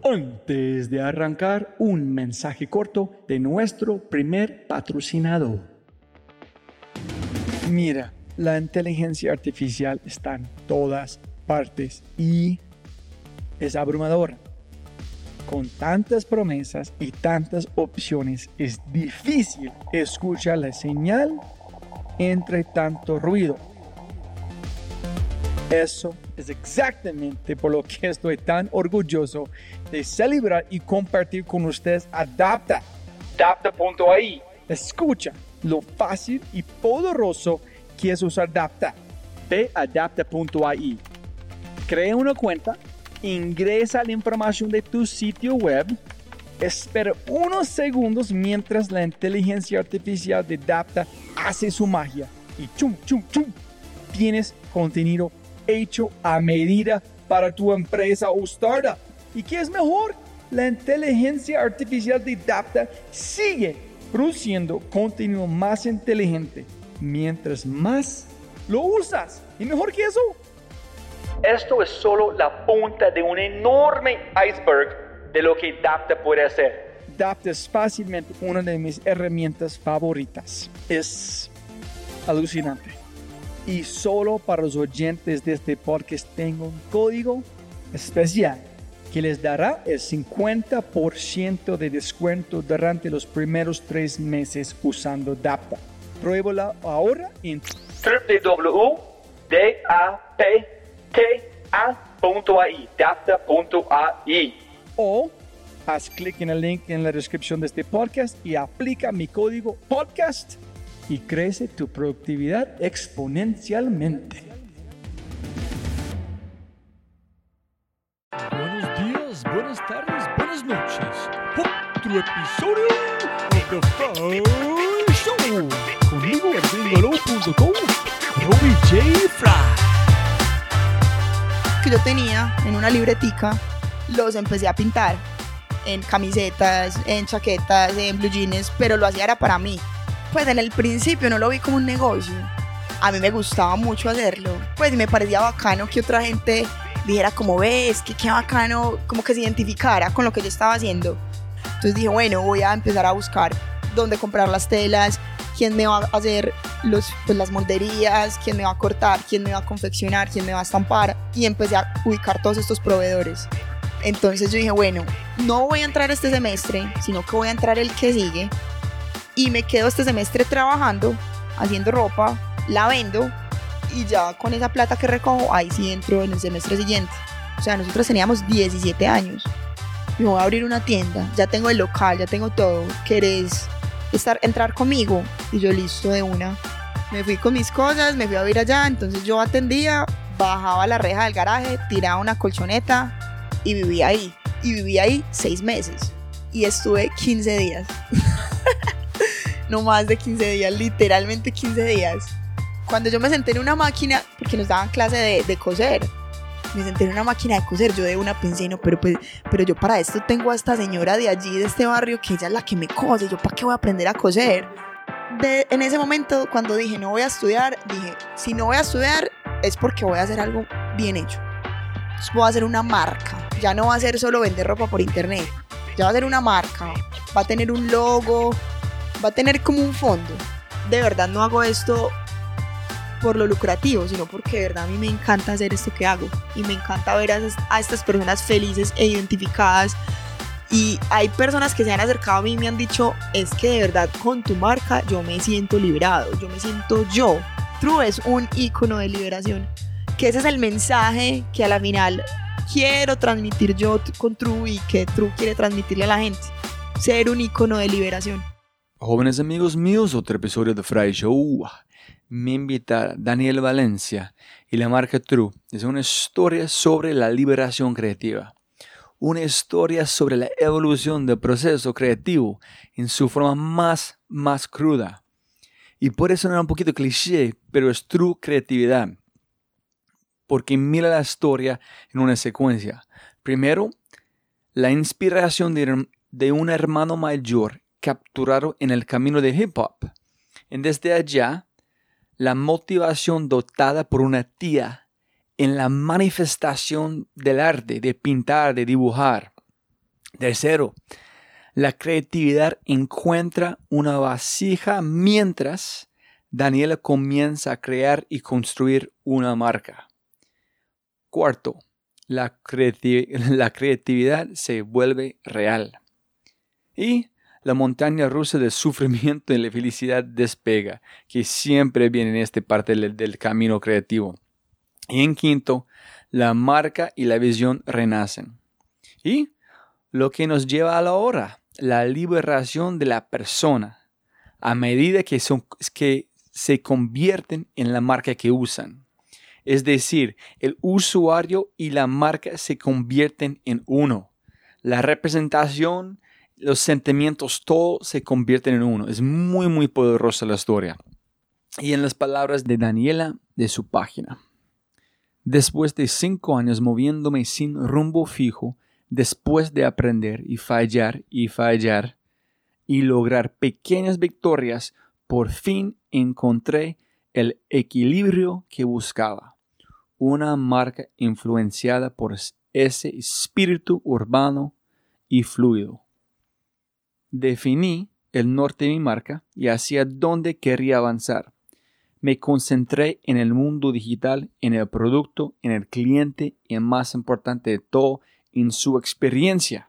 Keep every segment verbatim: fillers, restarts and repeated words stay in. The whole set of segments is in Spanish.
Antes de arrancar, un mensaje corto de nuestro primer patrocinador. Mira, la inteligencia artificial está en todas partes y es abrumadora. Con tantas promesas y tantas opciones, es difícil escuchar la señal entre tanto ruido. Eso es exactamente por lo que estoy tan orgulloso de celebrar y compartir con ustedes Adapta. Adapta punto a i. Escucha lo fácil y poderoso que es usar Adapta. Ve a adapta punto a i. Crea una cuenta, ingresa la información de tu sitio web, espera unos segundos mientras la inteligencia artificial de Adapta hace su magia y chum, chum, chum, tienes contenido hecho a medida para tu empresa o startup. ¿Y qué es mejor? La inteligencia artificial de Adapta sigue produciendo contenido más inteligente mientras más lo usas. ¿Y mejor que eso? Esto es solo la punta de un enorme iceberg de lo que Adapta puede hacer. Adapta es fácilmente una de mis herramientas favoritas. Es alucinante. Y solo para los oyentes de este podcast tengo un código especial que les dará el cincuenta por ciento de descuento durante los primeros tres meses usando Adapta. Pruébala ahora en doble u doble u doble u punto adapta punto a i o haz clic en el link en la descripción de este podcast y aplica mi código podcast y crece tu productividad exponencialmente. Buenos días, buenas tardes, buenas noches. Otro episodio de The Fry Show. Conmigo en gringolo punto com, Robbie J. Fry. Que yo tenía en una libretica, los empecé a pintar en camisetas, en chaquetas, en blue jeans, pero lo hacía era para mí. Pues en el principio no lo vi como un negocio. A mí me gustaba mucho hacerlo. Pues me parecía bacano que otra gente dijera como ves, que qué bacano, como que se identificara con lo que yo estaba haciendo. Entonces dije, bueno, voy a empezar a buscar dónde comprar las telas, quién me va a hacer los, pues, las molderías, quién me va a cortar, quién me va a confeccionar, quién me va a estampar. Y empecé a ubicar todos estos proveedores. Entonces yo dije, bueno, no voy a entrar este semestre, sino que voy a entrar el que sigue. Y me quedo este semestre trabajando, haciendo ropa, la vendo y ya con esa plata que recojo, ahí sí entro en el semestre siguiente. O sea, nosotros teníamos diecisiete años. Me voy a abrir una tienda, ya tengo el local, ya tengo todo. ¿Querés estar, entrar conmigo? Y yo listo de una. Me fui con mis cosas, me fui a vivir allá, entonces yo atendía, bajaba la reja del garaje, tiraba una colchoneta y vivía ahí. Y viví ahí seis meses. Y estuve quince días. No más de quince días, literalmente quince días. Cuando yo me senté en una máquina, porque nos daban clase de, de coser, me senté en una máquina de coser, yo de una pensé, no, pero, pues, pero yo para esto tengo a esta señora de allí, de este barrio, que ella es la que me cose, yo para qué voy a aprender a coser. De, en ese momento, cuando dije no voy a estudiar, dije, si no voy a estudiar es porque voy a hacer algo bien hecho. Entonces voy a hacer una marca, ya no va a ser solo vender ropa por internet, ya va a ser una marca, va a tener un logo, va a tener como un fondo. De verdad no hago esto por lo lucrativo, sino porque de verdad a mí me encanta hacer esto que hago y me encanta ver a, esas, a estas personas felices e identificadas. Y hay personas que se han acercado a mí y me han dicho, es que de verdad con tu marca yo me siento liberado, yo me siento yo. True es un ícono de liberación, que ese es el mensaje que a la final quiero transmitir yo con True y que True quiere transmitirle a la gente, ser un ícono de liberación. Jóvenes amigos míos, otro episodio de Fry Show. Me invita Daniel Valencia y la marca True. Es una historia sobre la liberación creativa. Una historia sobre la evolución del proceso creativo en su forma más, más cruda. Y puede sonar un poquito cliché, pero es True creatividad. Porque mira la historia en una secuencia. Primero, la inspiración de, de un hermano mayor capturado en el camino de hip hop. Y desde allá, la motivación dotada por una tía en la manifestación del arte, de pintar, de dibujar. Tercero, la creatividad encuentra una vasija mientras Daniela comienza a crear y construir una marca. Cuarto, la, creati- la creatividad se vuelve real. Y la montaña rusa del sufrimiento y la felicidad despega, que siempre viene en esta parte del, del camino creativo. Y en quinto, la marca y la visión renacen. Y lo que nos lleva a la hora, la liberación de la persona, a medida que, son, que se convierten en la marca que usan. Es decir, el usuario y la marca se convierten en uno. La representación, los sentimientos, todo se convierten en uno. Es muy, muy poderosa la historia. Y en las palabras de Daniela, de su página. Después de cinco años moviéndome sin rumbo fijo, después de aprender y fallar y fallar y lograr pequeñas victorias, por fin encontré el equilibrio que buscaba. Una marca influenciada por ese espíritu urbano y fluido. Definí el norte de mi marca y hacia dónde quería avanzar. Me concentré en el mundo digital, en el producto, en el cliente y, más importante de todo, en su experiencia.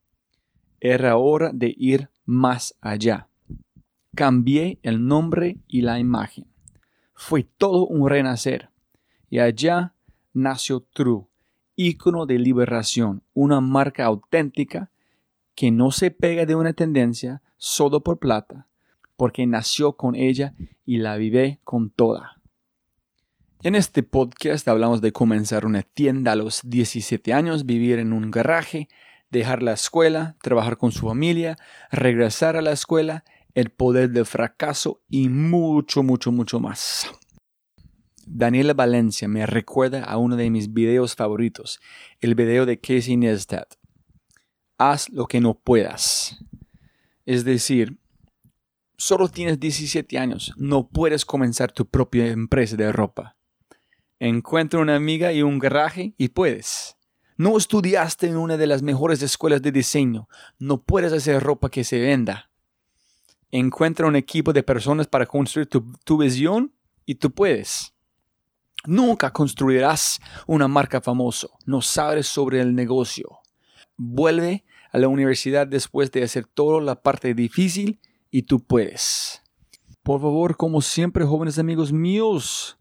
Era hora de ir más allá. Cambié el nombre y la imagen. Fue todo un renacer. Y allá nació True, ícono de liberación, una marca auténtica que no se pega de una tendencia solo por plata, porque nació con ella y la vive con toda. En este podcast hablamos de comenzar una tienda a los diecisiete años, vivir en un garaje, dejar la escuela, trabajar con su familia, regresar a la escuela, el poder del fracaso y mucho, mucho, mucho más. Daniela Valencia me recuerda a uno de mis videos favoritos, el video de Casey Neistat. Haz lo que no puedas. Es decir, solo tienes diecisiete años, no puedes comenzar tu propia empresa de ropa. Encuentra una amiga y un garaje y puedes. No estudiaste en una de las mejores escuelas de diseño, no puedes hacer ropa que se venda. Encuentra un equipo de personas para construir tu, tu visión y tú puedes. Nunca construirás una marca famosa. No sabes sobre el negocio. Vuelve a la universidad después de hacer toda la parte difícil y tú puedes. Por favor, como siempre, jóvenes amigos míos,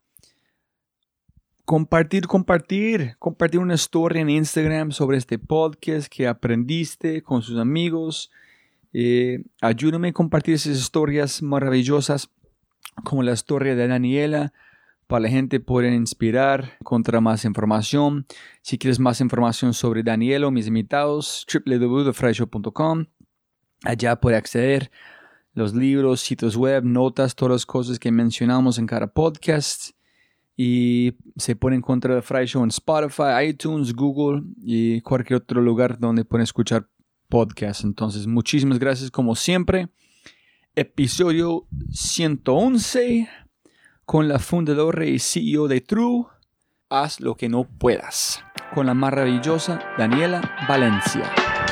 compartir, compartir, compartir una historia en Instagram sobre este podcast que aprendiste con sus amigos. Eh, ayúdame a compartir esas historias maravillosas como la historia de Daniela. Para la gente poder inspirar, encontrar más información. Si quieres más información sobre Daniela o mis invitados, w w w punto the fry show punto com. Allá puede acceder los libros, sitios web, notas, todas las cosas que mencionamos en cada podcast. Y se puede encontrar The Fry Show en Spotify, iTunes, Google y cualquier otro lugar donde pueden escuchar podcasts. Entonces, muchísimas gracias como siempre. Episodio ciento once. Con la fundadora y C E O de True, haz lo que no puedas. Con la maravillosa Daniela Valencia.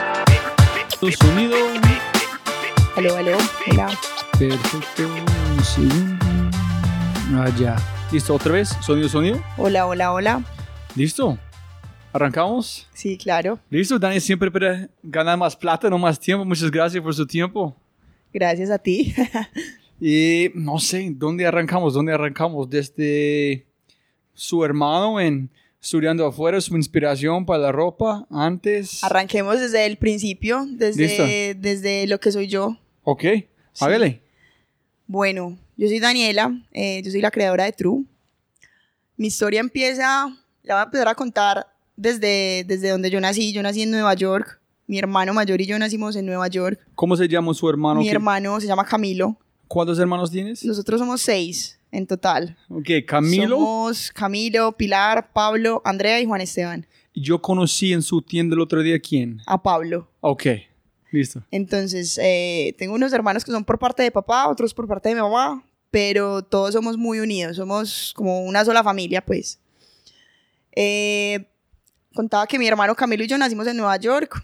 Sonido. Aló, aló, hola. Perfecto. Un segundo. Ah, ya. ¿Listo otra vez? Sonido, sonido. Hola, hola, hola. ¿Listo? ¿Arrancamos? Sí, claro. ¿Listo? Dani siempre para ganar más plata, no más tiempo. Muchas gracias por su tiempo. Gracias a ti. Y no sé, ¿dónde arrancamos? ¿Dónde arrancamos? Desde su hermano en estudiando afuera, su inspiración para la ropa antes. Arranquemos desde el principio, desde, desde lo que soy yo. Ok, Sí. hágale. Bueno, yo soy Daniela, eh, yo soy la creadora de True. Mi historia empieza, la voy a empezar a contar desde, desde donde yo nací. Yo nací en Nueva York. Mi hermano mayor y yo nacimos en Nueva York. ¿Cómo se llama su hermano? Mi ¿Qué- hermano se llama Camilo. ¿Cuántos hermanos tienes? Nosotros somos seis en total. Ok, Camilo. Somos Camilo, Pilar, Pablo, Andrea y Juan Esteban. Yo conocí en su tienda el otro día, ¿quién? A Pablo. Ok, listo. Entonces, eh, tengo unos hermanos que son por parte de papá, otros por parte de mi mamá, pero todos somos muy unidos, somos como una sola familia, pues. Eh, contaba que mi hermano Camilo y yo nacimos en Nueva York.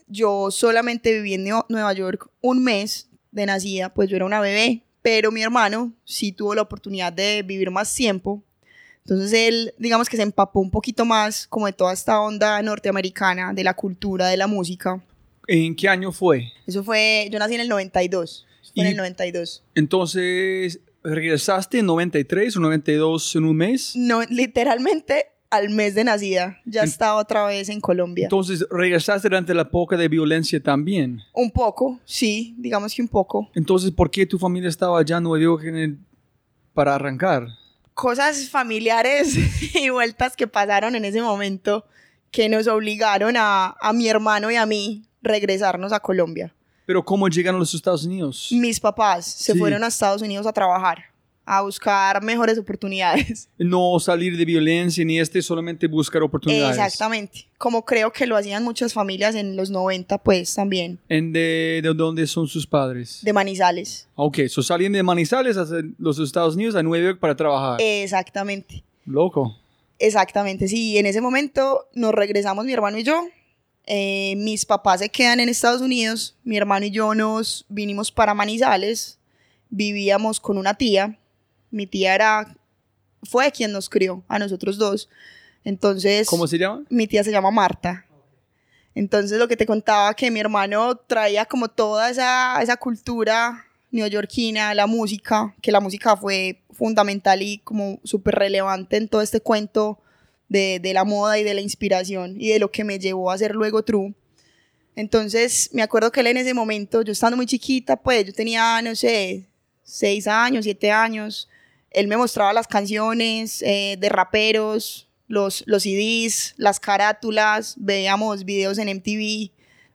yo solamente viví en Neo- Nueva York un mes de nacida, pues yo era una bebé, pero mi hermano sí tuvo la oportunidad de vivir más tiempo. Entonces él, digamos que se empapó un poquito más como de toda esta onda norteamericana, de la cultura, de la música. ¿En qué año fue? Eso fue, yo nací en el noventa y dos, fue en Y- el noventa y dos. Entonces, ¿regresaste en noventa y tres o noventa y dos en un mes? No, literalmente al mes de nacida, ya En- estaba otra vez en Colombia. Entonces, ¿regresaste durante la época de violencia también? Un poco, sí, digamos que un poco. Entonces, ¿por qué tu familia estaba allá en Nueva York en el- para arrancar? Cosas familiares y vueltas que pasaron en ese momento que nos obligaron a, a mi hermano y a mí regresarnos a Colombia. Pero ¿cómo llegaron a los Estados Unidos? Mis papás se Sí. fueron a Estados Unidos a trabajar, a buscar mejores oportunidades. No salir de violencia ni este, solamente buscar oportunidades. Exactamente. Como creo que lo hacían muchas familias en los noventa, pues también, ¿En de, de dónde son sus padres? de Manizales. Ok, so salían de Manizales a los Estados Unidos a Nueva York para trabajar. Exactamente. Loco. Exactamente, sí. En ese momento nos regresamos mi hermano y yo. Eh, mis papás se quedan en Estados Unidos. Mi hermano y yo nos vinimos para Manizales. Vivíamos con una tía. Mi tía era, fue quien nos crió, a nosotros dos. Entonces, ¿Cómo se llama? mi tía se llama Marta. Entonces, lo que te contaba, que mi hermano traía como toda esa, esa cultura neoyorquina, la música, que la música fue fundamental y como súper relevante en todo este cuento de, de la moda y de la inspiración y de lo que me llevó a ser luego True. Entonces, me acuerdo que él en ese momento, yo estando muy chiquita, pues yo tenía, no sé, seis años, siete años, él me mostraba las canciones eh, de raperos, los, los C Ds, las carátulas, veíamos videos en M T V,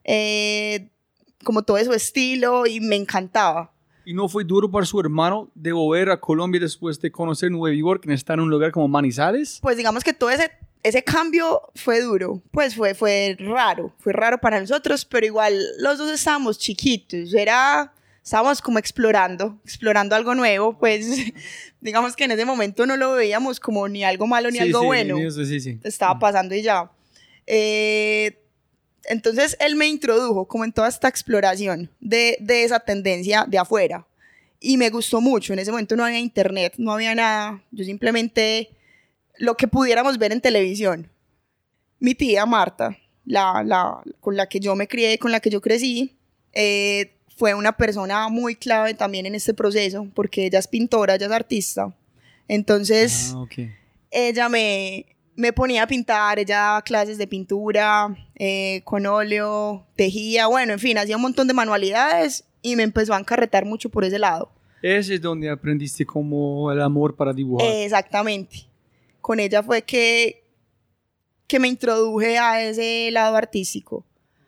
eh, como todo su estilo y me encantaba. ¿Y no fue duro para su hermano de volver a Colombia después de conocer Nueva York, en estar en un lugar como Manizales? Pues digamos que todo ese, ese cambio fue duro, pues fue, fue raro, fue raro para nosotros, pero igual los dos estábamos chiquitos, era, estábamos como explorando, explorando algo nuevo, pues digamos que en ese momento no lo veíamos como ni algo malo ni Sí, algo sí, bueno, sí, sí, sí. estaba pasando y ya. Eh, entonces él me introdujo como en toda esta exploración de, de esa tendencia de afuera y me gustó mucho. En ese momento no había internet, no había nada, yo simplemente lo que pudiéramos ver en televisión. Mi tía Marta, la, la, con la que yo me crié, con la que yo crecí, eh, fue una persona muy clave también en este proceso porque ella es pintora, ella es artista. Entonces Ah, ok. ella me, me ponía a pintar, ella daba clases de pintura, eh, con óleo, tejía, bueno, en fin, hacía un montón de manualidades y me empezó a encarretar mucho por ese lado. Ese es donde aprendiste como el amor para dibujar. Exactamente. Con ella fue que, que me introduje a ese lado artístico.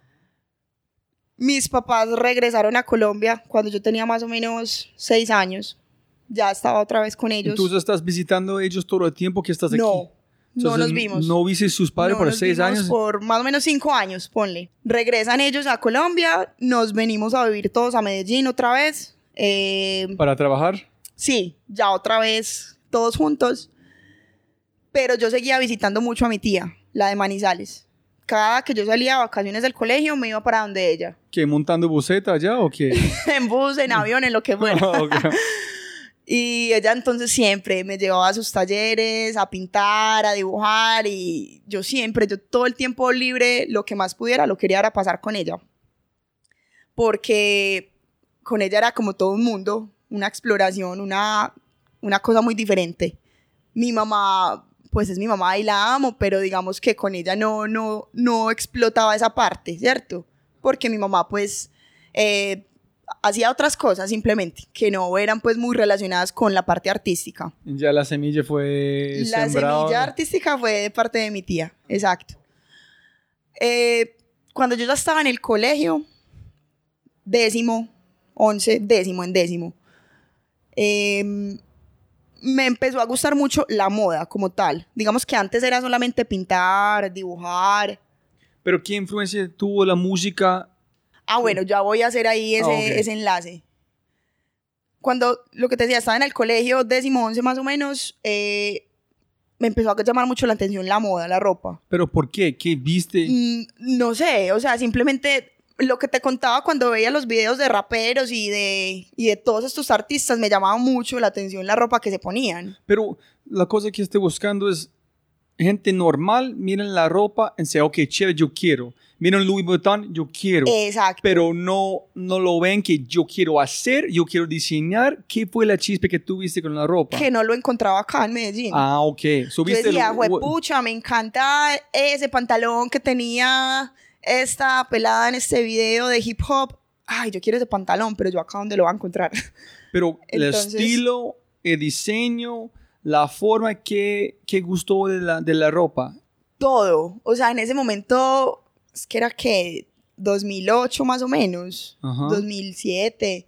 Mis papás regresaron a Colombia cuando yo tenía más o menos seis años. Ya estaba otra vez con ellos. ¿Tú estás visitando ellos todo el tiempo que estás aquí? No, no Entonces, nos vimos. ¿No viste sus padres No por nos seis vimos años? Por más o menos cinco años, ponle. Regresan ellos a Colombia, nos venimos a vivir todos a Medellín otra vez. Eh, ¿Para trabajar? sí, ya otra vez todos juntos. Pero yo seguía visitando mucho a mi tía, la de Manizales. Cada que yo salía a vacaciones del colegio me iba para donde ella. ¿Qué, montando buseta allá o qué? En bus, en avión, en lo que fuera. Ah, ok. Y ella entonces siempre me llevaba a sus talleres, a pintar, a dibujar, y yo siempre, yo todo el tiempo libre, lo que más pudiera, lo quería era pasar con ella. Porque con ella era como todo un mundo, una exploración, una, una cosa muy diferente. Mi mamá, pues es mi mamá y la amo, pero digamos que con ella no, no, no explotaba esa parte, ¿cierto? Porque mi mamá pues... Eh, hacía otras cosas simplemente que no eran pues muy relacionadas con la parte artística. Ya la semilla fue La sembrada. semilla artística fue de parte de mi tía, exacto. Eh, cuando yo ya estaba en el colegio, décimo, once, décimo en décimo, eh, me empezó a gustar mucho la moda como tal. Digamos que antes era solamente pintar, dibujar. ¿Pero qué influencia tuvo la música? Ah, bueno, ya voy a hacer ahí ese, Ah, ok. ese enlace. Cuando, lo que te decía, estaba en el colegio, décimo, once más o menos, eh, me empezó a llamar mucho la atención la moda, la ropa. ¿Pero por qué? ¿Qué viste? Mm, no sé, o sea, simplemente lo que te contaba cuando veía los videos de raperos y de, y de todos estos artistas, me llamaba mucho la atención la ropa que se ponían. Pero la cosa que estoy buscando es gente normal, miren la ropa y dicen, ok, chévere, yo quiero. Miren Louis Vuitton, yo quiero. Exacto. Pero no, no lo ven que yo quiero hacer, yo quiero diseñar. ¿Qué fue la chispa que tuviste con la ropa? Que no lo encontraba acá en Medellín. Ah, ok. Yo decía, juepucha, me encanta ese pantalón que tenía esta pelada en este video de hip hop. Ay, yo quiero ese pantalón, pero yo acá dónde lo voy a encontrar. Pero Entonces, el estilo, el diseño, la forma que, que gustó de la, de la ropa. Todo. O sea, en ese momento, es que era que dos mil ocho más o menos, Ajá. dos mil siete.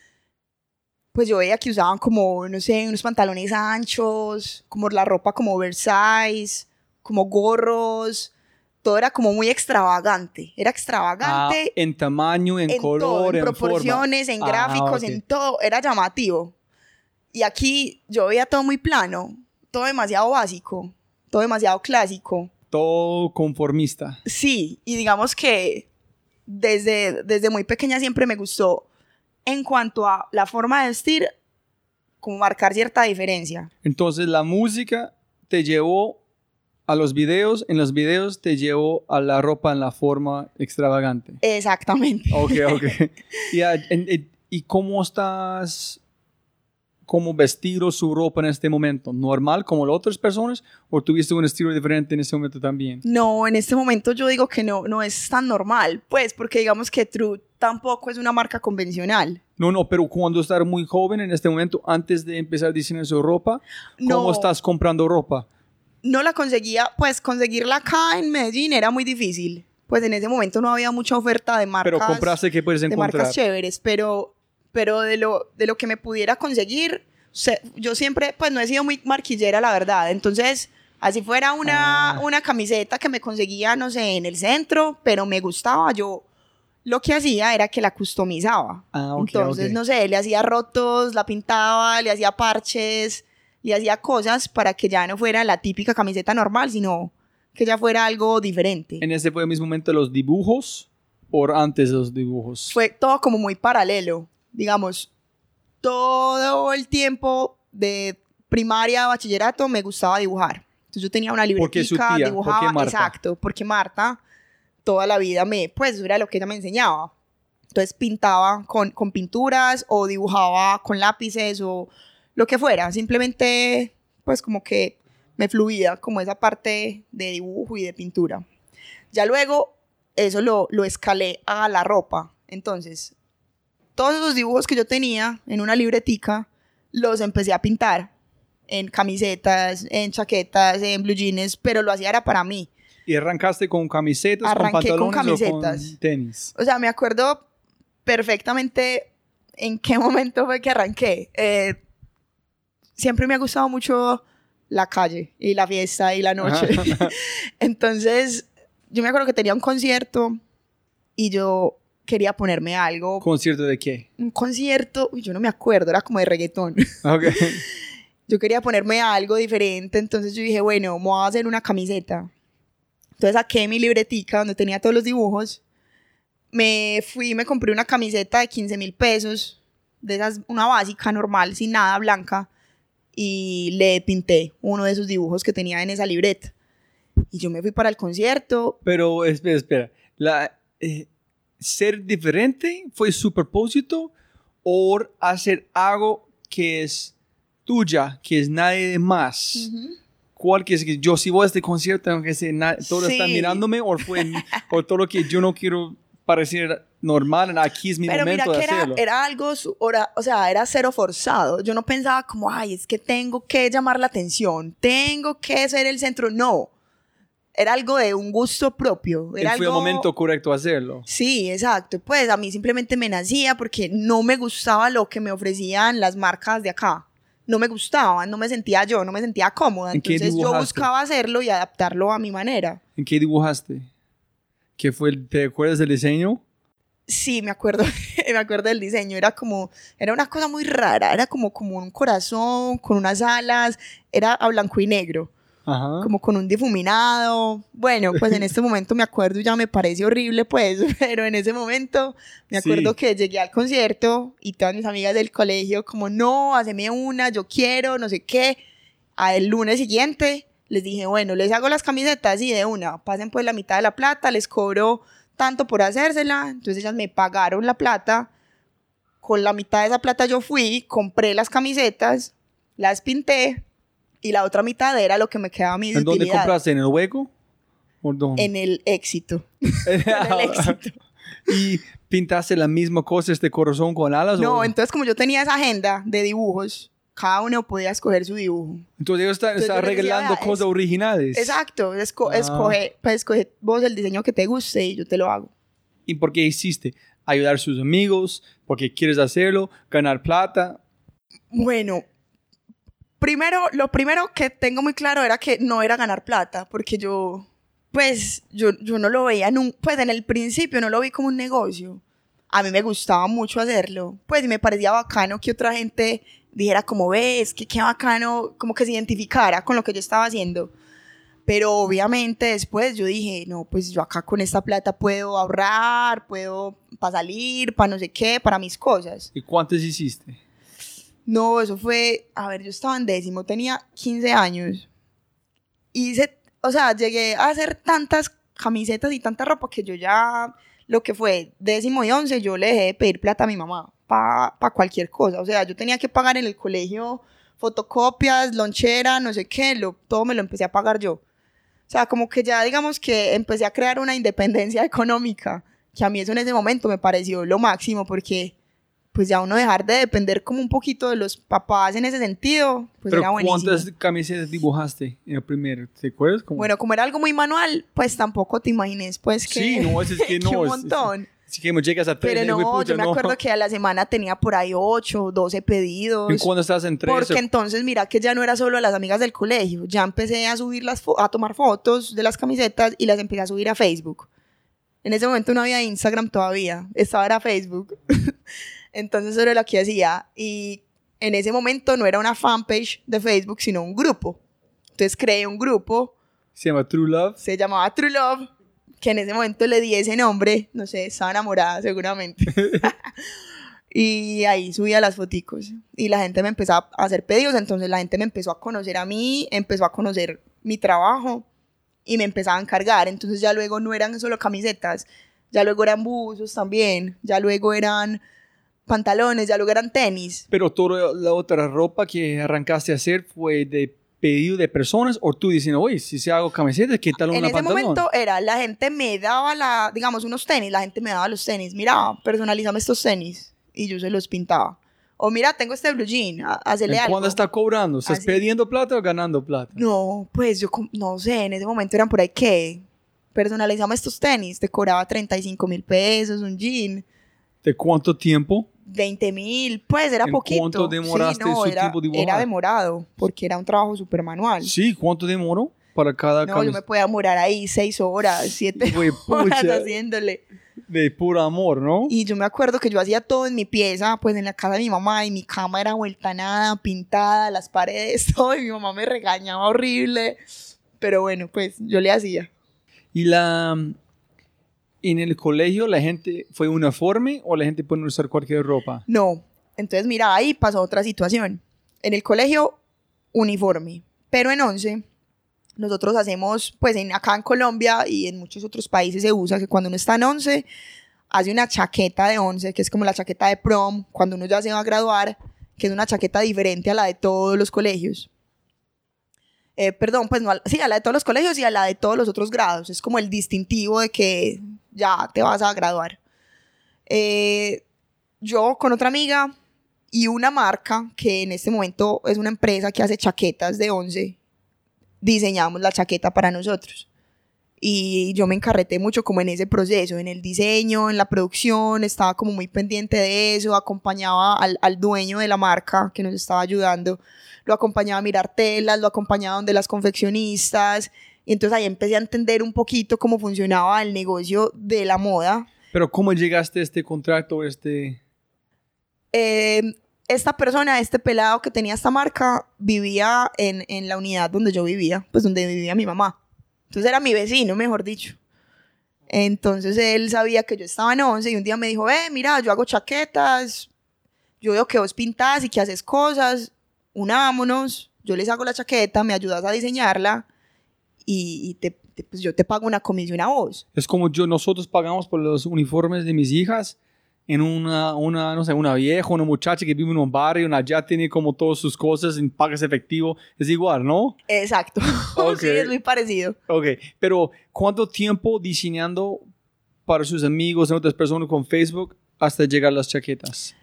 Pues yo veía que usaban como, no sé, unos pantalones anchos, como la ropa como oversize, como gorros. Todo era como muy extravagante. Era extravagante. Ah, en tamaño, en, en color, todo, en, en proporciones, forma. en gráficos, Ah, okay. en todo. Era llamativo. Y aquí yo veía todo muy plano, todo demasiado básico, todo demasiado clásico. Todo conformista. Sí, y digamos que desde, desde muy pequeña siempre me gustó, en cuanto a la forma de vestir, como marcar cierta diferencia. Entonces la música te llevó a los videos, en los videos te llevó a la ropa en la forma extravagante. Exactamente. Ok, ok. y, a- en- en- ¿Y cómo estás, cómo vestido su ropa en este momento? ¿Normal como las otras personas o tuviste un estilo diferente en este momento también? No, en este momento yo digo que no, no es tan normal, pues, porque digamos que True tampoco es una marca convencional. No, no, pero cuando estás muy joven en este momento, antes de empezar a diseñar su ropa, ¿cómo No. estás comprando ropa? No la conseguía, pues conseguirla acá en Medellín era muy difícil. Pues en ese momento no había mucha oferta de marcas. Pero compraste, ¿qué puedes de encontrar? marcas chéveres, pero, pero de, lo, de lo que me pudiera conseguir, se- yo siempre, pues no he sido muy marquillera, la verdad. Entonces, así fuera una, Ah. una camiseta que me conseguía, no sé, en el centro, pero me gustaba, yo lo que hacía era que la customizaba. Ah, ok, Entonces, ok. no sé, le hacía rotos, la pintaba, le hacía parches, le hacía cosas para que ya no fuera la típica camiseta normal, sino que ya fuera algo diferente. ¿En ese fue el mismo momento los dibujos o antes de los dibujos? Fue todo como muy paralelo, digamos, todo el tiempo de primaria, bachillerato, me gustaba dibujar. Entonces yo tenía una Porque su libretica, tía, dibujaba, porque Marta. exacto, porque Marta toda la vida me, pues eso era lo que ella me enseñaba. Entonces pintaba con, con pinturas o dibujaba con lápices o lo que fuera, simplemente pues como que me fluía como esa parte de dibujo y de pintura. Ya luego eso lo, lo escalé a la ropa. Entonces, todos esos dibujos que yo tenía en una libretica, los empecé a pintar en camisetas, en chaquetas, en blue jeans, pero lo hacía era para mí. ¿Y arrancaste con camisetas, Arranqué con con pantalones o camisetas. con tenis? O sea, me acuerdo perfectamente en qué momento fue que arranqué. Eh, siempre me ha gustado mucho la calle y la fiesta y la noche. Ajá. Entonces, yo me acuerdo que tenía un concierto y yo quería ponerme algo. ¿Concierto de qué? Un concierto, uy, yo no me acuerdo, era como de reggaetón. Ok. Yo quería ponerme algo diferente, entonces yo dije, bueno, me voy a hacer una camiseta. Entonces saqué mi libretica donde tenía todos los dibujos. Me fui y me compré una camiseta de quince mil pesos, de esas, una básica normal, sin nada, blanca. Y le pinté uno de esos dibujos que tenía en esa libreta. Y yo me fui para el concierto. Pero espera, espera. La, eh, ¿Ser diferente fue su propósito o hacer algo que es tuya, que es nadie más? Uh-huh. ¿Cuál que es que yo si voy a este concierto, aunque sea na- todos Sí. están mirándome o fue o todo lo que yo no quiero parecer normal, aquí es mi Pero mira momento de que era, hacerlo? era algo, su- ora- o sea, era cero forzado. Yo no pensaba como, ay, es que tengo que llamar la atención, tengo que ser el centro. No, era algo de un gusto propio. Y Era fue algo... el momento correcto hacerlo. Sí, exacto. Pues a mí simplemente me nacía porque no me gustaba lo que me ofrecían las marcas de acá. No me gustaban, no me sentía yo, no me sentía cómoda. ¿En qué Entonces yo dibujaste? buscaba hacerlo y adaptarlo a mi manera. ¿En qué dibujaste? ¿Qué fue? el- ¿Te acuerdas del diseño? Sí, me acuerdo, me acuerdo del diseño. Era como, era una cosa muy rara. Era como, como un corazón con unas alas. Era a blanco y negro. Ajá. como con un difuminado. Bueno, pues en este momento me acuerdo, ya me parece horrible, pues, pero en ese momento me acuerdo Sí. que llegué al concierto y todas mis amigas del colegio como, no, haceme una, yo quiero, no sé qué. Al lunes siguiente les dije, bueno, les hago las camisetas y de una, pasen pues la mitad de la plata, les cobro tanto por hacérsela. Entonces ellas me pagaron la plata. Con la mitad de esa plata yo fui, compré las camisetas, las pinté y la otra mitad era lo que me quedaba a mí de ¿En dónde utilidad. compraste? ¿En el hueco? ¿O dónde? En el éxito. En el éxito. ¿Y pintaste la misma cosa, este corazón con alas? No, o... entonces como yo tenía esa agenda de dibujos, cada uno podía escoger su dibujo. Entonces ellos están, Entonces están yo les decía, regalando "Vea, cosas es- originales. Exacto, esco Ah. escoge, pues escoge vos el diseño que te guste y yo te lo hago. ¿Y por qué hiciste? Ayudar a sus amigos, porque quieres hacerlo, ganar plata. Bueno, primero, lo primero que tengo muy claro era que no era ganar plata, porque yo, pues, yo, yo no lo veía, en un, pues en el principio no lo vi como un negocio. A mí me gustaba mucho hacerlo, pues, y me parecía bacano que otra gente dijera como, ves, que qué bacano, como que se identificara con lo que yo estaba haciendo. Pero obviamente después yo dije, no, pues yo acá con esta plata puedo ahorrar, puedo para salir, para no sé qué, para mis cosas. ¿Y cuántas hiciste? No, eso fue, a ver, yo estaba en décimo, tenía quince años. Hice, o sea, llegué a hacer tantas camisetas y tanta ropa que yo ya, lo que fue décimo y once, yo le dejé de pedir plata a mi mamá para pa cualquier cosa. O sea, yo tenía que pagar en el colegio fotocopias, lonchera, no sé qué, lo, todo me lo empecé a pagar yo. O sea, como que ya digamos que empecé a crear una independencia económica, que a mí eso en ese momento me pareció lo máximo, porque pues ya uno dejar de depender como un poquito de los papás en ese sentido, pues ¿Pero era buenísimo. cuántas camisetas dibujaste en el primero? ¿Te acuerdas? ¿Cómo? Bueno, como era algo muy manual, pues tampoco te imagines, pues que, Sí, no, es, es que no. que un es- montón. Es, que llegas a tres. Pero hijo de no, pucha, yo me acuerdo que a la semana tenía por ahí ocho, doce pedidos. ¿Y cuándo estás en tres? Porque entonces mira que ya no era solo las amigas del colegio, ya empecé a subir las fo- a tomar fotos de las camisetas y las empecé a subir a Facebook. En ese momento no había Instagram todavía, estaba era Facebook. Entonces eso era lo que hacía y en ese momento no era una fanpage de Facebook, sino un grupo. Entonces creé un grupo, Se llama True Love. se llamaba True Love, que en ese momento le di ese nombre, no sé, estaba enamorada seguramente. Y ahí subía las foticos y la gente me empezó a hacer pedidos, entonces la gente me empezó a conocer a mí, empezó a conocer mi trabajo y me empezaba a encargar. Entonces ya luego no eran solo camisetas, ya luego eran buzos también, ya luego eran pantalones, ya luego eran tenis. Pero toda la otra ropa que arrancaste a hacer fue de pedido de personas o tú diciendo, oye, si se hago camisetas, ¿qué tal una En ese pantalón? momento era, la gente me daba, la, digamos, unos tenis, la gente me daba los tenis, mira, personalízame estos tenis, y yo se los pintaba. O mira, tengo este blue jean, ha- hazle ¿En algo. ¿Cuándo está cobrando? ¿Estás Así. pidiendo plata o ganando plata? No, pues yo com- no sé, en ese momento eran por ahí que personalizamos estos tenis, te cobraba treinta y cinco mil pesos, un jean, ¿De cuánto tiempo? veinte mil, pues era ¿En poquito. cuánto demoraste sí, no, su era, tiempo dibujar? era demorado, porque era un trabajo súper manual. Sí, ¿cuánto demoró para cada No, yo me camiseta? podía demorar ahí seis horas, siete Güey, horas pucha. haciéndole. De puro amor, ¿no? Y yo me acuerdo que yo hacía todo en mi pieza, pues en la casa de mi mamá, y mi cama era vuelta a nada, pintada, las paredes, todo, y mi mamá me regañaba horrible. Pero bueno, pues yo le hacía. Y la... ¿En el colegio la gente fue uniforme o la gente puede usar cualquier ropa? No, entonces mira, ahí pasó otra situación. En el colegio, uniforme, pero en once, nosotros hacemos, pues en, acá en Colombia y en muchos otros países se usa que cuando uno está en once, hace una chaqueta de once, que es como la chaqueta de prom, cuando uno ya se va a graduar, que es una chaqueta diferente a la de todos los colegios. Eh, perdón, pues no, a- sí, a la de todos los colegios y a la de todos los otros grados. Es como el distintivo de que ya te vas a graduar. Eh, yo con otra amiga y una marca que en este momento es una empresa que hace chaquetas de once, diseñamos la chaqueta para nosotros. Y yo me encarreté mucho como en ese proceso, en el diseño, en la producción, estaba como muy pendiente de eso, acompañaba al, al dueño de la marca que nos estaba ayudando, lo acompañaba a mirar telas, lo acompañaba donde las confeccionistas, y entonces ahí empecé a entender un poquito cómo funcionaba el negocio de la moda. Pero ¿cómo llegaste a este contrato, este... Eh, esta persona, este pelado que tenía esta marca, vivía en, en la unidad donde yo vivía, pues donde vivía mi mamá. Entonces era mi vecino, mejor dicho. Entonces él sabía que yo estaba en once y un día me dijo, eh, mira, yo hago chaquetas, yo veo que vos pintás y que haces cosas, unámonos, yo les hago la chaqueta, me ayudas a diseñarla y, y te, te, pues yo te pago una comisión a vos. Es como yo, nosotros pagamos por los uniformes de mis hijas en una, una, no sé, una vieja, una muchacha que vive en un barrio, una ya tiene como todas sus cosas en pagas efectivo. Es igual, ¿no? Exacto. Okay. Sí, es muy parecido. Ok, pero ¿cuánto tiempo diseñando para sus amigos y otras personas con Facebook hasta llegar a las chaquetas?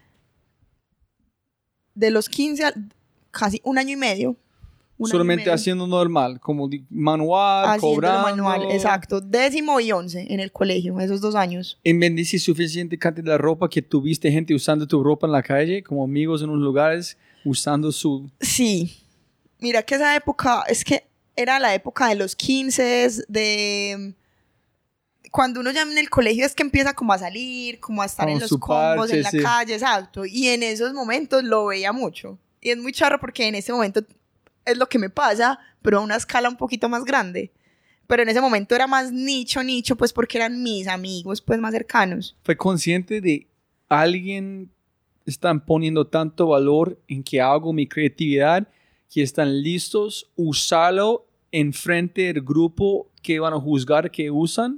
De los quince a casi un año y medio. Un Solamente año y medio. haciendo normal, como manual, Haciendo cobrando. manual, exacto. Décimo y once en el colegio, esos dos años. ¿En vendiste suficiente cantidad de ropa que tuviste gente usando tu ropa en la calle, como amigos en unos lugares, usando su... Sí. Mira que esa época, es que era la época de los quince, de... Cuando uno ya en el colegio es que empieza como a salir, como a estar Con en los su combos, parche, en la sí. calle, exacto. Y en esos momentos lo veía mucho. Y es muy charro porque en ese momento es lo que me pasa, pero a una escala un poquito más grande. Pero en ese momento era más nicho, nicho, pues porque eran mis amigos, pues más cercanos. ¿Fue consciente de alguien están poniendo tanto valor en que hago mi creatividad que están listos a usarlo en frente del grupo que van a juzgar que usan?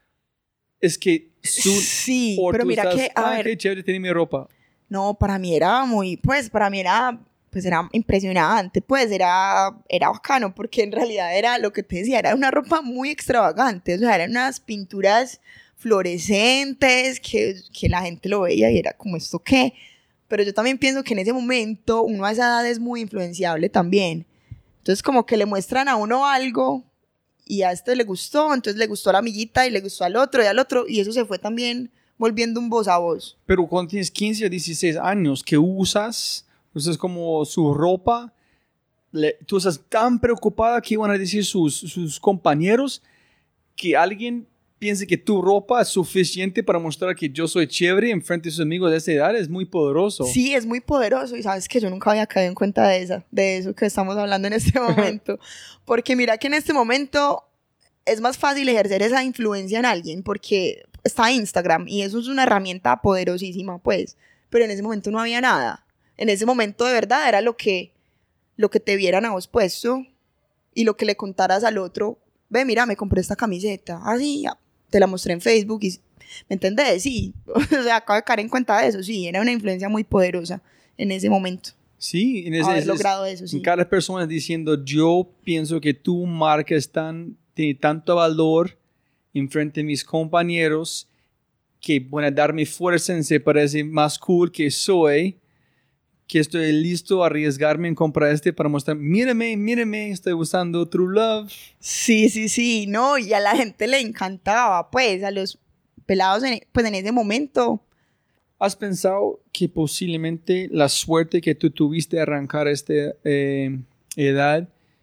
Es que su, Sí, o pero tú mira estás, que, a ah, ver, qué chévere tiene mi ropa. no, para mí era muy, pues para mí era, pues era impresionante, pues era, era bacano, porque en realidad era lo que te decía, era una ropa muy extravagante, o sea, eran unas pinturas fluorescentes que, que la gente lo veía y era como, ¿esto qué? Pero yo también pienso que en ese momento uno a esa edad es muy influenciable también. Entonces como que le muestran a uno algo y a este le gustó, entonces le gustó a la amiguita y le gustó al otro y al otro y eso se fue también volviendo un voz a voz. Pero cuando tienes quince o dieciséis años, que usas, usas como su ropa, le, tú estás tan preocupada que iban a decir sus, sus compañeros que alguien piense que tu ropa es suficiente para mostrar que yo soy chévere en frente de sus amigos de esa edad, es muy poderoso. Sí, es muy poderoso y sabes que yo nunca había caído en cuenta de, esa, de eso que estamos hablando en este momento. Porque mira que en este momento es más fácil ejercer esa influencia en alguien porque está Instagram y eso es una herramienta poderosísima, pues. Pero en ese momento no había nada. En ese momento de verdad era lo que, lo que te vieran a vos puesto y lo que le contaras al otro. Ve, mira, me compré esta camiseta. Ah, sí, te la mostré en Facebook y... ¿Me entendés? Sí. O sea, acabo de caer en cuenta de eso. Sí, era una influencia muy poderosa en ese momento. Sí, en ese, Haber es, logrado eso, sí. Cada persona diciendo, yo pienso que tu marca es tan, tiene tanto valor en frente de mis compañeros que van a darme fuerza en se parece más cool que soy, que estoy listo a arriesgarme en comprar este para mostrar, mírame, mírame, estoy usando True Love. Sí, sí, sí, no, y a la gente le encantaba, pues, a los pelados, en, pues en ese momento. ¿Has pensado que posiblemente la suerte que tú tuviste de arrancar a esta eh, edad,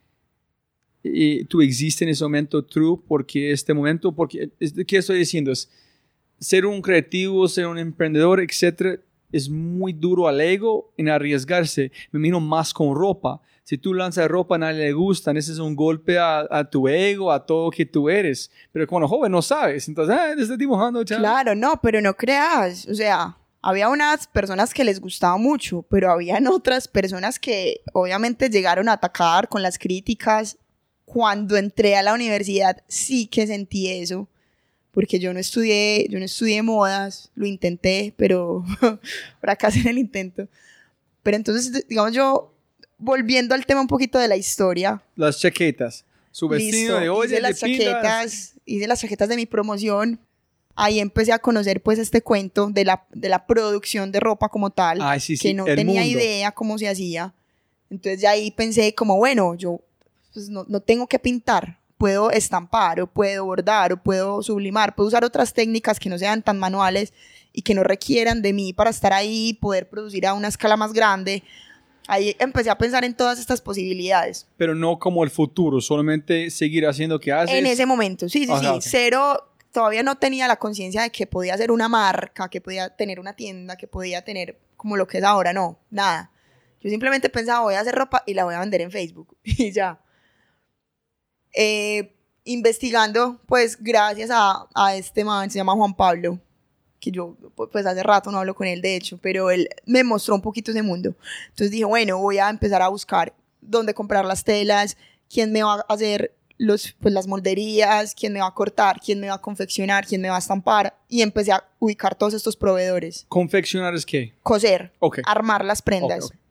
y tú existes en ese momento true, porque este momento, porque, ¿qué estoy diciendo? Es ser un creativo, ser un emprendedor, etcétera, es muy duro al ego en arriesgarse. Me imagino más con ropa. Si tú lanzas ropa a nadie le gusta, ese es un golpe a, a tu ego, a todo que tú eres. Pero cuando joven no sabes, entonces, ah, te estás dibujando, chaval. Claro, no, pero no creas, o sea, había unas personas que les gustaba mucho, pero habían otras personas que obviamente llegaron a atacar con las críticas. Cuando entré a la universidad sí que sentí eso. Porque yo no estudié, yo no estudié modas, lo intenté, pero fracasé en el intento. Pero entonces, digamos yo, volviendo al tema un poquito de la historia. Las chaquetas, su vestido Listo, de hoy, hice las chaquetas, hice las chaquetas de mi promoción. Ahí empecé a conocer pues este cuento de la, de la producción de ropa como tal, Ay, sí, sí, que no el tenía mundo. idea cómo se hacía. Entonces ya ahí pensé como, bueno, yo pues, no, no tengo que pintar. Puedo estampar, o puedo bordar, o puedo sublimar, puedo usar otras técnicas que no sean tan manuales y que no requieran de mí para estar ahí y poder producir a una escala más grande. Ahí empecé a pensar en todas estas posibilidades. Pero no como el futuro, solamente seguir haciendo lo que haces. En ese momento, sí, sí, Ajá, sí. okay. Cero todavía no tenía la conciencia de que podía ser una marca, que podía tener una tienda, que podía tener como lo que es ahora, no, nada. Yo simplemente pensaba, voy a hacer ropa y la voy a vender en Facebook y ya. Eh, investigando, pues gracias a, a este man, se llama Juan Pablo, que yo pues hace rato no hablo con él de hecho, pero él me mostró un poquito ese mundo. Entonces dije, bueno, voy a empezar a buscar dónde comprar las telas, quién me va a hacer los, pues, las molderías, quién me va a cortar, quién me va a confeccionar, quién me va a estampar, y empecé a ubicar todos estos proveedores. ¿Confeccionar es qué? Coser, Okay. armar las prendas. Okay, okay.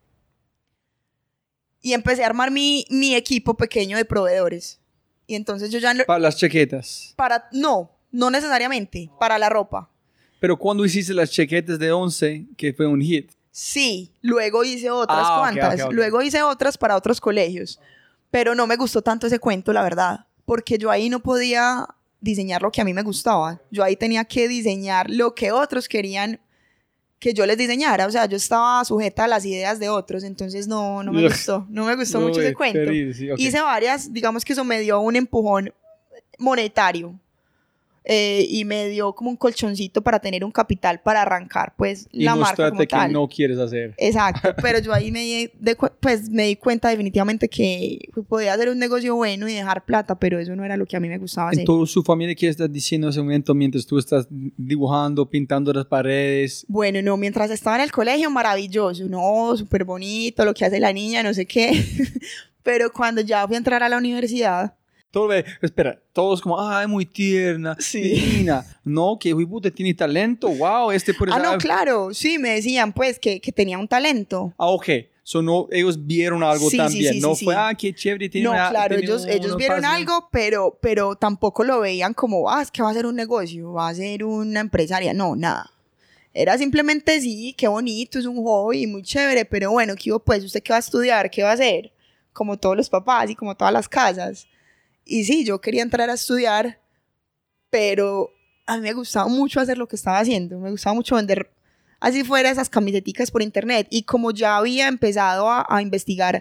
Y empecé a armar mi, mi equipo pequeño de proveedores. Y entonces yo ya... No, para las chaquetas. Para, no, no necesariamente, para la ropa. Pero cuando hiciste las chaquetas de once, que fue un hit. Sí, luego hice otras ah, cuantas. Okay, okay, okay. Luego hice otras para otros colegios. Pero no me gustó tanto ese cuento, la verdad. Porque yo ahí no podía diseñar lo que a mí me gustaba. Yo ahí tenía que diseñar lo que otros querían que yo les diseñara. O sea, yo estaba sujeta a las ideas de otros. Entonces no, no me gustó. No me gustó no, mucho ese cuento. Terrible, sí, okay. Hice varias. Digamos que eso me dio un empujón monetario. Eh, y me dio como un colchoncito para tener un capital para arrancar pues y la marca como que tal. no quieres hacer. Exacto, pero yo ahí me di, de, pues, me di cuenta definitivamente que podía hacer un negocio bueno y dejar plata, pero eso no era lo que a mí me gustaba hacer. ¿En toda su familia qué estás diciendo en ese momento mientras tú estás dibujando, pintando las paredes? Bueno, no, mientras estaba en el colegio, maravilloso, no, súper bonito lo que hace la niña, no sé qué, pero cuando ya fui a entrar a la universidad... Todo, espera, todos como, ah, es muy tierna, sí. divina. No, que hijo puta tiene talento, wow, este por Ah, esa... no, claro, sí, me decían pues que, que tenía un talento. Ah, ok, so, no, ellos vieron algo sí, también, sí, sí, no sí, fue, sí. ah, qué chévere, tiene no, una... No, claro, tiene ellos, un, ellos vieron pasión. Algo, pero, pero tampoco lo veían como, ah, es que va a ser un negocio, va a ser una empresaria, no, nada. Era simplemente, sí, qué bonito, es un hobby, muy chévere, pero bueno, ¿qué hubo pues? ¿Usted qué va a estudiar? ¿Qué va a hacer? Como todos los papás y como todas las casas. Y sí, yo quería entrar a estudiar, pero a mí me gustaba mucho hacer lo que estaba haciendo. Me gustaba mucho vender, así fuera, esas camiseticas por internet. Y como ya había empezado a, a investigar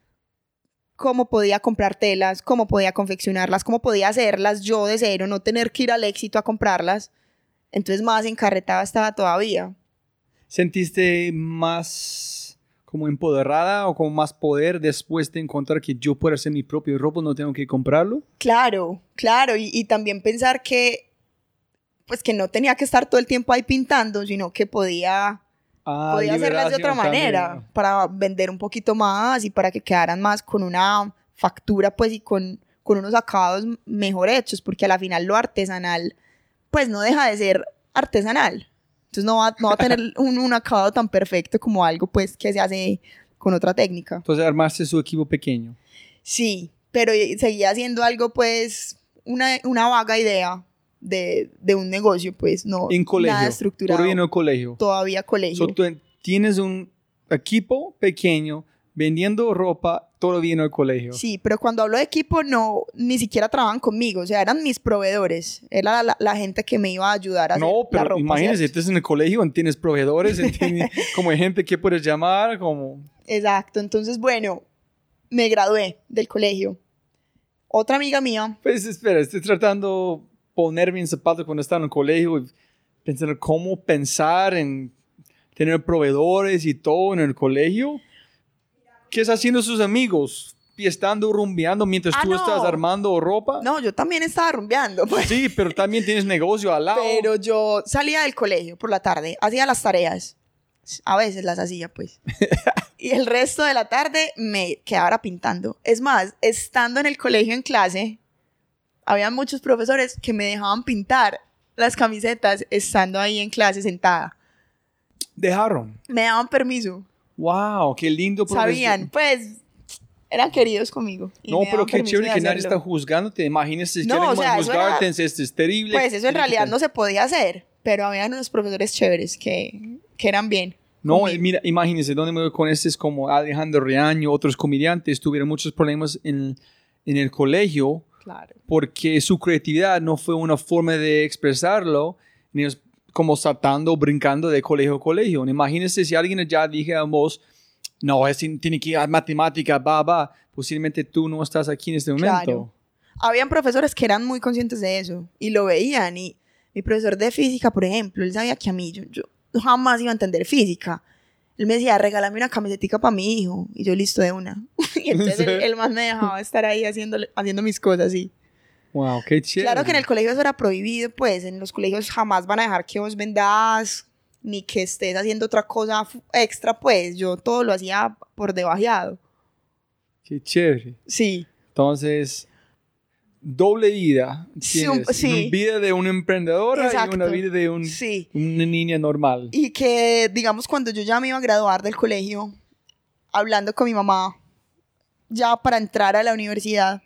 cómo podía comprar telas, cómo podía confeccionarlas, cómo podía hacerlas yo de cero, no tener que ir al Éxito a comprarlas, entonces más encarretada estaba todavía. ¿Sentiste más... como empoderada o con más poder después de encontrar que yo puedo hacer mi propio ropa, no tengo que comprarlo? Claro, claro, y, y también pensar que pues que no tenía que estar todo el tiempo ahí pintando, sino que podía, ah, podía hacerlas de otra manera, también. Para vender un poquito más y para que quedaran más con una factura pues y con, con unos acabados mejor hechos, porque a la final lo artesanal pues no deja de ser artesanal. Entonces no va, no va a tener un, un acabado tan perfecto como algo pues que se hace con otra técnica. Entonces armaste su equipo pequeño. Sí, pero seguía haciendo algo pues, una, una vaga idea de, de un negocio pues, no en colegio, nada estructurado. Todavía en el colegio. Todavía colegio. So, tú tienes un equipo pequeño vendiendo ropa todavía en el colegio. Sí, pero cuando hablo de equipo, no, ni siquiera trabajaban conmigo, o sea, eran mis proveedores, era la, la gente que me iba a ayudar a no, hacer pero la ropa. Imagínese, ¿cierto? estás en el colegio, tienes proveedores, tienes como gente que puedes llamar, como... Exacto, entonces, bueno, me gradué del colegio. Otra amiga mía... Pues espera, estoy tratando de ponerme en zapatos cuando estaba en el colegio y pensar cómo pensar en tener proveedores y todo en el colegio. ¿Qué está haciendo sus amigos? ¿Estando rumbeando mientras ah, tú no. estás armando ropa? No, yo también estaba rumbeando. Pues. Sí, pero también tienes negocio al lado. Pero yo salía del colegio por la tarde, hacía las tareas. A veces las hacía, pues. Y el resto de la tarde me quedaba pintando. Es más, estando en el colegio en clase, había muchos profesores que me dejaban pintar las camisetas estando ahí en clase sentada. ¿Dejaron? Me daban permiso. Wow, qué lindo. Sabían, pues, eran queridos conmigo. No, pero qué chévere que nadie está juzgándote. Imagínese si no, quieren o sea, juzgarte, era, esto es terrible. Pues eso en realidad no se podía hacer, pero habían unos profesores chéveres que, que eran bien. No, conmigo. Mira, imagínese, donde me voy con este es como Alejandro Riaño, otros comediantes tuvieron muchos problemas en, en el colegio. Claro. Porque su creatividad no fue una forma de expresarlo, ni es como saltando, brincando de colegio a colegio. Imagínese si alguien ya dije a vos, no, es, tiene que ir a matemática, va, va. Posiblemente tú no estás aquí en este momento. Claro. habían profesores que eran muy conscientes de eso y lo veían. Y mi profesor de física, por ejemplo, él sabía que a mí, yo, yo jamás iba a entender física. Él me decía, regálame una camisetica para mi hijo. Y yo, listo, de una. Y entonces él, él más me dejaba estar ahí haciendo, haciendo mis cosas, sí. Wow, qué chévere. Claro que en el colegio eso era prohibido, pues. En los colegios jamás van a dejar que vos vendas ni que estés haciendo otra cosa extra, pues. Yo todo lo hacía por debajeado. Qué chévere. Sí. Entonces, doble vida. Sí, un- sí. Una vida de una emprendedora Exacto. y una vida de un, Sí. una niña normal. Y que, digamos, cuando yo ya me iba a graduar del colegio, hablando con mi mamá, ya para entrar a la universidad,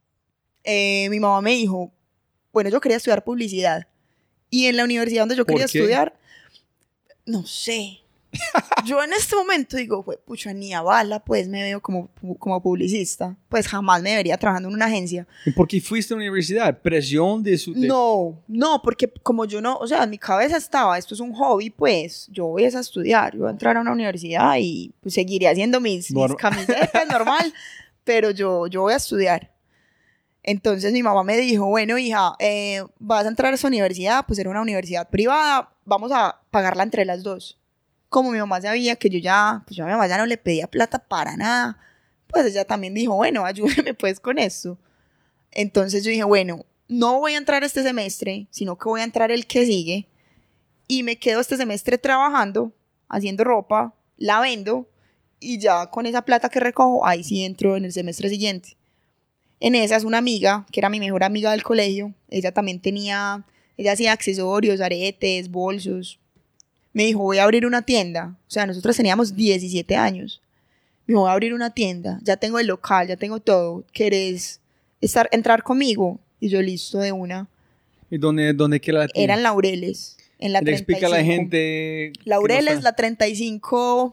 eh, mi mamá me dijo, bueno, yo quería estudiar publicidad. Y en la universidad donde yo ¿Por quería qué? estudiar, no sé. Yo en este momento digo, "Jue- pucha, ni a bala, pues me veo como, como publicista. Pues jamás me vería trabajando en una agencia. ¿Y por qué fuiste a la universidad? ¿Presión de su...? de- No, no, porque como yo no, o sea, en mi cabeza estaba, esto es un hobby, pues, yo voy a estudiar, yo voy a entrar a una universidad y pues, seguiré haciendo mis, mis Norm- camisetas normal, pero yo, yo voy a estudiar. Entonces mi mamá me dijo, bueno, hija, eh, vas a entrar a esa universidad, pues era una universidad privada, vamos a pagarla entre las dos. Como mi mamá sabía que yo ya, pues yo a mi mamá ya no le pedía plata para nada, pues ella también dijo, bueno, ayúdeme pues con esto. Entonces yo dije, bueno, no voy a entrar este semestre, sino que voy a entrar el que sigue y me quedo este semestre trabajando, haciendo ropa, la vendo y ya con esa plata que recojo, ahí sí entro en el semestre siguiente. En esa es una amiga, que era mi mejor amiga del colegio, ella también tenía, ella hacía accesorios, aretes, bolsos. Me dijo, voy a abrir una tienda, o sea, nosotros teníamos diecisiete años. Me dijo, voy a abrir una tienda, ya tengo el local, ya tengo todo, ¿querés estar, entrar conmigo? Y yo, listo, de una. ¿Y dónde, dónde queda la tienda? Eran Laureles, en la Le treinta y cinco. explica a la gente... que no Laureles, sabe. la treinta y cinco,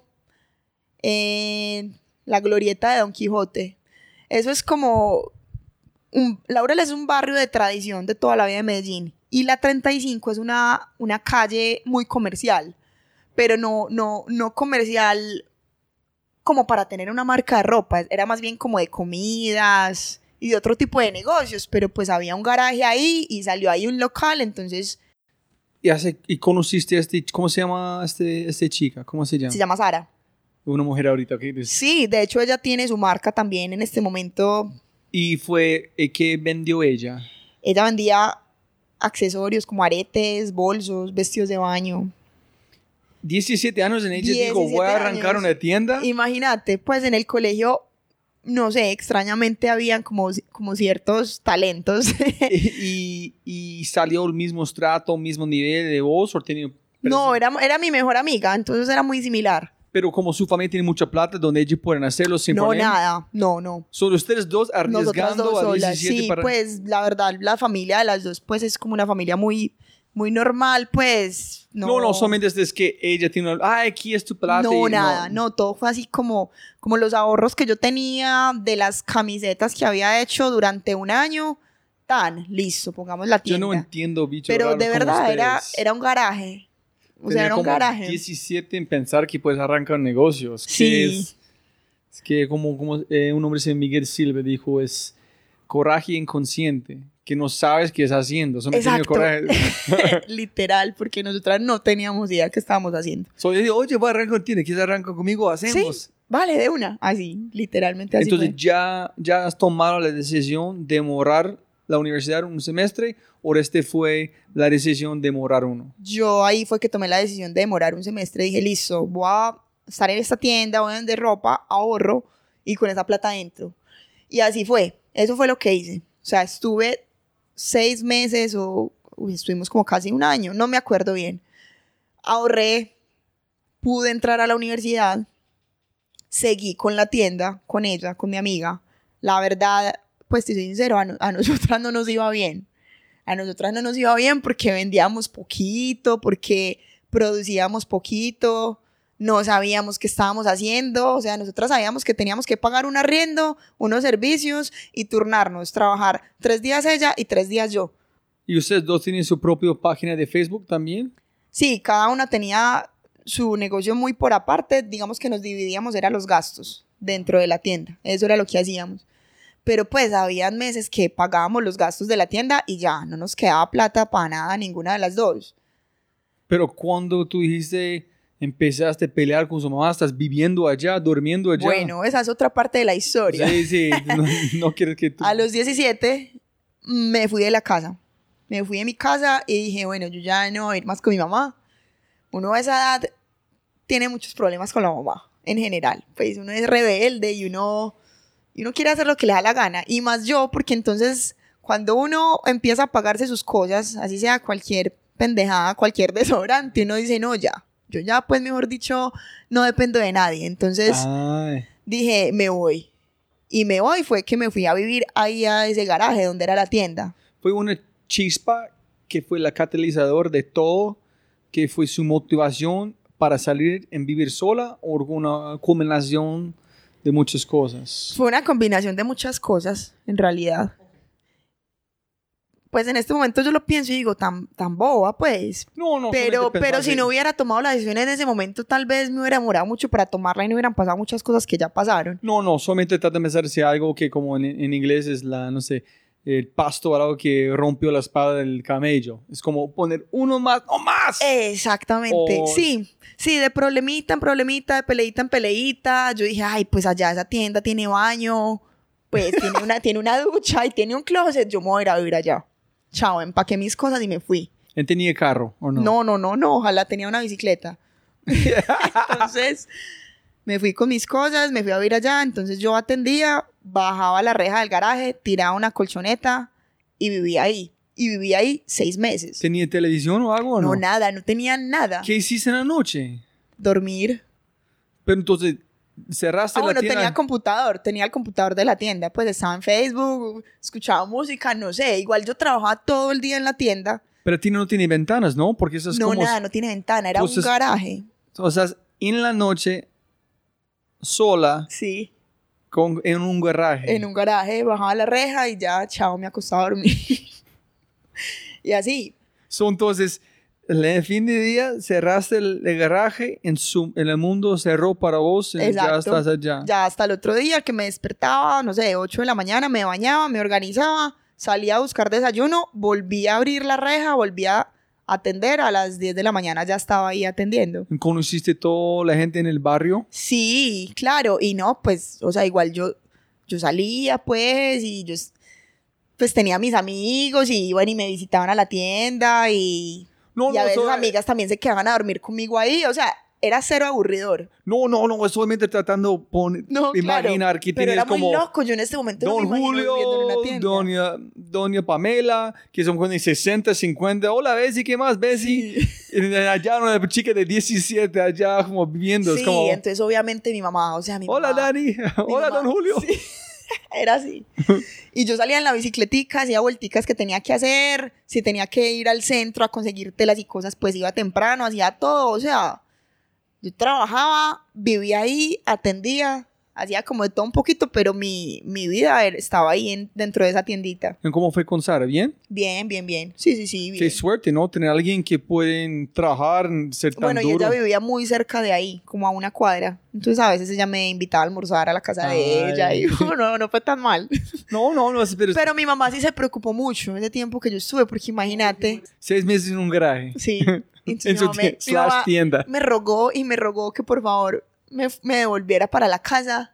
en la glorieta de Don Quijote. Eso es como... Un, Laureles es un barrio de tradición de toda la vida de Medellín. Y la treinta y cinco es una, una calle muy comercial. Pero no, no, no comercial como para tener una marca de ropa. Era más bien como de comidas y de otro tipo de negocios. Pero pues había un garaje ahí y salió ahí un local. Entonces ¿Y, hace, y conociste a este... ¿Cómo se llama este, este chica? ¿Cómo se llama? se llama Sara. Una mujer ahorita. ¿Okay? Sí, de hecho ella tiene su marca también en este momento. ¿Y fue eh, qué vendió ella? Ella vendía accesorios como aretes, bolsos, vestidos de baño. diecisiete años en ella dijo, diecisiete voy a arrancar años. una tienda. Imagínate, pues en el colegio, no sé, extrañamente habían como, como ciertos talentos. y, y salió el mismo estrato, mismo nivel de vos. ¿O tenía, No, era, era mi mejor amiga, entonces era muy similar. Pero como su familia tiene mucha plata, donde ellos pueden hacerlo sin No, problema. nada, no, no. Solo ustedes dos Nosotras arriesgando dos a solas, diecisiete sí, para... pues la verdad, la familia de las dos, pues es como una familia muy, muy normal, pues. No, No, no, solamente es que ella tiene... Ah, aquí es tu plata. No, y nada, no, todo fue así como, como los ahorros que yo tenía de las camisetas que había hecho durante un año, tan, listo, pongamos la Yo tienda. no entiendo, bicho. Pero raro de como verdad, era, ustedes. era un garaje. O Tener sea, era un como garaje. diecisiete en pensar que puedes arrancar negocios. Sí. Que es, es que como, como eh, un hombre se llama Miguel Silva dijo, es coraje inconsciente, que no sabes qué estás haciendo. Eso me tiene Exacto. coraje. Literal, porque nosotras no teníamos idea qué estábamos haciendo. So, yo digo, oye, voy a arrancar, ¿tienes que arrancar conmigo? Hacemos. Sí, vale, de una. Así, literalmente así Entonces fue. ya, ya has tomado la decisión de morar la universidad un semestre o este fue la decisión de morar uno. Yo ahí fue que tomé la decisión de demorar un semestre. Dije, listo, voy a estar en esta tienda, voy a vender ropa, ahorro y con esa plata entro. Y así fue. Eso fue lo que hice. O sea, estuve seis meses o uy, estuvimos como casi un año, no me acuerdo bien. Ahorré, pude entrar a la universidad, seguí con la tienda, con ella, con mi amiga. La verdad, pues te soy sincero, a, no- a nosotras no nos iba bien. A nosotras no nos iba bien porque vendíamos poquito, porque producíamos poquito, no sabíamos qué estábamos haciendo, o sea, nosotras sabíamos que teníamos que pagar un arriendo, unos servicios y turnarnos, trabajar tres días ella y tres días yo. ¿Y ustedes dos tienen su propia página de Facebook también? Sí, cada una tenía su negocio muy por aparte, digamos que nos dividíamos, eran los gastos dentro de la tienda, eso era lo que hacíamos. pero pues había meses que pagábamos los gastos de la tienda y ya, no nos quedaba plata para nada ninguna de las dos. Pero cuando tú dijiste, empezaste a pelear con su mamá, ¿estás viviendo allá, durmiendo allá? Bueno, esa es otra parte de la historia. Sí, sí, no, no quieres que tú... A los diecisiete me fui de la casa. Me fui de mi casa y dije, bueno, yo ya no voy a ir más con mi mamá. Uno a esa edad tiene muchos problemas con la mamá, en general. Pues uno es rebelde y uno, y uno quiere hacer lo que le da la gana. Y más yo, porque entonces cuando uno empieza a pagarse sus cosas, así sea cualquier pendejada, cualquier desodorante, uno dice, no, ya. Yo ya, pues, mejor dicho, no dependo de nadie. Entonces Ay. dije, me voy. Y me voy, fue que me fui a vivir ahí a ese garaje donde era la tienda. Fue una chispa que fue la catalizador de todo, que fue su motivación para salir en vivir sola, o una combinación de muchas cosas. Fue una combinación de muchas cosas, en realidad. Pues en este momento yo lo pienso y digo, tan, tan boba, pues. No, no. Pero, solamente pero pensar si que- no hubiera tomado la decisión en ese momento, tal vez me hubiera demorado mucho para tomarla y no hubieran pasado muchas cosas que ya pasaron. No, no, solamente trata de pensar si algo que como en, en inglés es la, no sé, el pasto, algo que rompió la espada del camello. Es como poner uno más, o más. Exactamente, O- sí, sí, de problemita en problemita, de peleita en peleita. Yo dije, ay, pues allá esa tienda tiene baño, pues tiene una, tiene una ducha y tiene un closet, yo me voy a ir a vivir allá. Chao, empaqué mis cosas y me fui. ¿Él tenía carro o no? No, no, no, no, ojalá tenía una bicicleta. Entonces, me fui con mis cosas, me fui a vivir allá, entonces yo atendía, bajaba la reja del garaje, tiraba una colchoneta y vivía ahí. Y viví ahí seis meses. ¿Tenía televisión o algo o no? No, nada, no tenía nada. ¿Qué hiciste en la noche? Dormir. Pero entonces, cerraste Ah, la bueno, tienda. tenía computador, tenía el computador de la tienda, pues estaba en Facebook, escuchaba música, no sé, igual yo trabajaba todo el día en la tienda. Pero a ti no tiene ventanas, ¿no? Porque eso es No, como... nada, no tiene ventana, era Entonces- un garaje. O sea, en la noche, sola, Sí, con, en un garaje. en un garaje, bajaba la reja y ya, chao, me acostaba a dormir. Y así. So, entonces, el fin de día cerraste el, el garaje, en, su, en el mundo cerró para vos y ya Exacto. estás allá. Ya hasta el otro día que me despertaba, no sé, ocho de la mañana, me bañaba, me organizaba, salía a buscar desayuno, volví a abrir la reja, volví a atender, a las diez de la mañana ya estaba ahí atendiendo. ¿Conociste toda la gente en el barrio? Sí, claro, y no, pues, o sea, igual yo, yo salía, pues, y yo, pues, tenía mis amigos y iban y me visitaban a la tienda y, No, y a no, veces so- amigas también se quedaban a dormir conmigo ahí, o sea, era cero aburridor. No, no, no, solamente tratando de pon- No, imaginar claro, que pero tienes era muy como loco, yo en este momento no Don me imagino Julio, viviendo en una tienda. doña, doña Pamela, que son con sesenta, cincuenta. Hola, Bessie, ¿qué más, Bessie? Y allá una chica de diecisiete, allá como viviendo. Sí, es como, entonces obviamente mi mamá, o sea, mi hola, mamá... Dani. mi Hola, mamá- Don Julio. Sí, era así. Y yo salía en la bicicletica, hacía vuelticas que tenía que hacer, si tenía que ir al centro a conseguir telas y cosas, pues iba temprano, hacía todo, o sea, yo trabajaba, vivía ahí, atendía, hacía como de todo un poquito, pero mi, mi vida era- estaba ahí en- dentro de esa tiendita. ¿Y ¿Cómo fue con Sara? ¿Bien? Bien, bien, bien. Sí, sí, sí, bien. Qué suerte, ¿no? Tener a alguien que pueden trabajar, ser tan Bueno, y duro. ella vivía muy cerca de ahí, como a una cuadra. Entonces a veces ella me invitaba a almorzar a la casa Ay. de ella y no, no fue tan mal. No, no, no, pero, Pero mi mamá sí se preocupó mucho ese tiempo que yo estuve, porque imagínate, seis meses en un garaje. sí. Entonces, En mi su mamá, tie- me, mi slash mamá tienda. me rogó y me rogó que por favor me, me devolviera para la casa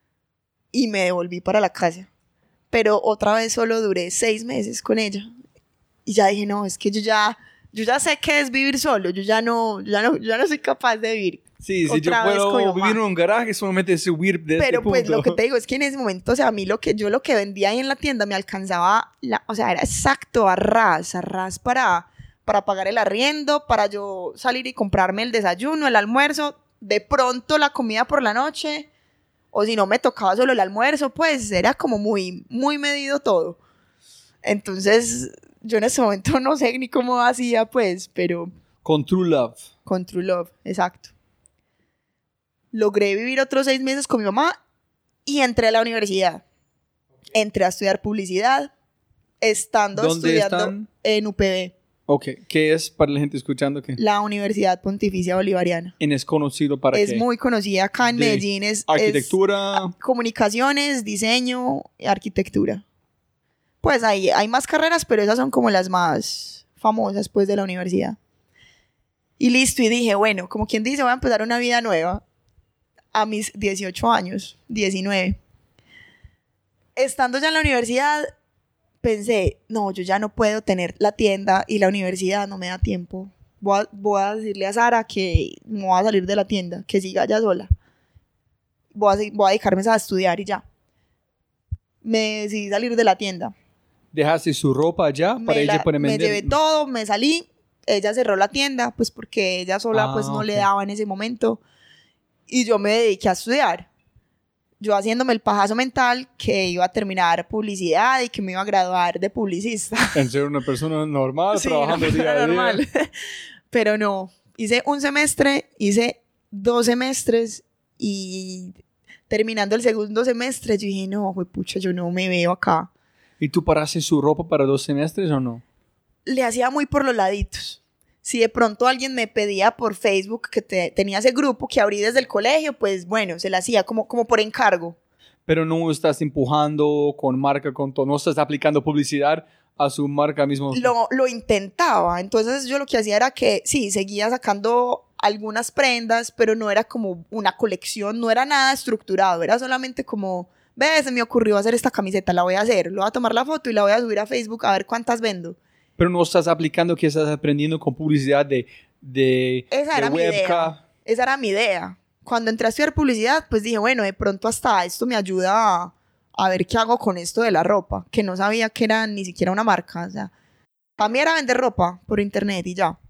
y me devolví para la casa. Pero otra vez solo duré seis meses con ella. Y ya dije, no, es que yo ya, yo ya sé qué es vivir solo, yo ya no, yo ya no, yo ya no soy capaz de vivir. Sí, si yo Otra vez con mi puedo mamá. vivir en un garaje, solamente subir de Pero este pues punto. lo que te digo es que en ese momento, o sea, a mí lo que yo lo que vendía ahí en la tienda me alcanzaba, la, o sea, era exacto a ras, a ras para, para pagar el arriendo, para yo salir y comprarme el desayuno, el almuerzo, de pronto la comida por la noche, o si no me tocaba solo el almuerzo, pues era como muy, muy medido todo. Entonces, yo en ese momento no sé ni cómo hacía, pues, pero Con True Love. con True Love, exacto. Logré vivir otros seis meses con mi mamá y entré a la universidad. Entré a estudiar publicidad, estando ¿Dónde estudiando están? en U P B. Ok, ¿qué es para la gente escuchando? ¿Qué? La Universidad Pontificia Bolivariana. ¿En es conocido para Es qué? muy conocida acá en De Medellín. Es, arquitectura. es comunicaciones, diseño y arquitectura. Pues hay, hay más carreras, pero esas son como las más famosas pues de la universidad. Y listo, y dije, bueno, como quien dice, voy a empezar una vida nueva a mis dieciocho años, diecinueve. Estando ya en la universidad, pensé, no, yo ya no puedo tener la tienda y la universidad no me da tiempo. Voy a, voy a decirle a Sara que no voy a salir de la tienda, que siga ella sola. Voy a, voy a dedicarme a estudiar y ya. Me decidí salir de la tienda. ¿Dejaste su ropa allá para Me, ella la, poder me vender? llevé todo, me salí. Ella cerró la tienda, pues porque ella sola Ah, pues no ok. le daba en ese momento. Y yo me dediqué a estudiar. Yo haciéndome el pajazo mental que iba a terminar publicidad y que me iba a graduar de publicista. En ser una persona normal, Sí, trabajando no, día a día. normal. Pero no, hice un semestre, hice dos semestres y terminando el segundo semestre yo dije, no, pucha, yo no me veo acá. ¿Y tú paraste su ropa para dos semestres o no? Le hacía muy por los laditos. Si de pronto alguien me pedía por Facebook que te, tenía ese grupo que abrí desde el colegio, pues bueno, se le hacía como, como por encargo. Pero no estás empujando con marca, con todo, no estás aplicando publicidad a su marca mismo. Lo, lo intentaba, entonces yo lo que hacía era que sí, seguía sacando algunas prendas, pero no era como una colección, no era nada estructurado, era solamente como, ve, se me ocurrió hacer esta camiseta, la voy a hacer, le voy a tomar la foto y la voy a subir a Facebook a ver cuántas vendo. Pero no estás aplicando que estás aprendiendo con publicidad de, de, Esa de era mi webcam. idea, esa era mi idea. Cuando entré a estudiar publicidad, pues dije, bueno, de pronto hasta esto me ayuda a, a ver qué hago con esto de la ropa, que no sabía que era ni siquiera una marca, o sea, para mí era vender ropa por internet y ya.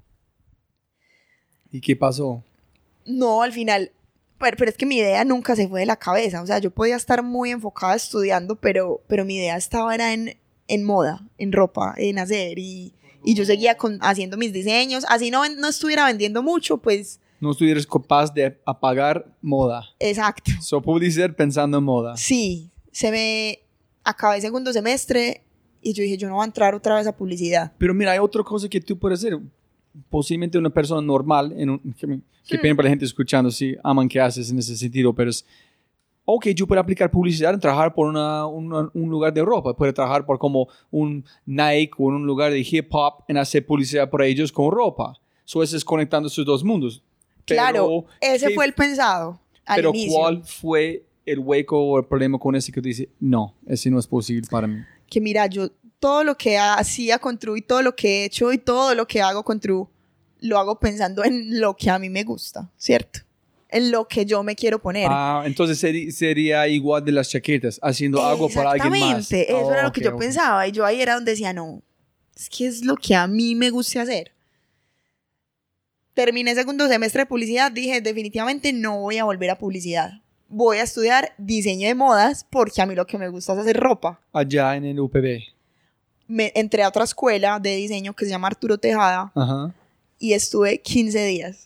¿Y qué pasó? No, al final, pero, pero es que mi idea nunca se fue de la cabeza, o sea, yo podía estar muy enfocada estudiando, pero, pero mi idea estaba era en, en moda, en ropa, en hacer, y, y yo seguía con, haciendo mis diseños, así no, no estuviera vendiendo mucho, pues, No estuvieras capaz de apagar moda. exacto. So, publicidad pensando en moda. Sí, se me acabé segundo semestre y yo dije, yo no voy a entrar otra vez a publicidad. Pero mira, hay otra cosa que tú puedes hacer. Posiblemente una persona normal, en un, que, que Hmm. pena para la gente escuchando, si aman que haces en ese sentido, pero es, ok, yo puedo aplicar publicidad en trabajar por una, una, un lugar de ropa, puedo trabajar por como un Nike o en un lugar de hip hop en hacer publicidad para ellos con ropa. So, eso es conectando esos dos mundos. Claro, Pero, ese ¿qué- fue el pensado al Pero inicio. ¿cuál fue el hueco o el problema con ese que tú dices, no, ese no es posible para mí? Que mira, yo todo lo que hacía con True y todo lo que he hecho y todo lo que hago con True, lo hago pensando en lo que a mí me gusta, ¿cierto? En lo que yo me quiero poner. Ah, entonces seri- sería igual de las chaquetas, haciendo algo para alguien más. Exactamente, eso Oh, era lo ok, que yo ok. pensaba. Y yo ahí era donde decía, no, es que es lo que a mí me gusta hacer. Terminé segundo semestre de publicidad, dije, definitivamente no voy a volver a publicidad. Voy a estudiar diseño de modas porque a mí lo que me gusta es hacer ropa. Allá en el U P B. Me entré a otra escuela de diseño que se llama Arturo Tejada Ajá. y estuve quince días.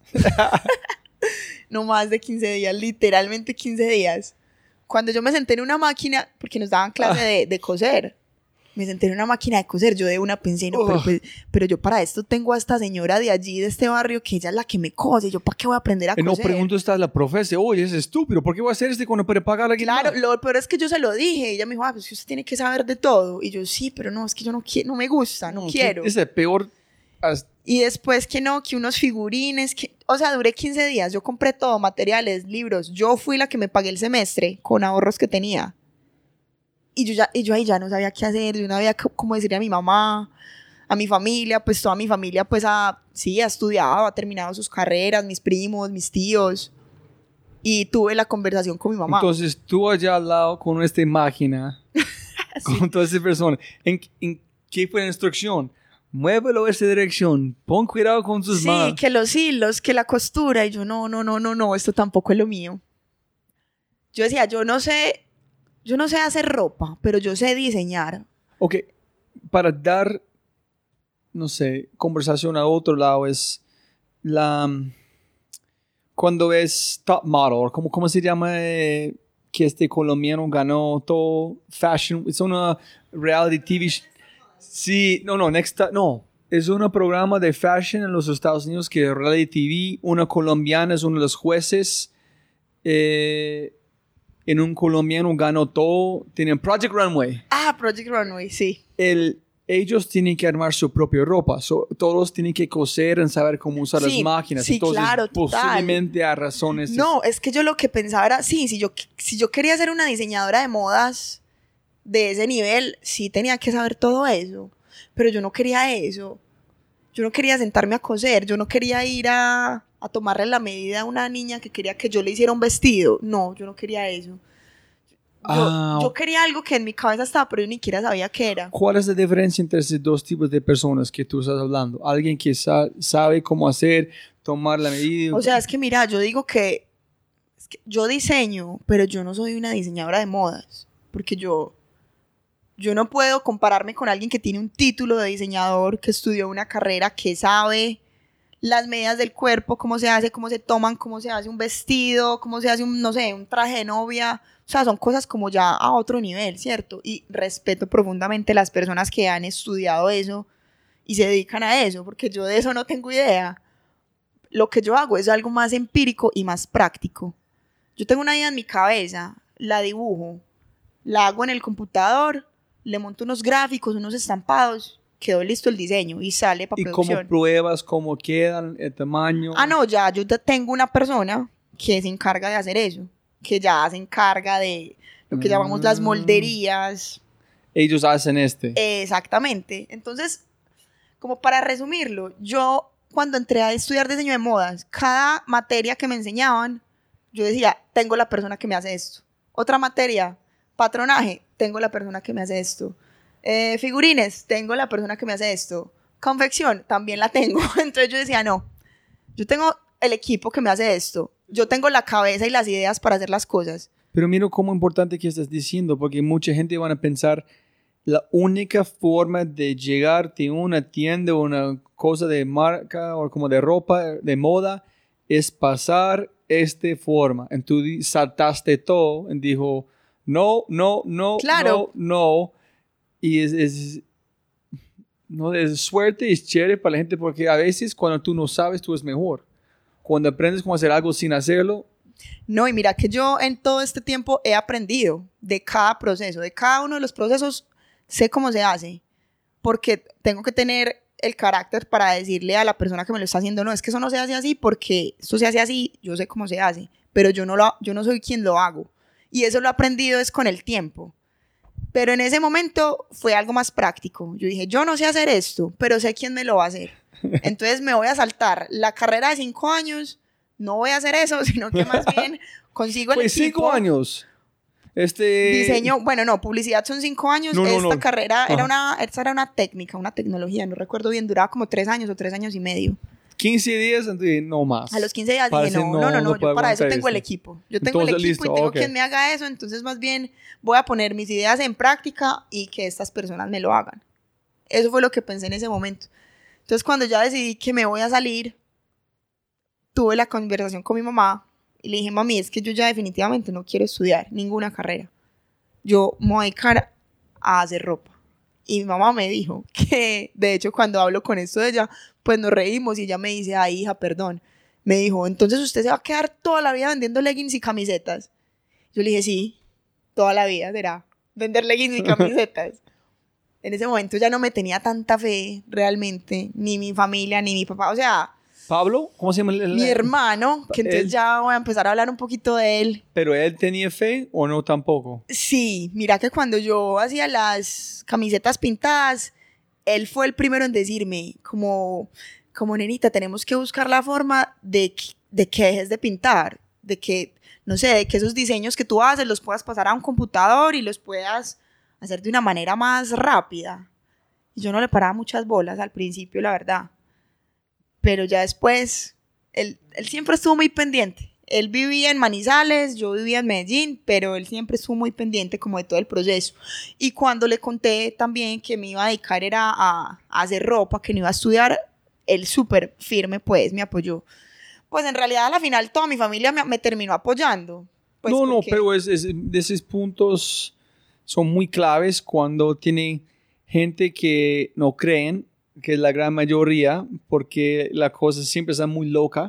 No más de quince días, literalmente quince días. Cuando yo me senté en una máquina, porque nos daban clase de, de coser, me senté en una máquina de coser, yo de una pensé, no, pero, Ugh. pues, pero yo para esto tengo a esta señora de allí, de este barrio, que ella es la que me cose, yo para qué voy a aprender a Y no coser. pregunto esta la profesora, oye, es estúpido, ¿por qué voy a hacer este cuando puede pagar a alguien Claro, más? lo peor es que yo se lo dije, y ella me dijo, ah, pues usted tiene que saber de todo, y yo, sí, pero no, es que yo no quiero, no me gusta, no ¿qué- quiero. Es el peor. as- Y después que no, que unos figurines, que, o sea, duré quince días, yo compré todo, materiales, libros, yo fui la que me pagué el semestre con ahorros que tenía. Y yo, ya, y yo ahí ya no sabía qué hacer, yo no sabía c- cómo decirle a mi mamá, a mi familia, pues toda mi familia pues ha, sí, ha estudiado, ha terminado sus carreras, mis primos, mis tíos. Y tuve la conversación con mi mamá. Entonces tú allá al lado con esta máquina, con todas esas personas, ¿en, en qué fue la instrucción? Muévelo a esa dirección, pon cuidado con sus Sí, manos. que los hilos, que la costura. Y yo, no, no, no, no, no, esto tampoco es lo mío. Yo decía, yo no sé, yo no sé hacer ropa, pero yo sé diseñar. Ok, para dar, no sé, conversación a otro lado es la... Cuando es Top Model, ¿cómo, cómo se llama? eh, que este colombiano ganó todo fashion, es una reality T V. sh- Sí, no, no, Next Top, no, es un programa de fashion en los Estados Unidos que es reality T V. Una colombiana es uno de los jueces. Eh, en un colombiano ganó todo. Tienen Project Runway. Ah, Project Runway, sí. El, ellos tienen que armar su propia ropa. So, todos tienen que coser en saber cómo usar Sí, las máquinas. sí, Entonces, claro, total. posiblemente a razones. No, es que yo lo que pensaba era, sí, si yo, si yo quería ser una diseñadora de modas de ese nivel, sí tenía que saber todo eso. Pero yo no quería eso. Yo no quería sentarme a coser. Yo no quería ir a, a tomarle la medida a una niña que quería que yo le hiciera un vestido. No, yo no quería eso. Yo, Ah, yo quería algo que en mi cabeza estaba, pero yo ni siquiera sabía qué era. ¿Cuál es la diferencia entre esos dos tipos de personas que tú estás hablando? Alguien que sa- sabe cómo hacer, tomar la medida. O sea, es que mira, yo digo que, es que yo diseño, pero yo no soy una diseñadora de modas. Porque yo, yo no puedo compararme con alguien que tiene un título de diseñador, que estudió una carrera, que sabe las medidas del cuerpo, cómo se hace, cómo se toman, cómo se hace un vestido, cómo se hace un, no sé, un traje de novia. O sea, son cosas como ya a otro nivel, ¿cierto? Y respeto profundamente las personas que han estudiado eso y se dedican a eso, porque yo de eso no tengo idea. Lo que yo hago es algo más empírico y más práctico. Yo tengo una idea en mi cabeza, la dibujo, la hago en el computador, le monto unos gráficos, unos estampados, quedó listo el diseño y sale para ¿Y producción. cómo pruebas, cómo quedan, el tamaño? Ah, no, ya yo te- tengo una persona que se encarga de hacer eso, que ya se encarga de lo que llamamos las Mm. molderías. Ellos hacen este. Exactamente. Entonces, como para resumirlo, yo cuando entré a estudiar diseño de modas, cada materia que me enseñaban, yo decía, tengo la persona que me hace esto. Otra materia, patronaje, tengo la persona que me hace esto. Eh, figurines, tengo la persona que me hace esto. Confección, también la tengo. Entonces yo decía, no, yo tengo el equipo que me hace esto. Yo tengo la cabeza y las ideas para hacer las cosas. Pero mira cómo importante que estás diciendo, porque mucha gente van a pensar la única forma de llegar de una tienda o una cosa de marca o como de ropa, de moda, es pasar esta forma. Entonces saltaste todo y dijo, no, no, no, Claro. no, no. Y es, es, no, es suerte, es chévere para la gente, porque a veces cuando tú no sabes, tú es mejor. Cuando aprendes cómo hacer algo sin hacerlo, No, y mira que yo en todo este tiempo he aprendido de cada proceso, de cada uno de los procesos, sé cómo se hace, porque tengo que tener el carácter para decirle a la persona que me lo está haciendo, no, es que eso no se hace así porque esto se hace así, yo sé cómo se hace, pero yo no, lo, yo no soy quien lo hago. Y eso lo he aprendido es con el tiempo. Pero en ese momento fue algo más práctico. Yo dije, yo no sé hacer esto, pero sé quién me lo va a hacer. Entonces me voy a saltar la carrera de cinco años, no voy a hacer eso, sino que más bien consigo el fue equipo. cinco años. Este... Diseño, bueno, no, publicidad son cinco años. No, no, esta no. carrera Ajá. era una, esta era una técnica, una tecnología, no recuerdo bien, duraba como tres años o tres años y medio. quince días, entonces no más. A los quince días Parece dije, no, no, no, no, puedo yo para eso aguantar tengo el esto. equipo. Yo tengo Entonces, el equipo listo, y tengo ok. quien me haga eso, entonces más bien voy a poner mis ideas en práctica y que estas personas me lo hagan. Eso fue lo que pensé en ese momento. Entonces cuando ya decidí que me voy a salir, tuve la conversación con mi mamá y le dije, mami, es que yo ya definitivamente no quiero estudiar ninguna carrera. Yo me voy a dedicar a hacer ropa. Y mi mamá me dijo que, de hecho, cuando hablo con esto de ella, pues nos reímos y ella me dice, ay, hija, perdón. Me dijo, entonces usted se va a quedar toda la vida vendiendo leggings y camisetas. Yo le dije, sí, toda la vida será vender leggings y camisetas. En ese momento ya no me tenía tanta fe realmente, ni mi familia, ni mi papá. O sea, Pablo, ¿cómo se llama? el- mi hermano, que entonces él- ya voy a empezar a hablar un poquito de él. ¿Pero él tenía fe o no tampoco? Sí, mira que cuando yo hacía las camisetas pintadas, él fue el primero en decirme, como, como nenita, tenemos que buscar la forma de, que- de que dejes de pintar, de que, no sé, de que esos diseños que tú haces los puedas pasar a un computador y los puedas hacer de una manera más rápida. Y yo no le paraba muchas bolas al principio, la verdad. Pero ya después, él, él siempre estuvo muy pendiente. Él vivía en Manizales, yo vivía en Medellín, pero él siempre estuvo muy pendiente como de todo el proceso. Y cuando le conté también que me iba a dedicar era a, a hacer ropa, que no iba a estudiar, él súper firme pues me apoyó. Pues en realidad a la final toda mi familia me, me terminó apoyando. Pues no, no, porque- pero es, es- de esos puntos son muy claves cuando tiene gente que no creen que es la gran mayoría, porque la cosa siempre está muy loca,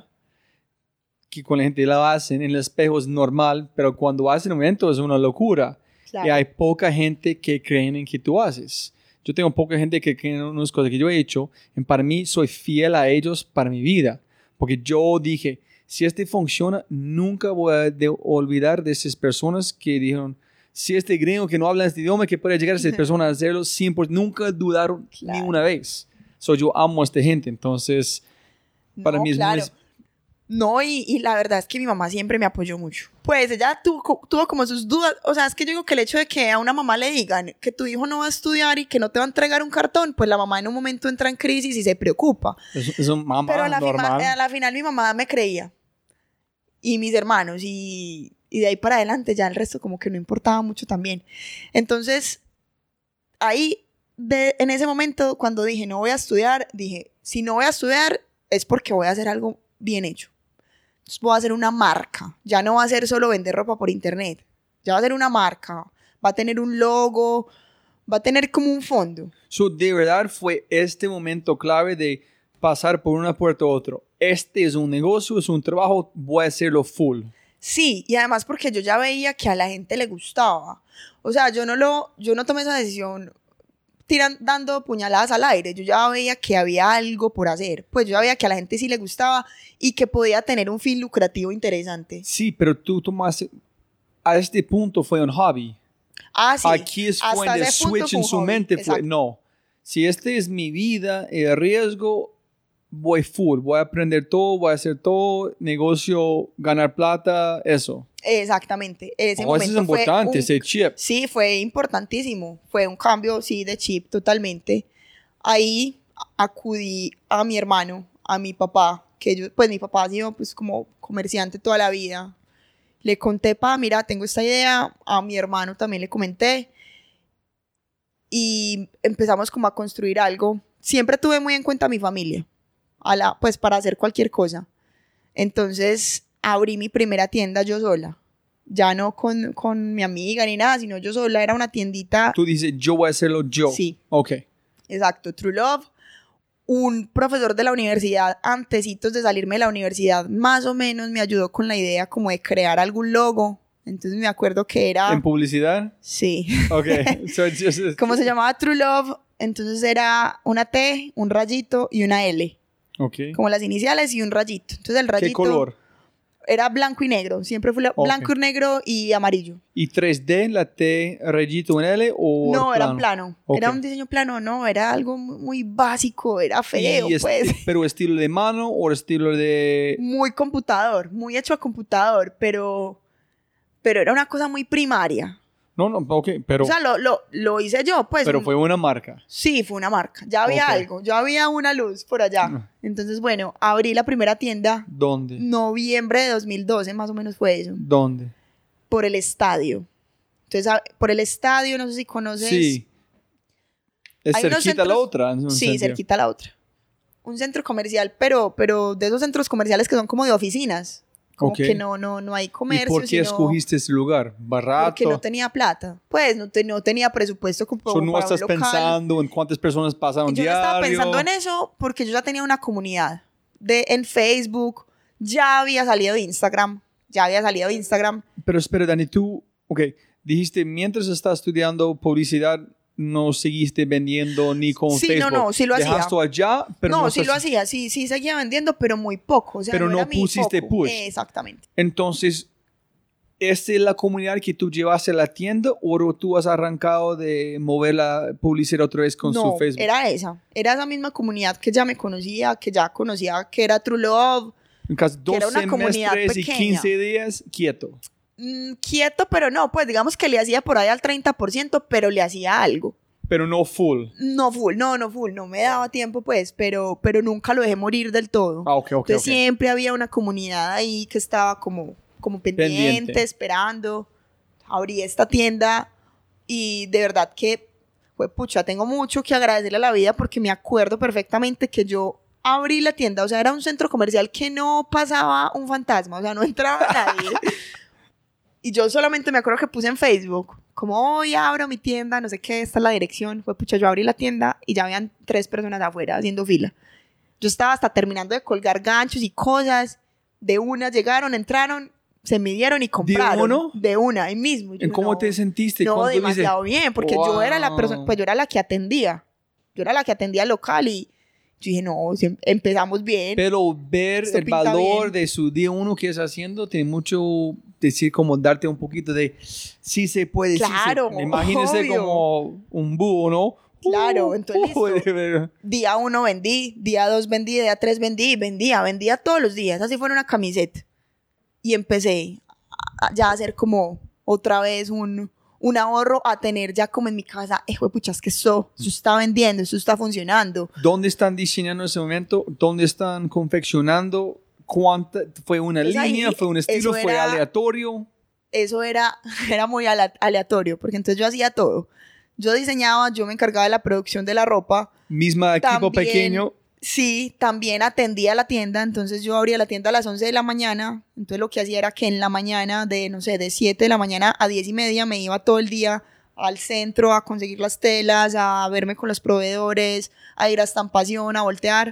que con la gente la hacen en el espejo es normal, pero cuando hacen un evento es una locura. Claro. Y hay poca gente que creen en que tú haces. Yo tengo poca gente que cree en unas cosas que yo he hecho, y para mí soy fiel a ellos para mi vida, porque yo dije, si este funciona, nunca voy a de olvidar de esas personas que dijeron, si este gringo que no habla este idioma, que puede llegar a esas personas a hacerlo, siempre, nunca dudaron Claro. ni una vez. So, yo amo a esta gente, entonces, para No, mí es claro. muy... No, y, y la verdad es que mi mamá siempre me apoyó mucho. Pues ella tuvo, tuvo como sus dudas. O sea, es que yo digo que el hecho de que a una mamá le digan que tu hijo no va a estudiar y que no te va a entregar un cartón, pues la mamá en un momento entra en crisis y se preocupa. Es, es un mamá Pero a la, normal. fima- a la final mi mamá me creía. Y mis hermanos. Y, y de ahí para adelante ya el resto como que no importaba mucho también. Entonces, ahí, de, en ese momento, cuando dije no voy a estudiar, dije, si no voy a estudiar es porque voy a hacer algo bien hecho. Entonces voy a hacer una marca. Ya no va a ser solo vender ropa por internet. Ya va a ser una marca. Va a tener un logo. Va a tener como un fondo. So, de verdad fue este momento clave de pasar por una puerta a otra. Este es un negocio, es un trabajo, voy a hacerlo full. Sí, y además porque yo ya veía que a la gente le gustaba. O sea, yo no lo, yo no tomé esa decisión tiran, dando puñaladas al aire. Yo ya veía que había algo por hacer. Pues yo ya veía que a la gente sí le gustaba y que podía tener un fin lucrativo interesante. Sí, pero tú tomaste... A este punto fue un hobby. Ah, sí. Aquí es fue Hasta el ese punto switch fue en un su hobby. mente. Fue, Exacto. no, si este es mi vida, el riesgo, voy full. Voy a aprender todo, voy a hacer todo, negocio, ganar plata, eso. Exactamente. Ese Oh, eso es momento fue importante, un- ese chip. Sí, fue importantísimo. Fue un cambio, sí, de chip totalmente. Ahí acudí a mi hermano, a mi papá, que yo, pues mi papá ha sido pues como comerciante toda la vida. Le conté, pa, mira, tengo esta idea. A mi hermano también le comenté. Y empezamos como a construir algo. Siempre tuve muy en cuenta a mi familia, a la, pues para hacer cualquier cosa. Entonces abrí mi primera tienda yo sola. Ya no con, con mi amiga ni nada, sino yo sola. Era una tiendita. Tú dices, yo voy a hacerlo yo. Sí. Ok. Exacto, True Love. Un profesor de la universidad, antecitos de salirme de la universidad, más o menos me ayudó con la idea como de crear algún logo. Entonces me acuerdo que era... ¿En publicidad? Sí. Ok. So it's just- ¿Cómo se llamaba? True Love. Entonces era una T, un rayito y una L. Ok. Como las iniciales y un rayito. Entonces el rayito... ¿Qué color? Era blanco y negro. Siempre fue la- Ok. blanco y negro y amarillo. ¿Y tres D, la T, rayito en L o No, era plano? plano. Ok. Era un diseño plano, no. Era algo muy muy básico. Era feo, Y est- pues. ¿Pero estilo de mano o estilo de...? Muy computador, muy hecho a computador, pero, pero era una cosa muy primaria. No, no, ok, pero, O sea, lo, lo, lo hice yo, pues. pero fue una marca. Sí, fue una marca. Ya había Ok. algo, ya había una luz por allá. Mm. Entonces, bueno, abrí la primera tienda, ¿Dónde? noviembre de dos mil doce, más o menos fue eso, ¿Dónde? por el estadio. Entonces, a- por el estadio, no sé si conoces. Sí. Es Hay unos cerquita a la centros- otra. en un Sí, sentido. cerquita a la otra. Un centro comercial, pero, pero de esos centros comerciales que son como de oficinas. Como Ok. que no, no, no hay ¿Y comercio. por qué sino escogiste ese lugar? ¿Barato? Porque no tenía plata. Pues no, te- no tenía presupuesto como So, no para un estás local. pensando en cuántas personas pasaron Yo no diario. estaba pensando en eso porque yo ya tenía una comunidad de, en Facebook. Ya había salido de Instagram. Ya había salido de Instagram. Pero espera, Dani, tú, ok, dijiste mientras estás estudiando publicidad, no seguiste vendiendo ni con Sí, Facebook. no, no, sí lo hacía. Dejaste allá, pero no, no, sí estás- lo hacía. Sí, sí seguía vendiendo, pero muy poco. O sea, Pero no, no era mi pusiste foco. push. Exactamente. Entonces, ¿esta es la comunidad que tú llevaste a la tienda o tú has arrancado de mover la publicidad otra vez con no, su Facebook? era esa. Era esa misma comunidad que ya me conocía, que ya conocía que era True Love. En casi dos era una comunidad semestres y pequeña. quince días, quieto. Mm, quieto, pero no. Pues digamos que le hacía por ahí al treinta por ciento, pero le hacía algo. Pero no full. No full, no, no full, no me daba tiempo pues, pero, pero nunca lo dejé morir del todo. Ah, ok, ok, Entonces ok. siempre había una comunidad ahí que estaba como, como pendiente, Pendiente. esperando. Abrí esta tienda y de verdad que, pues pucha, tengo mucho que agradecerle a la vida porque me acuerdo perfectamente que yo abrí la tienda, o sea, era un centro comercial que no pasaba un fantasma, o sea, no entraba nadie. Y yo solamente me acuerdo que puse en Facebook, como hoy abro mi tienda, no sé qué, esta es la dirección. Fue pucha, yo abrí la tienda y ya habían tres personas afuera haciendo fila. Yo estaba hasta terminando de colgar ganchos y cosas. De una llegaron, entraron, se midieron y compraron. ¿De uno? De una, ahí mismo. Yo, ¿Cómo no, te sentiste? No, ¿Cuánto demasiado dices? bien, porque Wow. yo era la persona, pues yo era la que atendía. Yo era la que atendía al local y yo dije, no, si empezamos bien. Pero ver Esto el pinta valor bien. de su día uno que está haciendo tiene mucho decir, como darte un poquito de sí se puede. Claro, sí se, imagínese obvio. como un búho, ¿no? Claro, Uh, entonces uh, listo. de ver- Día uno vendí, día dos vendí, día tres vendí, vendía, vendía todos los días, así fuera una camiseta. Y empecé a, ya a hacer como otra vez un, un ahorro, a tener ya como en mi casa, eh, pucha, es que esto, esto está vendiendo, esto está funcionando. ¿Dónde están diseñando en ese momento? ¿Dónde están confeccionando? ¿Cuánta? ¿Fue una Pues ahí, línea? ¿Fue un estilo? eso ¿Fue era- aleatorio? Eso era, era muy ala- aleatorio, porque entonces yo hacía todo. Yo diseñaba, yo me encargaba de la producción de la ropa. ¿Misma equipo También- pequeño? Sí, también atendía la tienda, entonces yo abría la tienda a las once de la mañana, entonces lo que hacía era que en la mañana, de no sé, de siete de la mañana a diez y media me iba todo el día al centro a conseguir las telas, a verme con los proveedores, a ir a estampación, a voltear.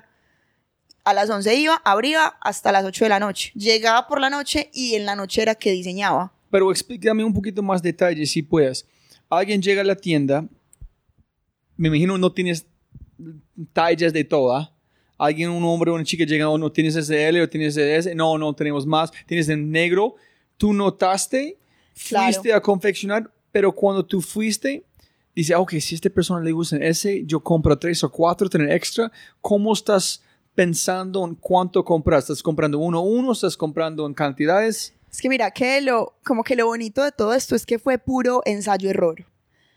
A las once iba, abría hasta las ocho de la noche. Llegaba por la noche y en la noche era que diseñaba. Pero explícame un poquito más detalles si puedes. Alguien llega a la tienda, me imagino no tienes tallas de toda. Alguien, un hombre o una chica llega, o no tienes ese L o tienes ese S, no, no tenemos más, tienes en negro. Tú notaste, Claro. fuiste a confeccionar, pero cuando tú fuiste, dice, ok, si a esta persona le gusta ese, yo compro tres o cuatro, tener extra. ¿Cómo estás pensando en cuánto compras? ¿Estás comprando uno a uno? ¿Estás comprando en cantidades? Es que mira, que lo, como que lo bonito de todo esto es que fue puro ensayo-error.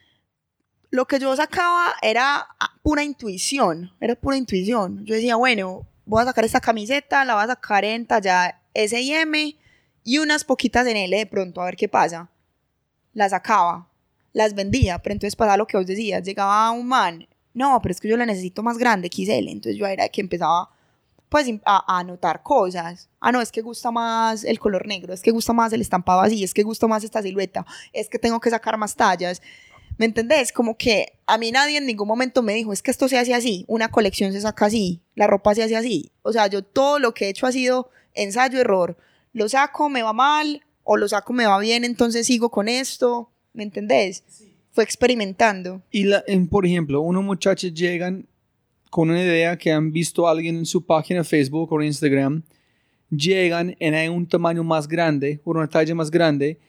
Lo que yo sacaba era pura intuición, era pura intuición. Yo decía, bueno, voy a sacar esta camiseta, la voy a sacar en talla S y M y unas poquitas en L de pronto, a ver qué pasa. Las sacaba, las vendía, pero entonces pasaba lo que vos decías, llegaba un man, no, pero es que yo la necesito más grande, X L, entonces yo era que empezaba pues a, a anotar cosas. Ah, no, es que gusta más el color negro, es que gusta más el estampado así, es que gusta más esta silueta, es que tengo que sacar más tallas. ¿Me entendés? Como que a mí nadie en ningún momento me dijo, es que esto se hace así, una colección se saca así, la ropa se hace así. O sea, yo todo lo que he hecho ha sido ensayo-error. Lo saco, me va mal, o lo saco, me va bien, entonces sigo con esto. ¿Me entendés? Sí. Fue experimentando. Y, la, en, por ejemplo, unos muchachos llegan con una idea que han visto a alguien en su página de Facebook o Instagram, llegan en hay un tamaño más grande, o una talla más grande.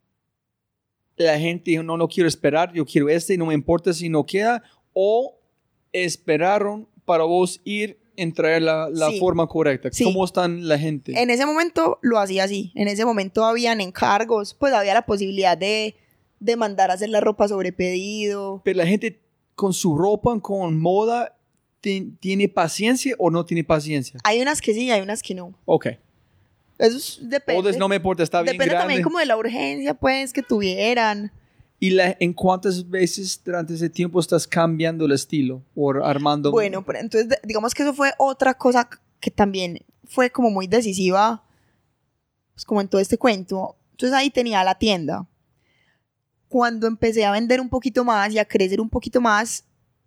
La gente dijo, no, no quiero esperar, yo quiero este y no me importa si no queda. O esperaron para vos ir en traer la, la Sí. forma correcta. Sí. ¿Cómo están la gente? En ese momento lo hacía así. En ese momento habían encargos, pues había la posibilidad de, de mandar a hacer la ropa sobre pedido. Pero la gente con su ropa, con moda, ti- ¿tiene paciencia o no tiene paciencia? Hay unas que sí, hay unas que no. Ok. Eso es- depende. Todos no me importa, está bien Depende grande. también como de la urgencia, pues, que tuvieran. ¿Y la, en cuántas veces durante ese tiempo estás cambiando el estilo o armando? Bueno, pero entonces de- digamos que eso fue otra cosa que también fue como muy decisiva, pues como en todo este cuento. Entonces ahí tenía la tienda. Cuando empecé a vender un poquito más y a crecer un poquito más,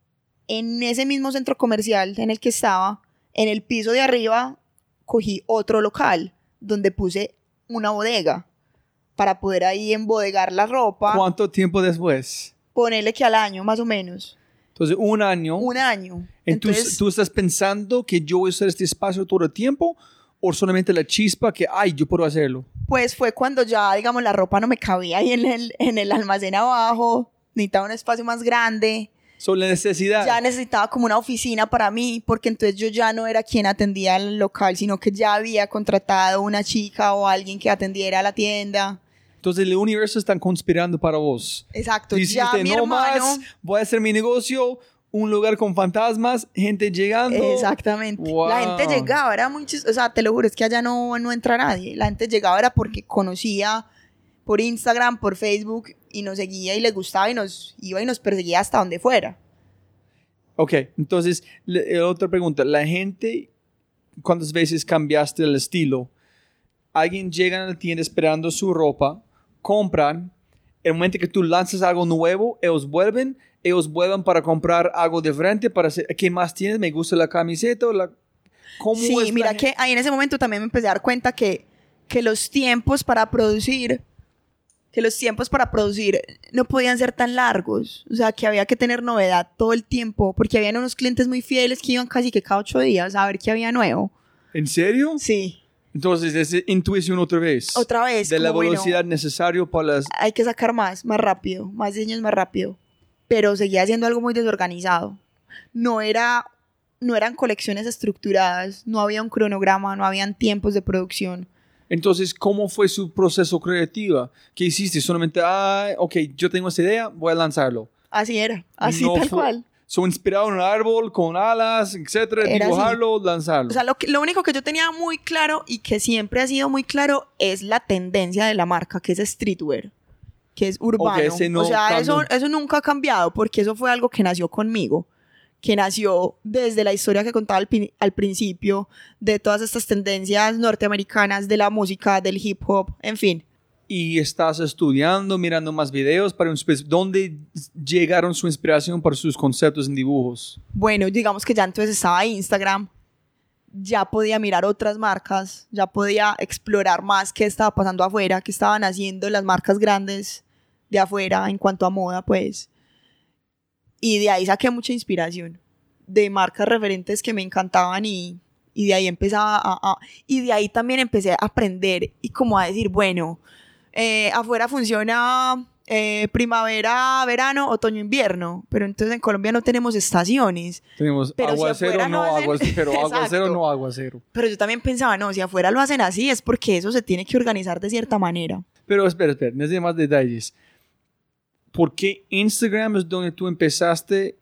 en ese mismo centro comercial en el que estaba, en el piso de arriba, cogí otro local donde puse una bodega para poder ahí embodegar la ropa. ¿Cuánto tiempo después? Ponerle que al año, más o menos. Entonces, un año. Un año. Entonces, Entonces, ¿tú estás pensando que yo voy a usar este espacio todo el tiempo? ¿O solamente la chispa que, ay, yo puedo hacerlo? pues fue cuando ya, digamos, la ropa no me cabía ahí en el, en el almacén abajo. Necesitaba un espacio más grande. Sobre la necesidad. Ya necesitaba como una oficina para mí, porque entonces yo ya no era quien atendía al local, sino que ya había contratado una chica o alguien que atendiera la tienda. Entonces, el universo está conspirando para vos. Exacto. Dijiste, ya mi no hermano... más, voy a hacer mi negocio, un lugar con fantasmas, gente llegando. Exactamente. Wow. La gente llegaba, era muy chistoso. O sea, te lo juro, es que allá no, no entra nadie. La gente llegaba era porque conocía por Instagram, por Facebook, y nos seguía y le gustaba y nos iba y nos perseguía hasta donde fuera. Ok, entonces, le- eh, otra pregunta. La gente, ¿cuántas veces cambiaste el estilo? Alguien llega a la tienda esperando su ropa, compran, el momento que tú lanzas algo nuevo, ellos vuelven, ellos vuelven para comprar algo diferente, para hacer, ¿qué más tienes? Me gusta la camiseta, o la... ¿Cómo Sí, es mira la... que ahí en ese momento también me empecé a dar cuenta que, que los tiempos para producir, que los tiempos para producir no podían ser tan largos. O sea, que había que tener novedad todo el tiempo, porque habían unos clientes muy fieles que iban casi que cada ocho días a ver qué había nuevo. ¿En serio? Sí. Entonces, es intuición otra vez. Otra vez. De la como, velocidad bueno, necesaria para las... hay que sacar más, más rápido, más diseños más rápido. Pero seguía siendo algo muy desorganizado. No era, no eran colecciones estructuradas, no había un cronograma, no habían tiempos de producción. Entonces, ¿cómo fue su proceso creativo? ¿Qué hiciste? Solamente, ah, ok, yo tengo esta idea, voy a lanzarlo. Así era, así No tal fue- cual. So, inspirado en un árbol con alas, etcétera, Era dibujarlo, lanzarlo. O sea, lo, que, lo único que yo tenía muy claro y que siempre ha sido muy claro es la tendencia de la marca, que es streetwear, que es urbano. Ok, ese no o sea, eso, cambió. eso nunca ha cambiado porque eso fue algo que nació conmigo, que nació desde la historia que contaba al, pi- al principio, de todas estas tendencias norteamericanas, de la música, del hip hop, en fin. Y estás estudiando, mirando más videos para un espe- ¿dónde llegaron su inspiración para sus conceptos en dibujos? Bueno, digamos que ya entonces estaba Instagram, ya podía mirar otras marcas, ya podía explorar más qué estaba pasando afuera, qué estaban haciendo las marcas grandes de afuera en cuanto a moda, pues. Y de ahí saqué mucha inspiración de marcas referentes que me encantaban y, y de ahí empezaba a, a... Y de ahí también empecé a aprender y como a decir, bueno, eh, afuera funciona... Eh, primavera, verano, otoño, invierno, pero entonces en Colombia no tenemos estaciones. Tenemos Pero si aguacero, afuera no no hacen- aguacero, pero aguacero, Exacto. no aguacero. Pero yo también pensaba, no, si afuera lo hacen así es porque eso se tiene que organizar de cierta manera. Pero espera, espera, necesito más detalles. ¿Por qué Instagram es donde tú empezaste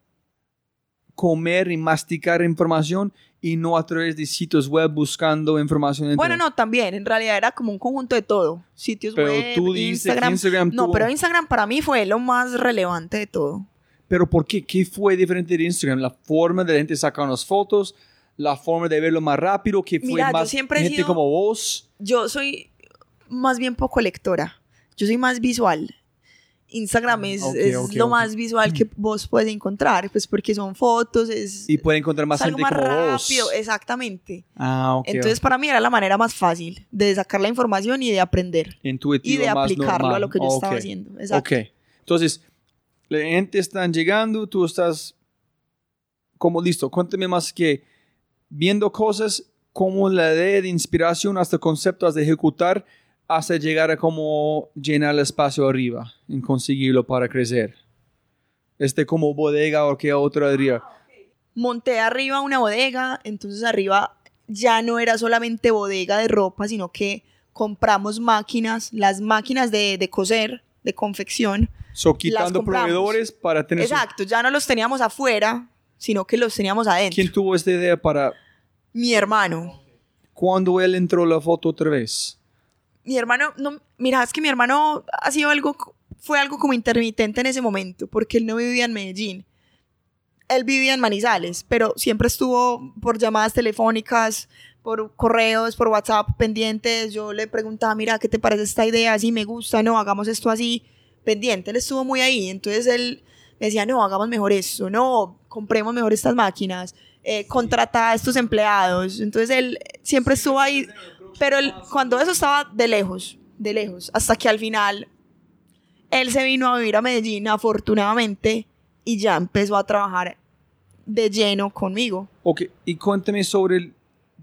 a comer y masticar información y no a través de sitios web buscando información? en Bueno, internet? no, también, en realidad era como un conjunto de todo. Sitios Pero web, tú dices que Instagram. Instagram No, tuvo- pero Instagram para mí fue lo más relevante de todo. ¿Pero por qué? ¿Qué fue diferente de Instagram? ¿La forma de la gente sacar las fotos? ¿La forma de verlo más rápido? ¿Que fue Mira, yo más siempre he gente sido- como vos? Yo soy más bien poco lectora. Yo soy más visual. Instagram es, ok, es ok, lo ok. más visual que vos puedes encontrar, pues porque son fotos, es, Y puede encontrar más es algo gente más como rápido, vos. exactamente. Ah, ok. Entonces para mí era la manera más fácil de sacar la información y de aprender. Intuitivo, Y de más aplicarlo normal. a lo que yo estaba Ok. haciendo. Exacto. Ok. Entonces, la gente está llegando, tú estás como listo. Cuéntame más que viendo cosas como la idea de inspiración hasta conceptos de ejecutar hasta llegar a como llenar el espacio arriba y conseguirlo para crecer. Este como bodega o que otra diría. Monté arriba una bodega, entonces arriba ya no era solamente bodega de ropa, sino que compramos máquinas, las máquinas de, de coser, de confección. So, quitando compramos. proveedores para tener... su- Exacto, ya no los teníamos afuera, sino que los teníamos adentro. ¿Quién tuvo esta idea para... Mi hermano. ¿Cuándo él entró a la foto otra vez? Mi hermano, no, mira, es que mi hermano ha sido algo, fue algo como intermitente en ese momento, porque él no vivía en Medellín. Él vivía en Manizales, pero siempre estuvo por llamadas telefónicas, por correos, por WhatsApp pendientes. Yo le preguntaba, mira, ¿qué te parece esta idea? Si me gusta, no, hagamos esto así, pendiente. Él estuvo muy ahí, entonces él me decía, no, hagamos mejor eso, no, compremos mejor estas máquinas, eh, contrata a estos empleados. Entonces él siempre estuvo ahí, pero él, cuando eso estaba de lejos, de lejos, hasta que al final él se vino a vivir a Medellín, afortunadamente, y ya empezó a trabajar de lleno conmigo. Ok, y cuéntame sobre, el,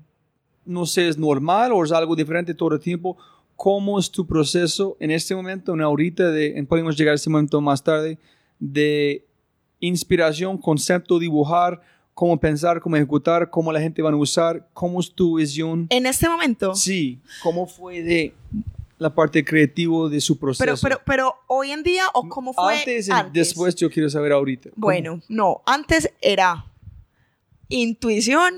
no sé, ¿es normal o es algo diferente todo el tiempo? ¿Cómo es tu proceso en este momento, en ahorita, de, podemos llegar a ese momento más tarde, de inspiración, concepto, dibujar, cómo pensar, cómo ejecutar, cómo la gente va a usar, cómo es tu visión? En este momento, Sí, ¿cómo fue de la parte creativa de su proceso? pero, pero, pero hoy en día, ¿o cómo fue antes, y antes? después yo quiero saber ahorita. ¿Cómo? Bueno, no, antes era intuición,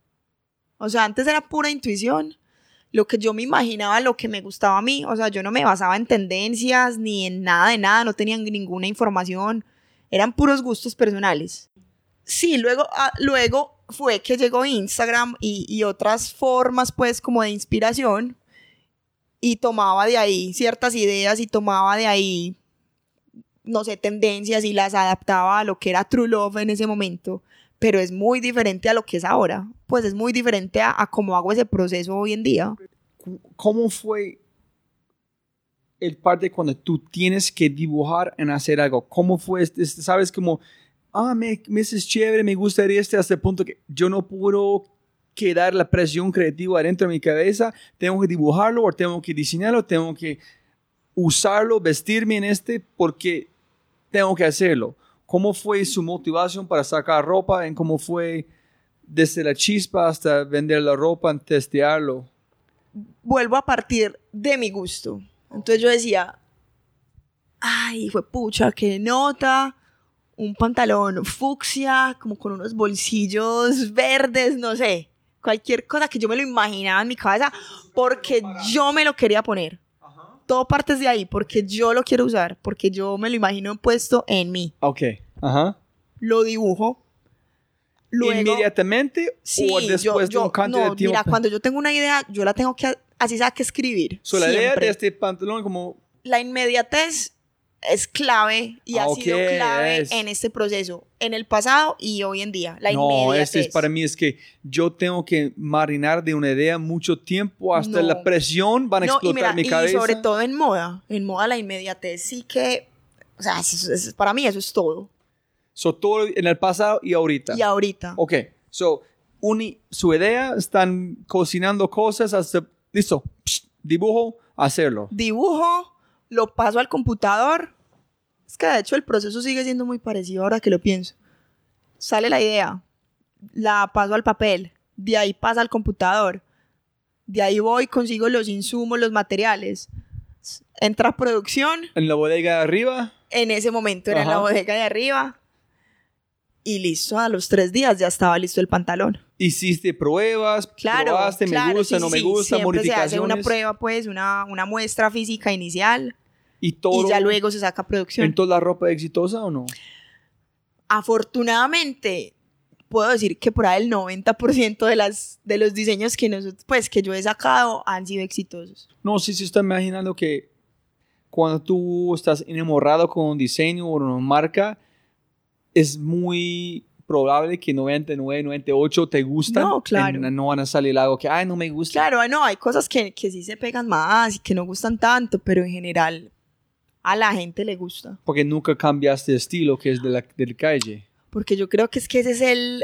o sea, antes era pura intuición, lo que yo me imaginaba, lo que me gustaba a mí, o sea, yo no me basaba en tendencias ni en nada de nada, no tenían ninguna información, eran puros gustos personales. Sí, luego, ah, luego fue que llegó Instagram y, y otras formas, pues, como de inspiración, y tomaba de ahí ciertas ideas y tomaba de ahí, no sé, tendencias y las adaptaba a lo que era True Love en ese momento, pero es muy diferente a lo que es ahora, pues es muy diferente a, a cómo hago ese proceso hoy en día. ¿Cómo fue el parte cuando tú tienes que dibujar en hacer algo? ¿Cómo fue? Este, ¿Sabes? Como, ah, me, me es chévere, me gustaría este hasta el punto que yo no puedo quedar la presión creativa adentro de mi cabeza, tengo que dibujarlo o tengo que diseñarlo, tengo que usarlo, vestirme en este porque tengo que hacerlo. ¿Cómo fue su motivación para sacar ropa? ¿En cómo fue desde la chispa hasta vender la ropa, testearlo? Vuelvo a partir de mi gusto. Entonces yo decía, ay, fue pucha, qué nota, un pantalón fucsia, como con unos bolsillos verdes, no sé. Cualquier cosa que yo me lo imaginaba en mi cabeza porque yo me lo quería poner. Ajá. Todo parte de ahí, porque yo lo quiero usar, porque yo me lo imagino puesto en mí. Ok. Ajá. Lo dibujo. Luego, ¿inmediatamente sí, o después yo, de yo, un canto no, de tiempo? Mira, cuando yo tengo una idea, yo la tengo que, así sea que escribir. So, la idea de este pantalón como... La inmediatez es clave y ah, ha okay, sido clave es... en este proceso, en el pasado y hoy en día. La no, inmediatez. este es para mí es que yo tengo que marinar de una idea mucho tiempo hasta no. la presión van a no, explotar y mira, mi cabeza. Y sobre todo en moda. En moda la inmediatez sí que, o sea, es, es, para mí eso es todo. So, todo en el pasado y ahorita. Y ahorita. Ok, so, uni, su idea, están cocinando cosas hasta, listo, psh, dibujo, hacerlo. Dibujo, lo paso al computador. Es que de hecho el proceso sigue siendo muy parecido ahora que lo pienso. Sale la idea, la paso al papel, de ahí pasa al computador, de ahí voy, consigo los insumos, los materiales, entra a producción. ¿En la bodega de arriba? En ese momento era Ajá. en la bodega de arriba. Y listo, a los tres días ya estaba listo el pantalón. ¿Hiciste pruebas? Claro, ¿Probaste? claro, ¿Me gusta? sí, ¿No sí, me gusta? Siempre ¿Modificaciones? Se hace una prueba, pues, una, una muestra física inicial. ¿Y, todo, y ya luego se saca producción. ¿Entonces la ropa es exitosa o no? Afortunadamente, puedo decir que por ahí el noventa por ciento de, las, de los diseños que, nosotros, pues, que yo he sacado han sido exitosos. No, sí se está imaginando que cuando tú estás enamorado con un diseño o una marca, es muy probable que noventa y nueve, noventa y ocho te gustan. No, claro. No van a salir algo que, ay, no me gusta. Claro, no, hay cosas que, que sí se pegan más y que no gustan tanto, pero en general a la gente le gusta. Porque nunca cambiaste de estilo, que es de la, de la calle. Porque yo creo que es que ese es el,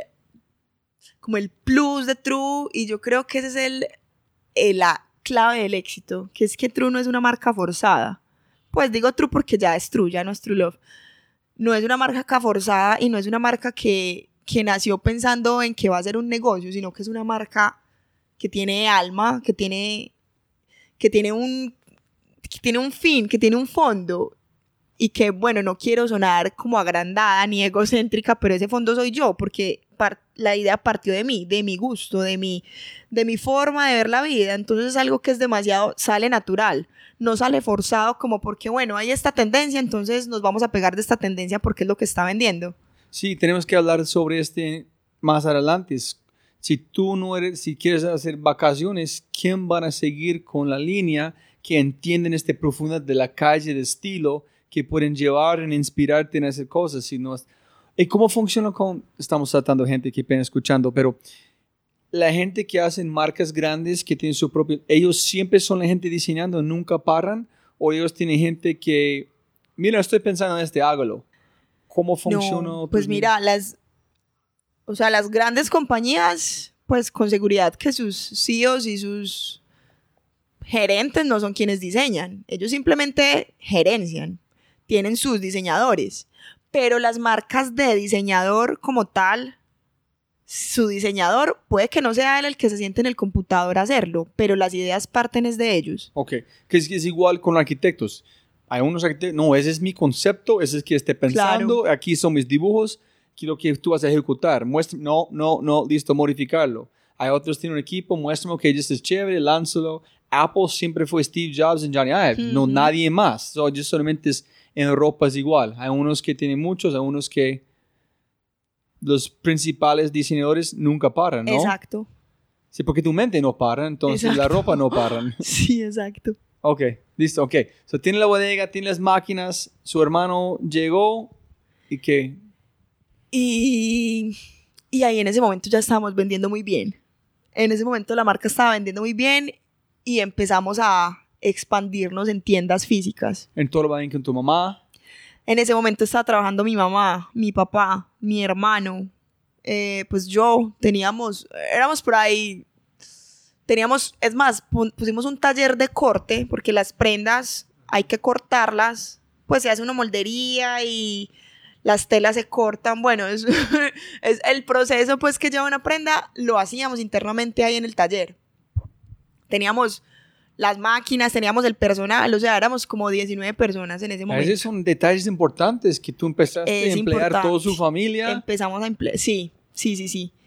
como el plus de True, y yo creo que ese es el, el la clave del éxito, que es que True no es una marca forzada. Pues digo True porque ya es True, ya no es True Love. No es una marca forzada y no es una marca que, que nació pensando en que va a ser un negocio, sino que es una marca que tiene alma, que tiene, que tiene un, que tiene un fin, que tiene un fondo, y que, bueno, no quiero sonar como agrandada ni egocéntrica, pero ese fondo soy yo, porque par- la idea partió de mí, de mi gusto, de mi, de mi forma de ver la vida. Entonces es algo que es demasiado, sale natural. No sale forzado como porque, bueno, hay esta tendencia, entonces nos vamos a pegar de esta tendencia porque es lo que está vendiendo. Sí, tenemos que hablar sobre este más adelante. Si tú no eres, si quieres hacer vacaciones, ¿quién van a seguir con la línea que entienden esta profundidad de la calle de estilo que pueden llevar en inspirarte en hacer cosas? Si no, ¿y cómo funciona con, estamos tratando gente que viene escuchando, pero la gente que hacen marcas grandes, que tienen su propio, ellos siempre son la gente diseñando, nunca paran, o ellos tienen gente que, mira, estoy pensando en este, hágalo. ¿Cómo funciona? No, pues mira, las, o sea, las grandes compañías, pues con seguridad que sus C E Os y sus gerentes no son quienes diseñan, ellos simplemente gerencian, tienen sus diseñadores, pero las marcas de diseñador como tal, su diseñador puede que no sea él el que se siente en el computador a hacerlo, pero las ideas parten es de ellos. Ok, que es, que es igual con arquitectos. Hay unos arquitectos, no, ese es mi concepto, ese es que esté pensando, claro. Aquí son mis dibujos, quiero que tú vas a ejecutar. Muéstrame, no, no, no, listo, modificarlo. Hay otros que tienen un equipo, muéstrame que esto es chévere, lánzalo. Apple siempre fue Steve Jobs y Johnny Ive, mm-hmm. no nadie más. So, yo solamente es, en ropa es igual. Hay unos que tienen muchos, hay unos que los principales diseñadores nunca paran, ¿no? Exacto. Sí, porque tu mente no para, entonces exacto. La ropa no para. Sí, exacto. Ok, listo, ok. So, tiene la bodega, tiene las máquinas, su hermano llegó y ¿qué? Y, y ahí en ese momento ya estábamos vendiendo muy bien. En ese momento la marca estaba vendiendo muy bien y empezamos a expandirnos en tiendas físicas. En todo va bien con tu mamá. En ese momento estaba trabajando mi mamá, mi papá, mi hermano, eh, pues yo, teníamos, éramos por ahí, teníamos, es más, pusimos un taller de corte, porque las prendas hay que cortarlas, pues se hace una moldería y las telas se cortan, bueno, es, es el proceso pues que lleva una prenda, lo hacíamos internamente ahí en el taller. Teníamos las máquinas, teníamos el personal, o sea, éramos como diecinueve personas en ese momento. Esos son detalles importantes que tú empezaste Es a emplear importante. toda su familia. Empezamos a emplear, sí, sí, sí, sí.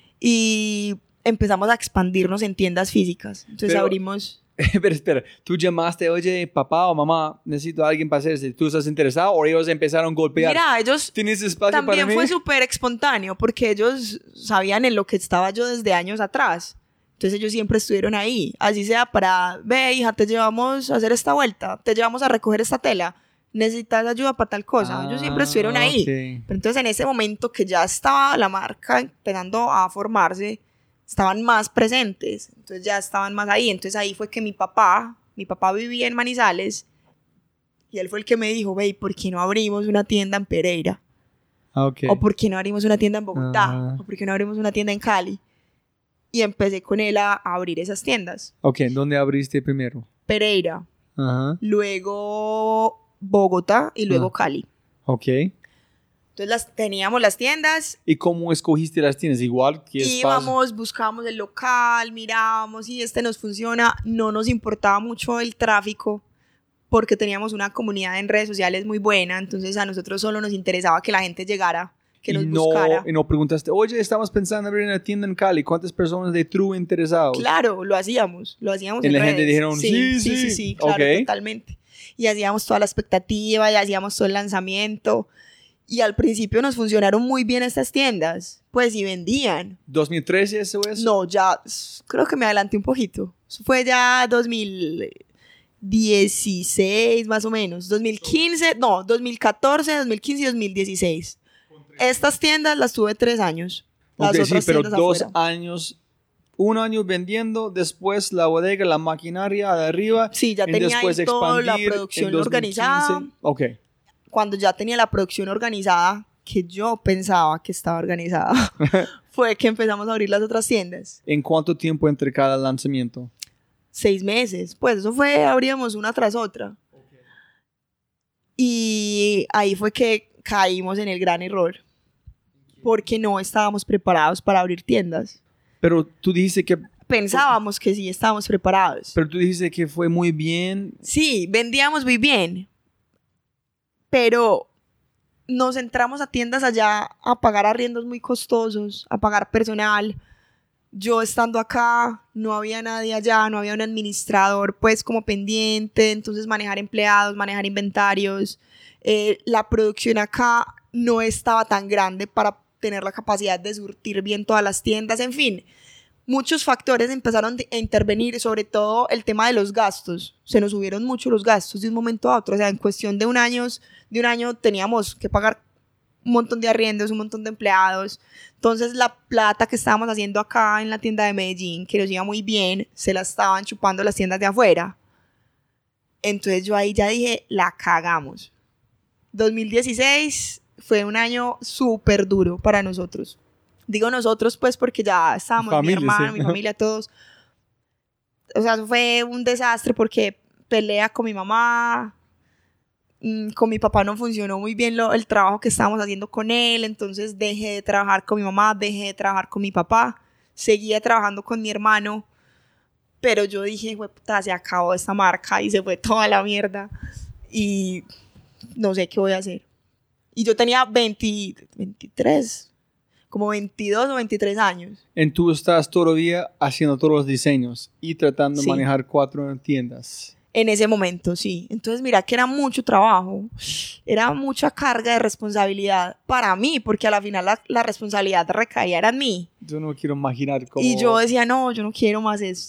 Y empezamos a expandirnos en tiendas físicas. Entonces Pero, abrimos... Pero espera, tú llamaste, oye, papá o mamá, necesito a alguien para hacerse. ¿Tú estás interesado o ellos empezaron a golpear? Mira, ellos... ¿Tienes espacio para También mí? fue súper espontáneo porque ellos sabían en lo que estaba yo desde años atrás. Entonces ellos siempre estuvieron ahí. Así sea para, ve hija, te llevamos a hacer esta vuelta, te llevamos a recoger esta tela, necesitas ayuda para tal cosa. Ah, ellos siempre estuvieron ahí. okay. Pero entonces en ese momento que ya estaba la marca empezando a formarse, estaban más presentes. Entonces ya estaban más ahí. Entonces ahí fue que mi papá, mi papá vivía en Manizales y él fue el que me dijo, ve, ¿por qué no abrimos una tienda en Pereira? Ah, okay. ¿O por qué no abrimos una tienda en Bogotá? Ah. ¿O por qué no abrimos una tienda en Cali? Y empecé con él a abrir esas tiendas. Ok, ¿dónde abriste primero? Pereira, Ajá. luego Bogotá y luego Ah. Cali. Ok. Entonces las, teníamos las tiendas, ¿Y cómo escogiste las tiendas? Igual que espacio. íbamos, buscábamos el local, mirábamos si este nos funciona. No nos importaba mucho el tráfico porque teníamos una comunidad en redes sociales muy buena. Entonces a nosotros solo nos interesaba que la gente llegara, que y nos no, buscara. Y no preguntaste, oye, estamos pensando en abrir una tienda en Cali. ¿Cuántas personas de True interesados? Claro, lo hacíamos, lo hacíamos Y en la redes. gente dijeron, sí, sí, sí. sí, sí, claro, Ok. totalmente. Y hacíamos toda la expectativa, y hacíamos todo el lanzamiento. Y al principio nos funcionaron muy bien estas tiendas, pues, y vendían. ¿dos mil trece eso es? No, ya, creo que me adelanté un poquito. Eso fue ya dos mil dieciséis, más o menos. dos mil quince, no, dos mil catorce, dos mil quince y dos mil dieciséis. Estas tiendas las tuve tres años. Las Ok, sí, otras pero tiendas dos afuera. años, un año vendiendo, después la bodega, la maquinaria de arriba. Sí, ya y tenía después ahí toda la expandir en producción dos mil quince. organizada. Ok. Cuando ya tenía la producción organizada, que yo pensaba que estaba organizada, fue que empezamos a abrir las otras tiendas. ¿En cuánto tiempo entre cada lanzamiento? Seis meses. Pues eso fue, abríamos una tras otra. Y ahí fue que caímos en el gran error. Porque no estábamos preparados para abrir tiendas. Pero tú dijiste que, Pensábamos que sí estábamos preparados. pero tú dijiste que fue muy bien. Sí, vendíamos muy bien. Pero nos entramos a tiendas allá a pagar arriendos muy costosos, a pagar personal. Yo estando acá, no había nadie allá, no había un administrador pues como pendiente, entonces manejar empleados, manejar inventarios. Eh, la producción acá no estaba tan grande para tener la capacidad de surtir bien todas las tiendas, en fin. Muchos factores empezaron a intervenir, sobre todo el tema de los gastos. Se nos subieron mucho los gastos de un momento a otro. O sea, en cuestión de un año, de un año teníamos que pagar un montón de arriendos, un montón de empleados. Entonces, la plata que estábamos haciendo acá en la tienda de Medellín, que nos iba muy bien, se la estaban chupando las tiendas de afuera. Entonces, yo ahí ya dije, la cagamos. dos mil dieciséis fue un año súper duro para nosotros. Digo nosotros, pues, porque ya estábamos, Familia, mi hermano, sí. mi familia, todos. O sea, eso fue un desastre porque pelea con mi mamá, mm, con mi papá no funcionó muy bien lo, el trabajo que estábamos haciendo con él, entonces dejé de trabajar con mi mamá, dejé de trabajar con mi papá, seguía trabajando con mi hermano, pero yo dije, puta, se acabó esta marca y se fue toda la mierda y no sé qué voy a hacer. Y yo tenía veinte, veintitrés, como veintidós o veintitrés años. En tú estás todavía haciendo todos los diseños y tratando Sí. de manejar cuatro tiendas. En ese momento, sí. Entonces, mira que era mucho trabajo, era mucha carga de responsabilidad para mí, porque a la final la, la responsabilidad recaía era en mí. Yo no quiero imaginar cómo... Y yo decía, no, yo no quiero más esto.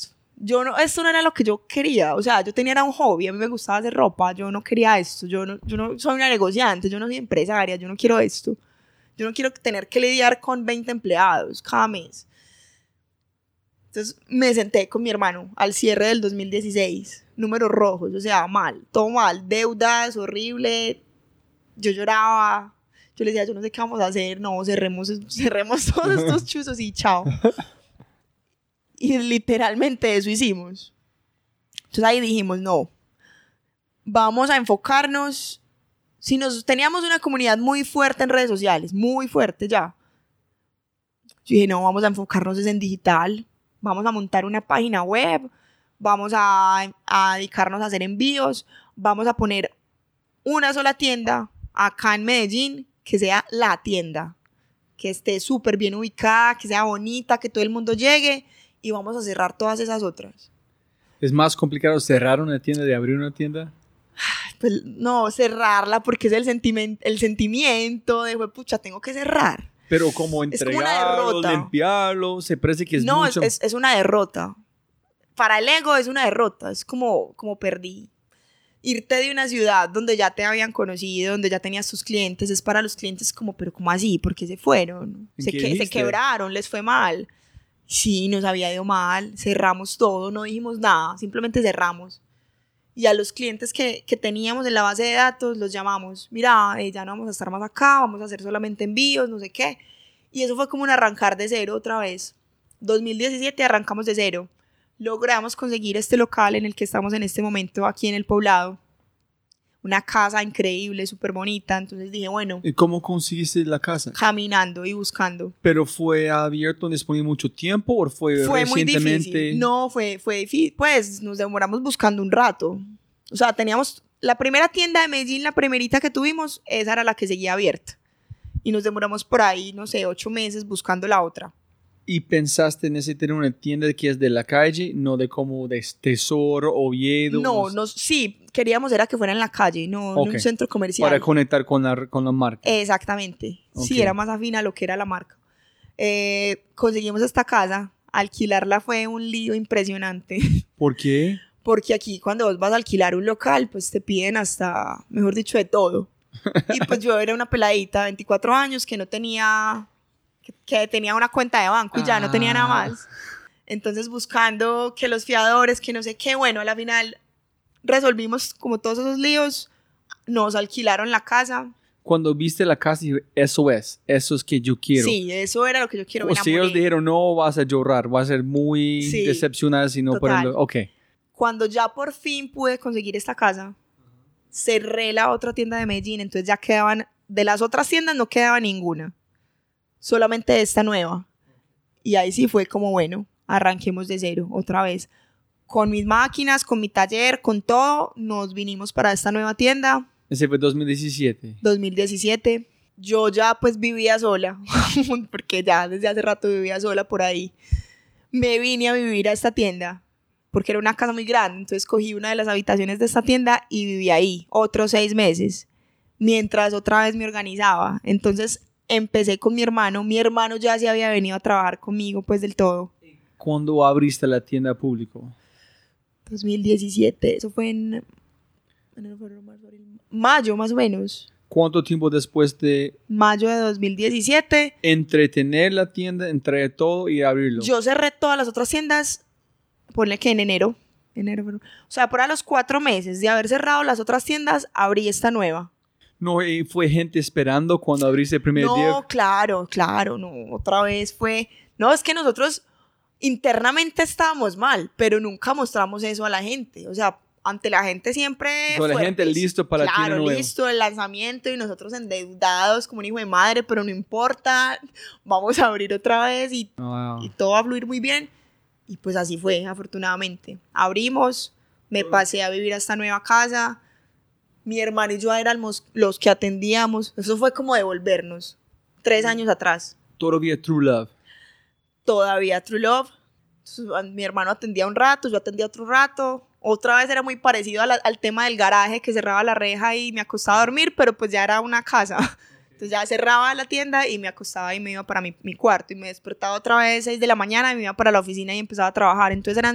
yo no, esto no era lo que yo quería, o sea, yo tenía era un hobby, a mí me gustaba hacer ropa, yo no quería esto, yo no, yo no soy una negociante, yo no soy empresaria, yo no quiero esto, yo no quiero tener que lidiar con veinte empleados cada mes. Entonces me senté con mi hermano al cierre del dos mil dieciséis, números rojos, o sea, mal, todo mal, deudas, horrible, yo lloraba, yo le decía, yo no sé qué vamos a hacer, no, cerremos, cerremos todos estos chuzos y chao. Y literalmente eso hicimos. Entonces ahí dijimos, no, vamos a enfocarnos, si nos teníamos una comunidad muy fuerte en redes sociales, muy fuerte ya, yo dije, no, vamos a enfocarnos en digital, vamos a montar una página web, vamos a, a dedicarnos a hacer envíos, vamos a poner una sola tienda acá en Medellín, que sea la tienda, que esté súper bien ubicada, que sea bonita, que todo el mundo llegue, y vamos a cerrar todas esas otras. ¿Es más complicado cerrar una tienda de abrir una tienda? Pues no, cerrarla porque es el, sentiment, el sentimiento de, pucha, tengo que cerrar. Pero como entregarlo, limpiarlo, se parece que es no, mucho... No, es, es una derrota. Para el ego es una derrota, es como, como perdí. Irte de una ciudad donde ya te habían conocido, donde ya tenías tus clientes, es para los clientes como, pero ¿cómo así? ¿Por qué se fueron? Se, que, se quebraron, les fue mal. Sí, nos había ido mal, cerramos todo, no dijimos nada, simplemente cerramos. Y a los clientes que, que teníamos en la base de datos los llamamos, mira, eh, ya no vamos a estar más acá, vamos a hacer solamente envíos, no sé qué. Y eso fue como un arrancar de cero otra vez. dos mil diecisiete arrancamos de cero. Logramos conseguir este local en el que estamos en este momento, aquí en El Poblado. Una casa increíble, súper bonita. Entonces dije, bueno. ¿Y cómo conseguiste la casa? Caminando y buscando. ¿Pero fue abierto después de mucho tiempo o fue, fue recientemente? Muy difícil. No, fue, fue difícil. Pues nos demoramos buscando un rato. O sea, teníamos la primera tienda de Medellín, la primerita que tuvimos, esa era la que seguía abierta. Y nos demoramos por ahí, no sé, ocho meses buscando la otra. ¿Y pensaste en ese tener una tienda que es de la calle, no de como de Tesoro, Oviedo? No, no, sí, queríamos era que fuera en la calle, no okay. en un centro comercial. Para conectar con la, con la marca. Exactamente, okay. Sí, era más afín a lo que era la marca. Eh, conseguimos esta casa, alquilarla fue un lío impresionante. ¿Por qué? Porque aquí cuando vos vas a alquilar un local, pues te piden hasta, mejor dicho, de todo. Y pues yo era una peladita, veinticuatro años, que no tenía... Que, que tenía una cuenta de banco y ya ah. no tenía nada más. Entonces buscando que los fiadores, que no sé qué, bueno, a la final resolvimos como todos esos líos, nos alquilaron la casa. Cuando viste la casa, eso es, eso es que yo quiero. Sí, eso era lo que yo quiero. O si ellos dijeron, no, vas a llorar, vas a ser muy sí, decepcionada si no por el... Ok. Cuando ya por fin pude conseguir esta casa, cerré la otra tienda de Medellín, entonces ya quedaban, de las otras tiendas no quedaba ninguna. Solamente esta nueva. Y ahí sí fue como, bueno, arranquemos de cero otra vez. Con mis máquinas, con mi taller, con todo, nos vinimos para esta nueva tienda. Ese fue dos mil diecisiete. dos mil diecisiete. Yo ya pues vivía sola, porque ya desde hace rato vivía sola por ahí. Me vine a vivir a esta tienda, porque era una casa muy grande. Entonces cogí una de las habitaciones de esta tienda y viví ahí otros seis meses, mientras otra vez me organizaba. Entonces... empecé con mi hermano, mi hermano ya se había venido a trabajar conmigo pues del todo. ¿Cuándo abriste la tienda público? dos mil diecisiete, eso fue en mayo más o menos. ¿Cuánto tiempo después de...? Mayo de dos mil diecisiete. Entre tener la tienda, entre todo y abrirlo. Yo cerré todas las otras tiendas, ponle que en enero. enero o sea, por a los cuatro meses de haber cerrado las otras tiendas, abrí esta nueva. No, y fue gente esperando cuando abriste el primer no, día. No, claro, claro, no, otra vez fue... No, es que nosotros internamente estábamos mal, pero nunca mostramos eso a la gente. O sea, ante la gente siempre... Con la gente listo para claro, la tienda nueva. Claro, listo, el lanzamiento y nosotros endeudados como un hijo de madre, pero no importa, vamos a abrir otra vez y, wow. y todo va a fluir muy bien. Y pues así fue, afortunadamente. Abrimos, me pasé a vivir a esta nueva casa... Mi hermano y yo éramos los que atendíamos. Eso fue como devolvernos. Tres años atrás. Todavía True Love. Todavía True Love. Entonces, mi hermano atendía un rato, yo atendía otro rato. Otra vez era muy parecido a la, al tema del garaje, que cerraba la reja y me acostaba a dormir, pero pues ya era una casa. Entonces ya cerraba la tienda y me acostaba y me iba para mi, mi cuarto. Y me despertaba otra vez seis de la mañana y me iba para la oficina y empezaba a trabajar. Entonces eran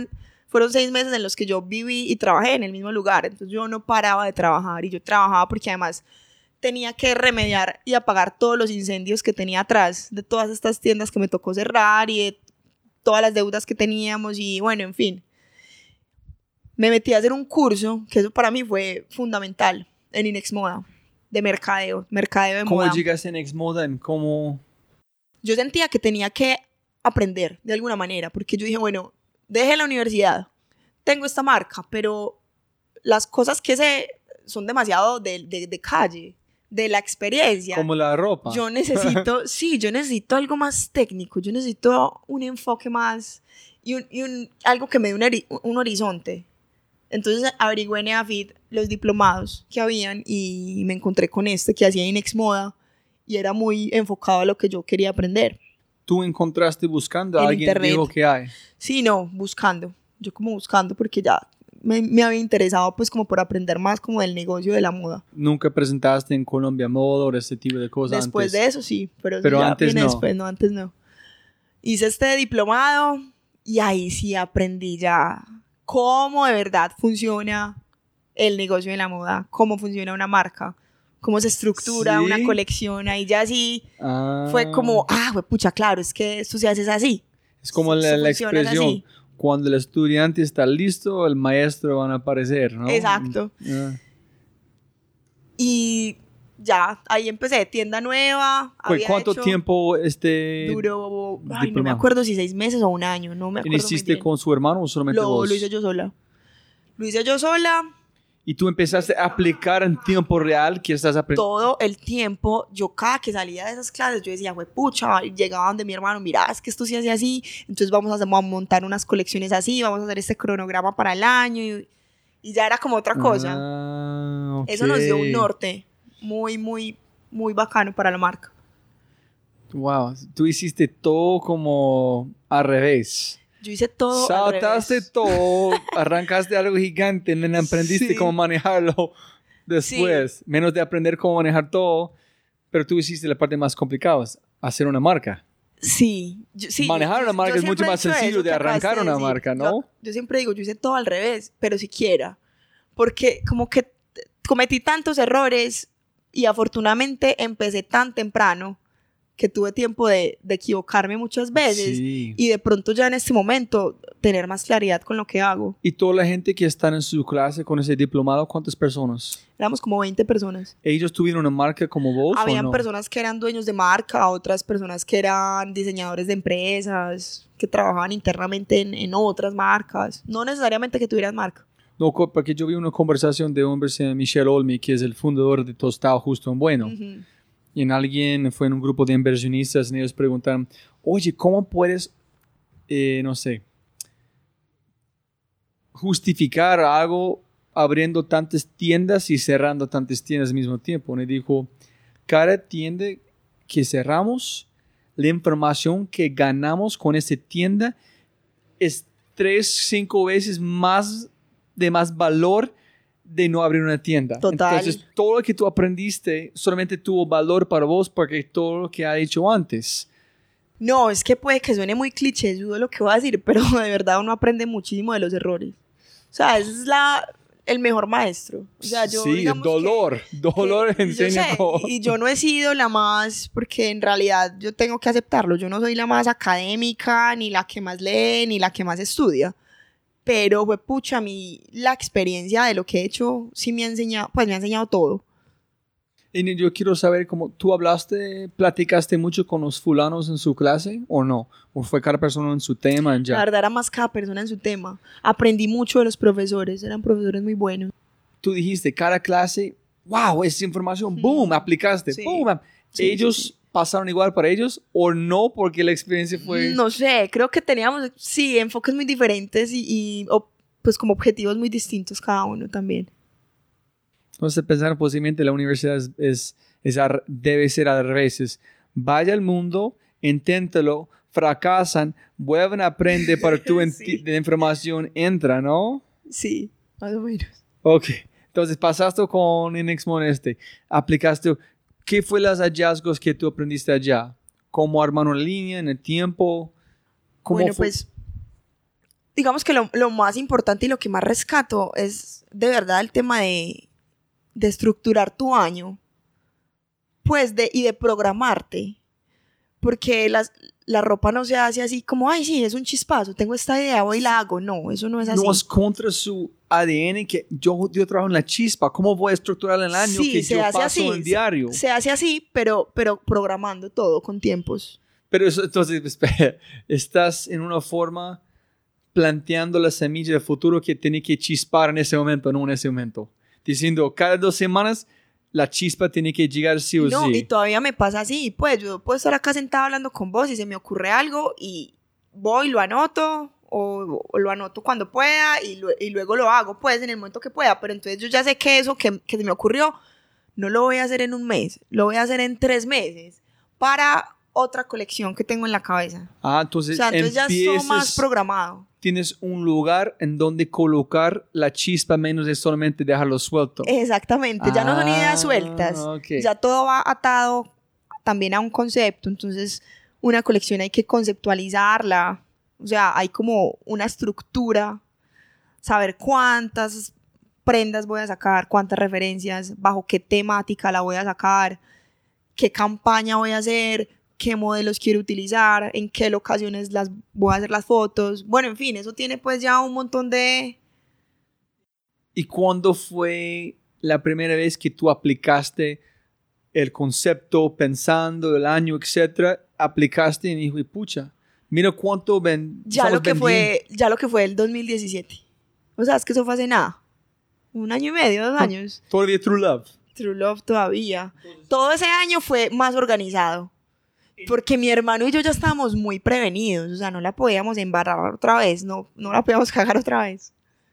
fueron seis meses en los que yo viví y trabajé en el mismo lugar. Entonces yo no paraba de trabajar y yo trabajaba porque además tenía que remediar y apagar todos los incendios que tenía atrás de todas estas tiendas que me tocó cerrar y de todas las deudas que teníamos y bueno, en fin. Me metí a hacer un curso, que eso para mí fue fundamental, en Inexmoda, de mercadeo, mercadeo de ¿Cómo moda. llegaste en Exmoda? ¿En ¿Cómo? Yo sentía que tenía que aprender de alguna manera, porque yo dije, bueno, dejé la universidad, tengo esta marca, pero las cosas que sé son demasiado de, de, de calle, de la experiencia. Como la ropa. Yo necesito, sí, yo necesito algo más técnico, yo necesito un enfoque más y, un, y un, algo que me dé un, eri- un horizonte. Entonces averigüé en EAFIT los diplomados que habían y me encontré con este que hacía Inexmoda y era muy enfocado a lo que yo quería aprender. ¿Tú encontraste buscando? En ¿Alguien internet. dijo que hay? Sí, no, buscando. Yo como buscando porque ya me, me había interesado pues como por aprender más como del negocio de la moda. ¿Nunca presentaste en Colombia Moda o ese tipo de cosas Después antes? de eso sí, pero, Pero eso ya antes viene no. después, no, antes no. Hice este diplomado y ahí sí aprendí ya cómo de verdad funciona el negocio de la moda, cómo funciona una marca, cómo se estructura ¿Sí? una colección. Ahí ya sí Ah. fue como, ah, güey, pucha, claro, es que esto se hace es así. Es como Esto la, la funciona, es expresión. así. Cuando el estudiante está listo, el maestro van a aparecer, ¿no? Exacto. Ah. Y ya, ahí empecé, tienda nueva. ¿Cu- había ¿Cuánto hecho- tiempo este Duró, ay, no me diplomado? acuerdo si seis meses o un año, no me ¿Y acuerdo muy hiciste bien. con su hermano o solamente Lo, vos? lo hice yo sola. Lo hice yo sola, Y tú empezaste a aplicar en tiempo real que estás aprendiendo. todo el tiempo. Yo cada que salía de esas clases, yo decía, güey, pucha, y llegaba donde mi hermano, mira, es que esto se hace así, entonces vamos a, hacer- vamos a montar unas colecciones así, vamos a hacer este cronograma para el año, y, y ya era como otra cosa. Ah, Eso nos dio un ok. norte muy, muy, muy bacano para la marca. Wow, tú hiciste todo como al revés. Yo hice todo al Saltaste revés. todo, arrancaste algo gigante, no aprendiste Sí. cómo manejarlo después. Menos de aprender cómo manejar todo, pero tú hiciste la parte más complicada, hacer una marca. Sí, yo- sí. Manejar yo- una yo marca es siempre mucho he más hecho sencillo eso de que acabaste arrancar de una decir. marca, ¿no? Yo, yo siempre digo, yo hice todo al revés, pero siquiera. Porque como que t- cometí tantos errores y afortunadamente empecé tan temprano que tuve tiempo de, de equivocarme muchas veces Sí. y de pronto ya en este momento tener más claridad con lo que hago. Y toda la gente que está en su clase con ese diplomado, ¿cuántas personas? Éramos como veinte personas. ¿Ellos tuvieron una marca como vos o Habían no? personas que eran dueños de marca, otras personas que eran diseñadores de empresas, que trabajaban internamente en, en otras marcas. No necesariamente que tuvieran marca. No, co- porque yo vi una conversación de un hombre, se llama Michel Olmi, que es el fundador de Tostado Justo en Bueno. Ujú. Y en alguien fue en un grupo de inversionistas y ellos preguntaron, oye, ¿cómo puedes, eh, no sé, justificar algo abriendo tantas tiendas y cerrando tantas tiendas al mismo tiempo? Y dijo, cada tienda que cerramos, la información que ganamos con esa tienda es tres, cinco veces más de más valor de no abrir una tienda. Total. Entonces, todo lo que tú aprendiste solamente tuvo valor para vos porque todo lo que ha hecho antes. No, es que puede que suene muy cliché lo que voy a decir, pero de verdad uno aprende muchísimo de los errores. O sea, ese es la, el mejor maestro. O sea, yo, sí, digamos que- dolor. dolor que- enseña yo sé, todo. y yo no he sido la más, porque en realidad yo tengo que aceptarlo, yo no soy la más académica, ni la que más lee, ni la que más estudia, pero fue pucha, a mí la experiencia de lo que he hecho sí me ha enseñado, pues me ha enseñado todo. Y yo quiero saber cómo tú hablaste, platicaste mucho con los fulanos en su clase o no, o fue cada persona en su tema ya. La verdad era más cada persona en su tema. Aprendí mucho de los profesores, eran profesores muy buenos. Tú dijiste cada clase, wow, esa información, Mm. boom, aplicaste, Sí. boom. Sí, ellos sí, sí. pasaron igual para ellos o no porque la experiencia fue. No sé, creo que teníamos, sí, enfoques muy diferentes y, y o, pues como objetivos muy distintos cada uno también. Entonces pensar posiblemente la universidad es, es, es ar- debe ser al revés. Es, vaya al mundo, inténtalo, fracasan, vuelven a aprender para tu enti- Sí. de información entra, ¿no? Sí, más o menos. Ok. Entonces pasaste con Inexmon este, aplicaste, ¿qué fue los hallazgos que tú aprendiste allá? ¿Cómo armar una línea en el tiempo? ¿Cómo Bueno, fue? pues digamos que lo, lo más importante y lo que más rescato es de verdad el tema de, de estructurar tu año, pues, de, y de programarte, porque las, la ropa no se hace así como, ay, sí, es un chispazo, tengo esta idea, voy y la hago. No, eso no es así. No es contra su A D N que yo, yo trabajo en la chispa. ¿Cómo voy a estructurar el año Sí, que se yo hace paso así, en diario? Se hace así, pero, pero programando todo con tiempos. Pero eso, entonces, espera, estás en una forma planteando la semilla del futuro que tiene que chispar en ese momento, no en ese momento. Diciendo, cada dos semanas la chispa tiene que llegar sí o No, sí. y todavía me pasa así, pues yo puedo estar acá sentada hablando con vos y se me ocurre algo y voy, lo anoto o, o lo anoto cuando pueda y, lo, y luego lo hago, pues en el momento que pueda, pero entonces yo ya sé que eso que, que se me ocurrió no lo voy a hacer en un mes, lo voy a hacer en tres meses para otra colección que tengo en la cabeza. Ah, entonces, O sea, entonces ya empiezas, estoy más programado. Tienes un lugar en donde colocar la chispa menos de solamente dejarlo suelto. Exactamente, ya no son ideas Ah, sueltas, okay. ya todo va atado también a un concepto, entonces una colección hay que conceptualizarla, o sea, hay como una estructura, saber cuántas prendas voy a sacar, cuántas referencias, bajo qué temática la voy a sacar, qué campaña voy a hacer, qué modelos quiero utilizar, en qué locaciones las voy a hacer las fotos. Bueno, en fin, eso tiene pues ya un montón de... ¿Y cuándo fue la primera vez que tú aplicaste el concepto pensando el año, etcétera? Aplicaste y dijo, pucha, mira cuánto ven. Ya lo que fue, ya lo que fue el dos mil diecisiete. O sea, es que eso fue hace nada. Un año y medio, dos años. Todavía True Love. True Love todavía. Todo ese año fue más organizado. Porque mi hermano y yo ya estábamos muy prevenidos. O sea, no la podíamos embarrar otra vez. No, no la podíamos cagar otra vez.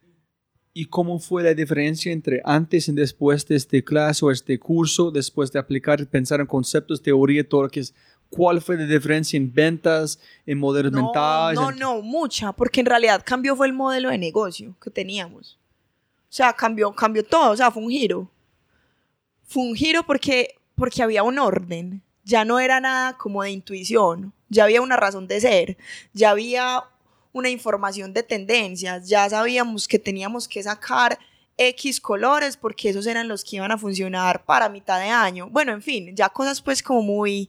¿Y cómo fue la diferencia entre antes y después de este clase o este curso, después de aplicar, pensar en conceptos, teoría, todo lo que es? ¿Cuál fue la diferencia en ventas, en modelos no, mentales? No, en... no, mucha. Porque en realidad cambió fue el modelo de negocio que teníamos. O sea, cambió, cambió todo. O sea, fue un giro. Fue un giro porque, porque había un orden. Ya no era nada como de intuición, ya había una razón de ser, ya había una información de tendencias, ya sabíamos que teníamos que sacar X colores porque esos eran los que iban a funcionar para mitad de año. Bueno, en fin, ya cosas pues como muy,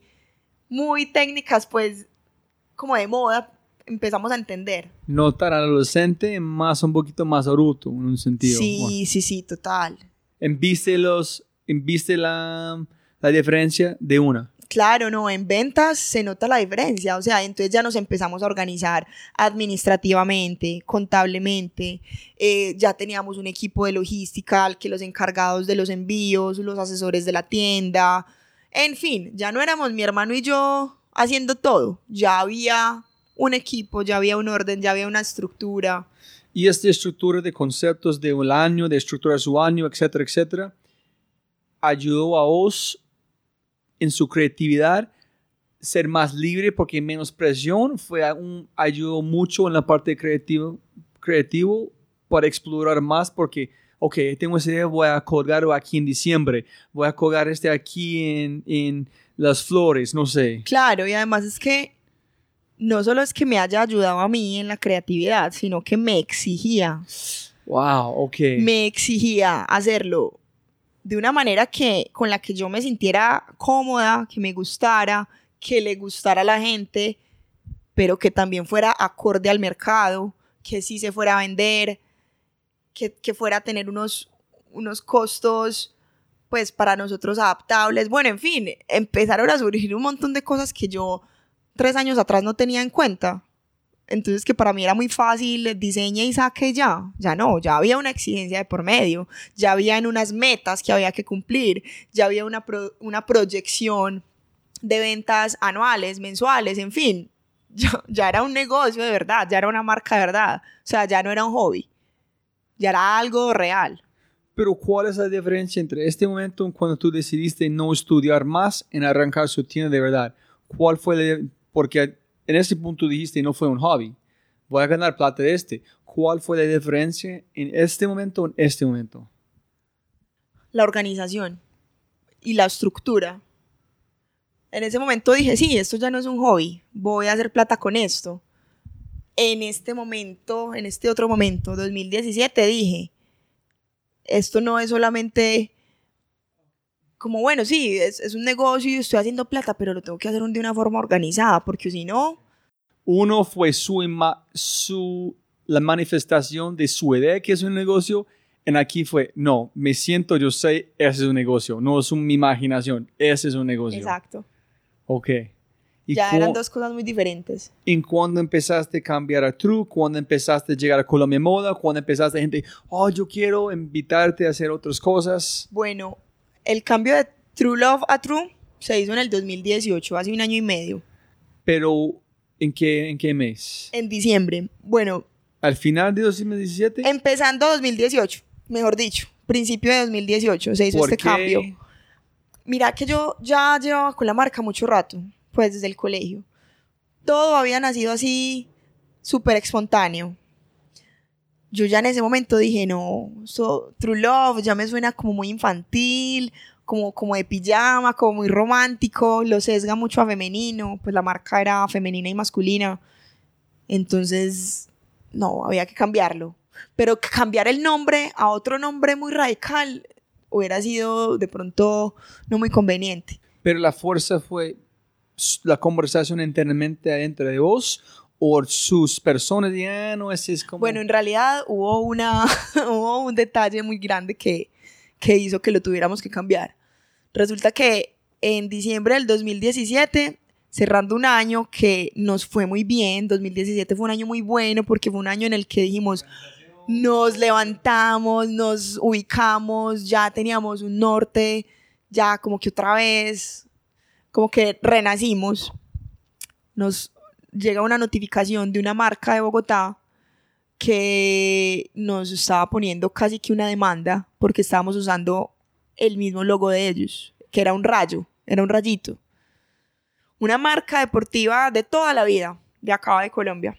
muy técnicas, pues como de moda, empezamos a entender. No tan adolescente, más un poquito más adulto en un sentido. Sí, bueno. sí, sí, total. En viste, los, en viste la, la diferencia de una. Claro, no, en ventas se nota la diferencia, o sea, entonces ya nos empezamos a organizar administrativamente, contablemente, eh, ya teníamos un equipo de logística, al que los encargados de los envíos, los asesores de la tienda, en fin, ya no éramos mi hermano y yo haciendo todo, ya había un equipo, ya había un orden, ya había una estructura. Y esta estructura de conceptos de un año, de estructurar su año, etcétera, etcétera, ayudó a vos en su creatividad ser más libre porque menos presión, fue un, ayudó mucho en la parte creativa, creativo para explorar más porque, ok, tengo esa idea, voy a colgarlo aquí en diciembre, voy a colgar este aquí en, en las flores, no sé. Claro, y además es que no solo es que me haya ayudado a mí en la creatividad, sino que me exigía. Wow, ok. Me exigía hacerlo de una manera que, con la que yo me sintiera cómoda, que me gustara, que le gustara a la gente, pero que también fuera acorde al mercado, que sí se fuera a vender, que, que fuera a tener unos, unos costos pues para nosotros adaptables. Bueno, en fin, empezaron a surgir un montón de cosas que yo tres años atrás no tenía en cuenta. Entonces que para mí era muy fácil, diseñe y saque ya, ya no, ya había una exigencia de por medio, ya habían unas metas que había que cumplir, ya había una, pro, una proyección de ventas anuales, mensuales, en fin, ya, ya era un negocio de verdad, ya era una marca de verdad, o sea, ya no era un hobby, ya era algo real. Pero ¿cuál es la diferencia entre este momento cuando tú decidiste no estudiar más en arrancar su tienda de verdad? ¿Cuál fue la, porque en ese punto dijiste no fue un hobby, voy a ganar plata de este. ¿Cuál fue la diferencia en este momento o en este momento? La organización y la estructura. En ese momento dije, sí, esto ya no es un hobby, voy a hacer plata con esto. en este momento, en este otro momento, dos mil diecisiete, dije, esto no es solamente como, bueno, sí, es, es un negocio y estoy haciendo plata, pero lo tengo que hacer de una forma organizada, porque si no... Uno fue su, ima- su la manifestación de su idea que es un negocio, y aquí fue, no, me siento, yo sé, ese es un negocio, no es un, mi imaginación, ese es un negocio. Exacto. Ok. ¿Y Ya cu- eran dos cosas muy diferentes. ¿En cuándo empezaste a cambiar a True? ¿Cuándo empezaste a llegar a Colombia Moda? ¿Cuándo empezaste a gente, oh, yo quiero invitarte a hacer otras cosas? Bueno, el cambio de True Love a True se hizo en el dos mil dieciocho, hace un año y medio, Pero, ¿en qué, en qué mes? en diciembre. Bueno, ¿Al final de dos mil diecisiete? empezando dos mil dieciocho, mejor dicho, principio de dos mil dieciocho se hizo ¿Por este qué? cambio. Mira que yo ya llevaba con la marca mucho rato, pues desde el colegio. Todo había nacido así, súper espontáneo. Yo ya en ese momento dije, no, so, True Love ya me suena como muy infantil, como, como de pijama, como muy romántico, lo sesga mucho a femenino, pues la marca era femenina y masculina. Entonces, no, había que cambiarlo. Pero cambiar el nombre a otro nombre muy radical hubiera sido de pronto no muy conveniente. Pero la fuerza fue la conversación internamente adentro de vos o sus personas, ya no, ese es como... Bueno, en realidad hubo, una, hubo un detalle muy grande que, que hizo que lo tuviéramos que cambiar. Resulta que en diciembre del dos mil diecisiete, cerrando un año que nos fue muy bien, dos mil diecisiete fue un año muy bueno porque fue un año en el que dijimos, nos levantamos, nos ubicamos, ya teníamos un norte, ya como que otra vez, como que renacimos. Nos llega una notificación de una marca de Bogotá que nos estaba poniendo casi que una demanda porque estábamos usando el mismo logo de ellos, que era un rayo, era un rayito. Una marca deportiva de toda la vida, de acá de Colombia.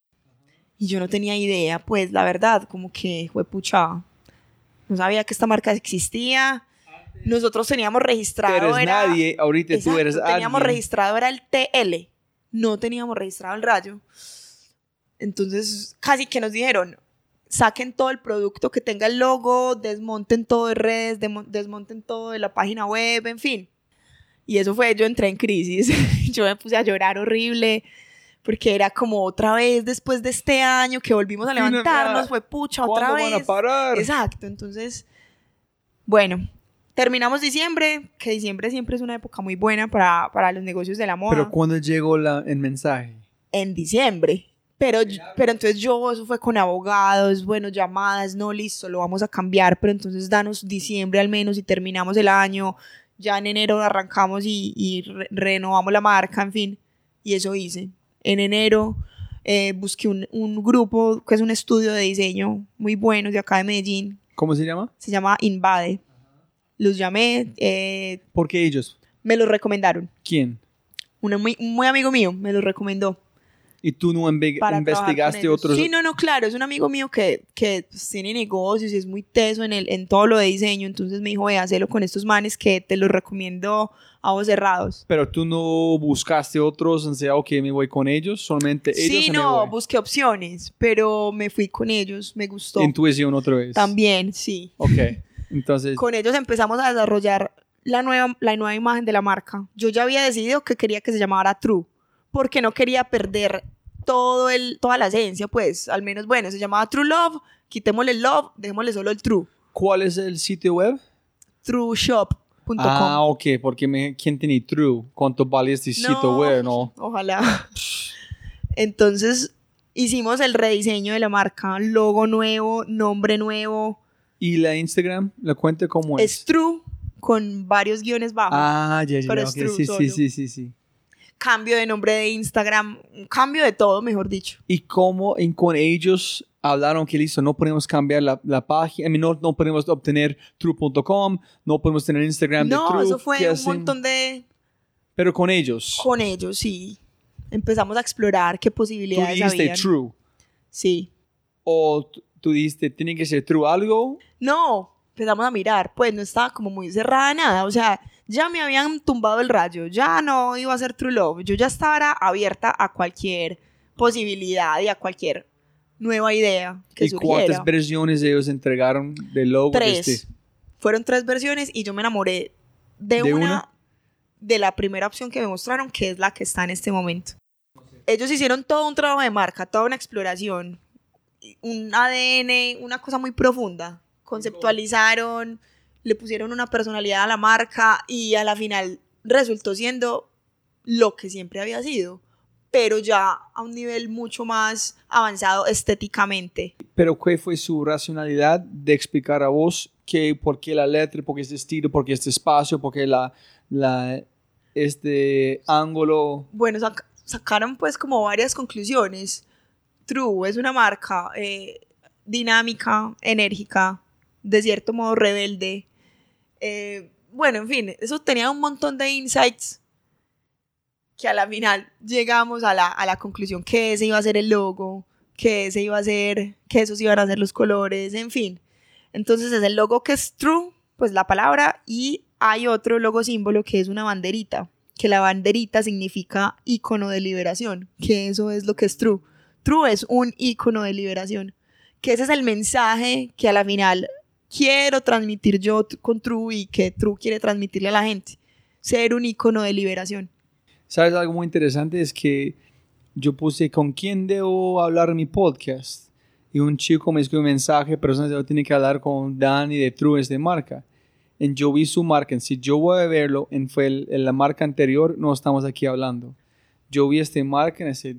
Y yo no tenía idea, pues, la verdad, como que fue pucha. No sabía que esta marca existía. Nosotros teníamos registrado... Eres era, nadie, ahorita exacto, tú eres teníamos alguien. registrado, era el T L. No teníamos registrado el rayo. Entonces, casi que nos dijeron, saquen todo el producto que tenga el logo, desmonten todo de redes, demo- desmonten todo de la página web, en fin. Y eso fue, yo entré en crisis. Yo me puse a llorar horrible, porque era como otra vez después de este año que volvimos a levantarnos, fue pucha, otra ¿Cuándo vez. van a parar? Exacto, entonces, bueno, terminamos diciembre, que diciembre siempre es una época muy buena para, para los negocios de la moda. Pero ¿cuándo llegó la, el mensaje? En diciembre. Pero, pero entonces yo, eso fue con abogados, bueno, llamadas, no, listo, lo vamos a cambiar, pero entonces danos diciembre al menos y terminamos el año, ya en enero arrancamos y, y re- renovamos la marca, en fin, y eso hice. En enero eh, busqué un, un grupo que es un estudio de diseño muy bueno de acá de Medellín, ¿Cómo se llama? se llama Invade. Los llamé, eh, ¿Por qué ellos? me los recomendaron. ¿Quién? Uno muy, un muy amigo mío me los recomendó. ¿Y tú no inve- Para investigaste trabajar con ellos. otros? Sí, no, no, claro, es un amigo mío que, que pues, tiene negocios y es muy teso en, el, en todo lo de diseño, entonces me dijo, ve, hacelo con estos manes que te los recomiendo a ojos cerrados. Pero tú no buscaste otros, o sea, ok, me voy con ellos, solamente ellos. Sí, o me no, voy? busqué opciones, pero me fui con ellos, me gustó. Intuición otra vez. También, sí. Ok, entonces, Con ellos empezamos a desarrollar la nueva, la nueva imagen de la marca. Yo ya había decidido que quería que se llamara True, porque no quería perder todo el, toda la esencia, pues, al menos, bueno, se llamaba True Love, quitémosle el Love, dejémosle solo el True. ¿cuál es el sitio web? true shop punto com. Ah, ok, porque me, ¿quién tiene True? ¿Cuánto vale este sitio web? No. Ojalá. Entonces, hicimos el rediseño de la marca, logo nuevo, nombre nuevo. ¿Y la Instagram? ¿La cuenta cómo es? Es True, con varios guiones bajos. Ah, ya, ya, Pero ya, es ok, True sí, sí, solo. sí, sí, sí. Cambio de nombre de Instagram, un cambio de todo, mejor dicho. ¿Y cómo en, con ellos hablaron que listo, no podemos cambiar la, la página, I mean, no, no podemos obtener true punto com, no podemos tener Instagram de No, True? eso ¿Qué fue un hacen? montón de... Pero con ellos. Con ellos, sí. Empezamos a explorar qué Tú posibilidades dijiste habían. True. Sí. O t- tú dijiste, tiene que ser True algo. No, empezamos a mirar, pues no estaba como muy cerrada nada, o sea, ya me habían tumbado el rayo, ya no iba a ser True Love, yo ya estaba abierta a cualquier posibilidad y a cualquier nueva idea que ¿Y surgiera. cuántas versiones ellos entregaron del logo? Tres. Este? Fueron tres versiones y yo me enamoré de, ¿De una, una? de la primera opción que me mostraron, que es la que está en este momento. Ellos hicieron todo un trabajo de marca, toda una exploración, un A D N, una cosa muy profunda. Conceptualizaron, le pusieron una personalidad a la marca y a la final resultó siendo lo que siempre había sido, pero ya a un nivel mucho más avanzado estéticamente. Pero ¿qué fue su racionalidad de explicar a vos que por qué la letra, por qué este estilo, por qué este espacio, por qué la, la, este ángulo? Bueno, sac- sacaron pues como varias conclusiones. True es una marca eh, dinámica, enérgica, de cierto modo rebelde. Eh, bueno, en fin, eso tenía un montón de insights que a la final llegamos a la, a la conclusión que ese iba a ser el logo, que ese iba a ser, que esos iban a ser los colores, en fin. Entonces es el logo que es True, pues la palabra, y hay otro logo símbolo que es una banderita, que la banderita significa ícono de liberación, que eso es lo que es True. True es un ícono de liberación, que ese es el mensaje que a la final quiero transmitir yo t- con True y que True quiere transmitirle a la gente, ser un ícono de liberación. ¿Sabes algo muy interesante? Es que yo puse ¿con quién debo hablar en mi podcast? Y un chico me escribió un mensaje, personas que tienen que hablar con Dani de True es de marca. Y yo vi su marca. Si yo voy a verlo en, fue el, en la marca anterior, no estamos aquí hablando. Yo vi esta marca y decía,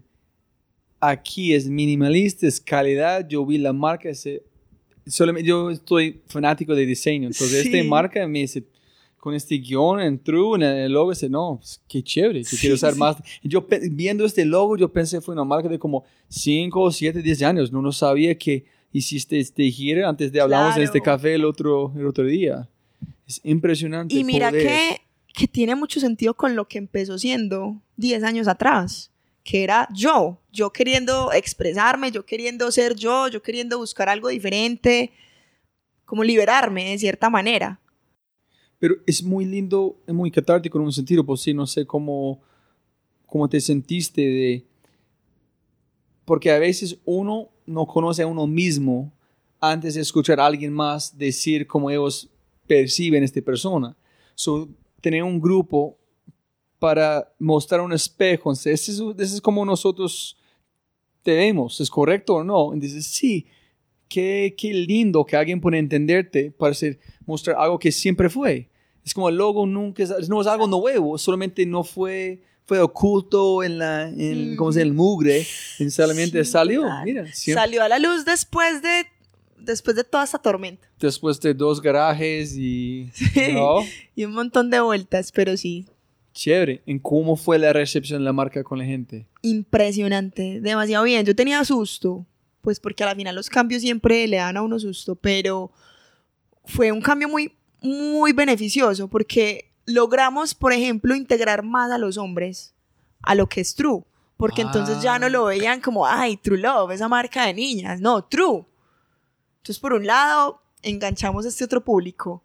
aquí es minimalista, es calidad. Yo vi la marca y decía, solamente, yo estoy fanático de diseño. Entonces Sí. esta marca me dice, con este guión en True, en el logo, dice, no, pues, qué chévere, yo Sí, quiero usar sí. más. Y yo pe- viendo este logo, yo pensé fue una marca de como cinco, siete, diez años. No, no sabía que hiciste este gira antes de hablamos en Claro. este café el otro, el otro día. Es impresionante. Y el mira poder. que, que tiene mucho sentido con lo que empezó siendo diez años atrás, que era yo, yo queriendo expresarme, yo queriendo ser yo, yo queriendo buscar algo diferente, como liberarme de cierta manera. Pero es muy lindo, es muy catártico en un sentido, pues sí, no sé cómo, cómo te sentiste de... Porque a veces uno no conoce a uno mismo antes de escuchar a alguien más decir cómo ellos perciben a esta persona. So, tener un grupo para mostrar un espejo, ese es, ese es como nosotros te vemos, ¿es correcto o no? Y dices, sí, qué, qué lindo que alguien pueda entenderte para ser, mostrar algo que siempre fue. Es como el logo nunca es, no es algo nuevo, solamente no fue, fue oculto en la, en, Mm. ¿cómo se llama? El mugre, y solamente Sí, salió, total. mira, siempre. Salió a la luz después de, después de toda esta tormenta. Después de dos garajes y, ¿no? Y un montón de vueltas, pero sí, Chévere. ¿En cómo fue la recepción de la marca con la gente? impresionante, demasiado bien. Yo tenía susto, pues porque a la final los cambios siempre le dan a uno susto, pero fue un cambio muy, muy beneficioso porque logramos, por ejemplo, integrar más a los hombres a lo que es True, porque Ah. entonces ya no lo veían como, ay, True Love, esa marca de niñas, no, True. Entonces, por un lado, enganchamos a este otro público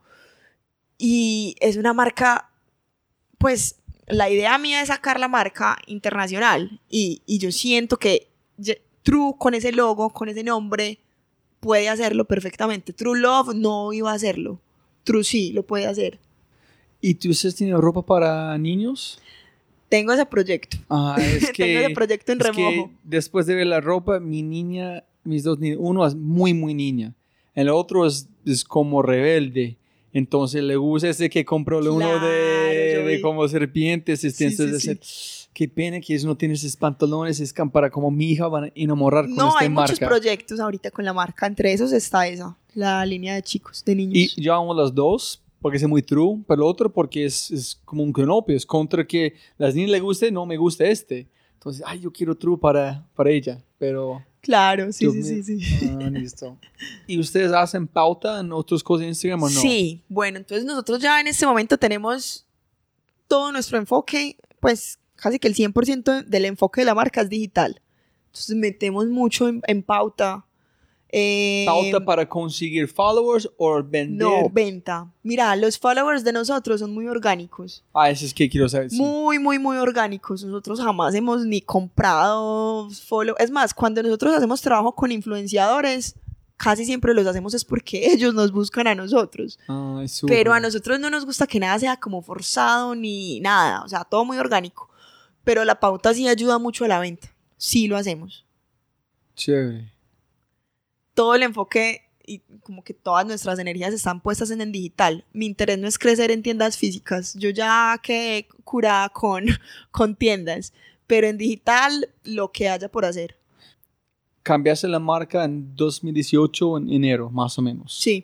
y es una marca, pues, la idea mía es sacar la marca internacional y, y yo siento que ye- True con ese logo, con ese nombre, puede hacerlo perfectamente. True Love no iba a hacerlo. True sí lo puede hacer. ¿Y tú has tenido ropa para niños? Tengo ese proyecto. Ah, es que, Tengo ese proyecto en es que remojo. después de ver la ropa, mi niña, mis dos niños, uno es muy, muy niña. El otro es, es como rebelde. Entonces le gusta ese que compró uno Claro, de, yo de vi. como serpientes. Este, Sí, entonces, sí, ese- qué pena que ellos no tienen esos pantalones. Es cam- para como mi hija van a enamorar con No, esta hay muchos marca. proyectos ahorita con la marca. Entre esos está esa, la línea de chicos, de niños. Y yo amo las dos porque es muy true, pero el otro porque es, es como un cronopio, es contra que las niñas le guste, no me gusta este. Entonces, ay, yo quiero true para, para ella, pero... Claro, sí, Dios sí, mío. sí, sí. Ah, listo. ¿Y ustedes hacen pauta en otras cosas de Instagram o no? Sí, bueno, entonces nosotros ya en este momento tenemos todo nuestro enfoque, pues casi que el cien por ciento del enfoque de la marca es digital. Entonces metemos mucho en, en pauta, Eh, ¿Pauta para conseguir followers o vender? No, venta. Mira, los followers de nosotros son muy orgánicos. Ah, eso es que quiero saber. Sí. Muy, muy, muy orgánicos. Nosotros jamás hemos ni comprado follow. Es más, cuando nosotros hacemos trabajo con influenciadores, casi siempre los hacemos es porque ellos nos buscan a nosotros. Ah, es súper. Pero a nosotros no nos gusta que nada sea como forzado ni nada. O sea, todo muy orgánico. Pero la pauta sí ayuda mucho a la venta. Sí lo hacemos. Chévere. Todo el enfoque y como que todas nuestras energías están puestas en el digital. Mi interés no es crecer en tiendas físicas. Yo ya quedé curada con, con tiendas. Pero en digital, lo que haya por hacer. Cambiaste la marca en dos mil dieciocho, en enero, más o menos. Sí.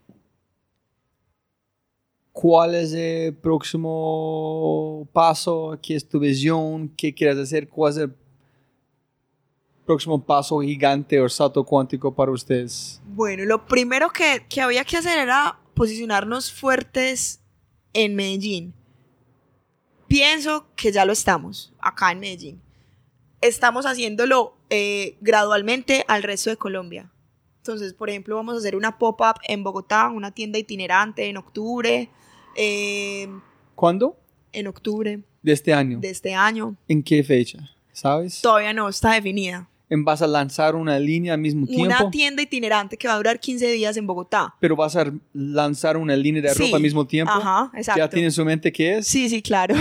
¿Cuál es el próximo paso? ¿Qué es tu visión? ¿Qué quieres hacer? ¿Cuál es el próximo paso gigante o salto cuántico para ustedes? Bueno, lo primero que, que había que hacer era posicionarnos fuertes en Medellín. Pienso que ya lo estamos acá en Medellín. Estamos haciéndolo eh, gradualmente al resto de Colombia. Entonces, por ejemplo, vamos a hacer una pop-up en Bogotá, una tienda itinerante en octubre. Eh, ¿Cuándo? en octubre De este año. de este año. ¿En qué fecha? ¿Sabes? Todavía no está definida. ¿En ¿Vas a lanzar una línea al mismo tiempo? Una tienda itinerante que va a durar quince días en Bogotá. ¿Pero vas a lanzar una línea de Sí. ropa al mismo tiempo? Ajá, exacto. ¿Ya tienes en su mente qué es? Sí, sí, claro.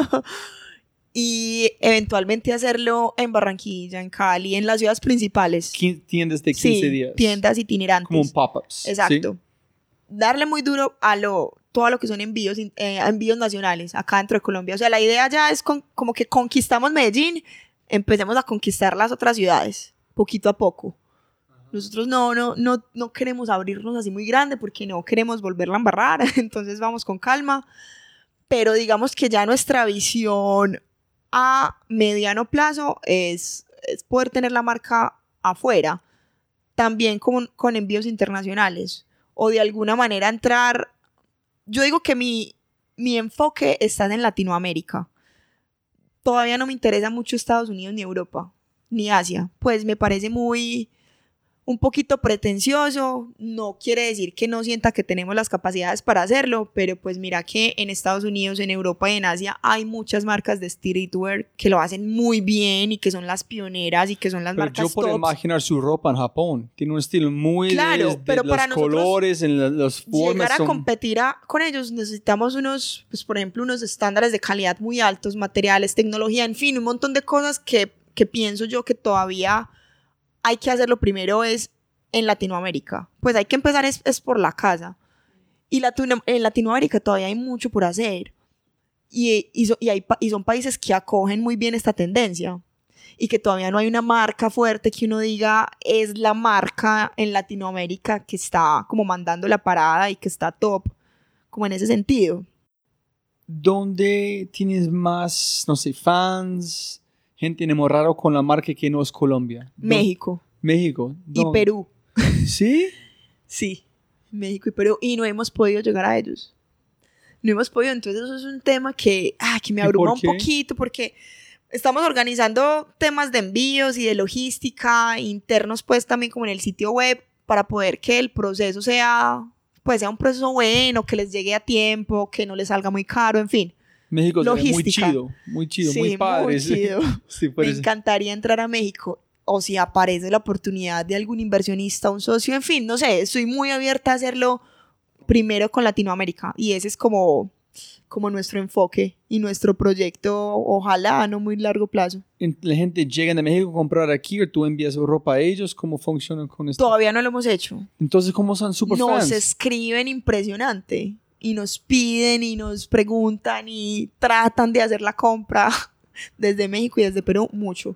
Y eventualmente hacerlo en Barranquilla, en Cali, en las ciudades principales. Quin- Tiendas de quince Sí, días. tiendas itinerantes. Como un pop-ups. Exacto. ¿sí? Darle muy duro a lo, todo lo que son envíos, eh, envíos nacionales acá dentro de Colombia. O sea, la idea ya es con, como que conquistamos Medellín, empecemos a conquistar las otras ciudades, poquito a poco. Nosotros no, no, no, no queremos abrirnos así muy grande porque no queremos volverla a embarrar, entonces vamos con calma. Pero digamos que ya nuestra visión a mediano plazo es, es poder tener la marca afuera, también con, con envíos internacionales, o de alguna manera entrar. Yo digo que mi, mi enfoque está en Latinoamérica. Todavía no me interesa mucho Estados Unidos ni Europa, ni Asia, pues me parece muy, un poquito pretencioso. No quiere decir que no sienta que tenemos las capacidades para hacerlo, pero pues mira que en Estados Unidos, en Europa y en Asia hay muchas marcas de streetwear que lo hacen muy bien y que son las pioneras y que son las Pero marcas yo puedo tops. imaginar su ropa en Japón. Tiene un estilo muy Claro, de, de pero los para nosotros colores, en la- las formas. Llegar a son- competir a- con ellos necesitamos unos, pues por ejemplo, unos estándares de calidad muy altos, materiales, tecnología, en fin, un montón de cosas que, que pienso yo que todavía hay que hacerlo primero es en Latinoamérica. Pues hay que empezar es, es por la casa. Y Latino- en Latinoamérica todavía hay mucho por hacer. Y, y, so- y, hay, pa- y son países que acogen muy bien esta tendencia. Y que todavía no hay una marca fuerte que uno diga es la marca en Latinoamérica que está como mandando la parada y que está top, como en ese sentido. ¿Dónde tienes más, no sé, fans, gente enamorada con la marca que no es Colombia? ¿Dó- México México. y ¿Dónde? Perú. ¿Sí? Sí, México y Perú. Y no hemos podido llegar a ellos. No hemos podido. Entonces eso es un tema que, ah, que me ¿Y abruma por un qué? poquito porque estamos organizando temas de envíos y de logística internos, pues también como en el sitio web, para poder que el proceso sea, pues sea un proceso bueno, que les llegue a tiempo, que no les salga muy caro, en fin. México es muy Logística. chido, muy chido, Sí, muy padre. muy sí. chido. Sí, Me parece. encantaría entrar a México. O si aparece la oportunidad de algún inversionista, un socio, en fin, no sé, estoy muy abierta a hacerlo primero con Latinoamérica. Y ese es como, como nuestro enfoque y nuestro proyecto, ojalá a no muy largo plazo. ¿La gente llega de México a comprar aquí o tú envías ropa a ellos? ¿Cómo funciona con esto? Todavía no lo hemos hecho. Entonces, ¿cómo son super Nos fans? escriben impresionante y nos piden y nos preguntan y tratan de hacer la compra desde México y desde Perú mucho.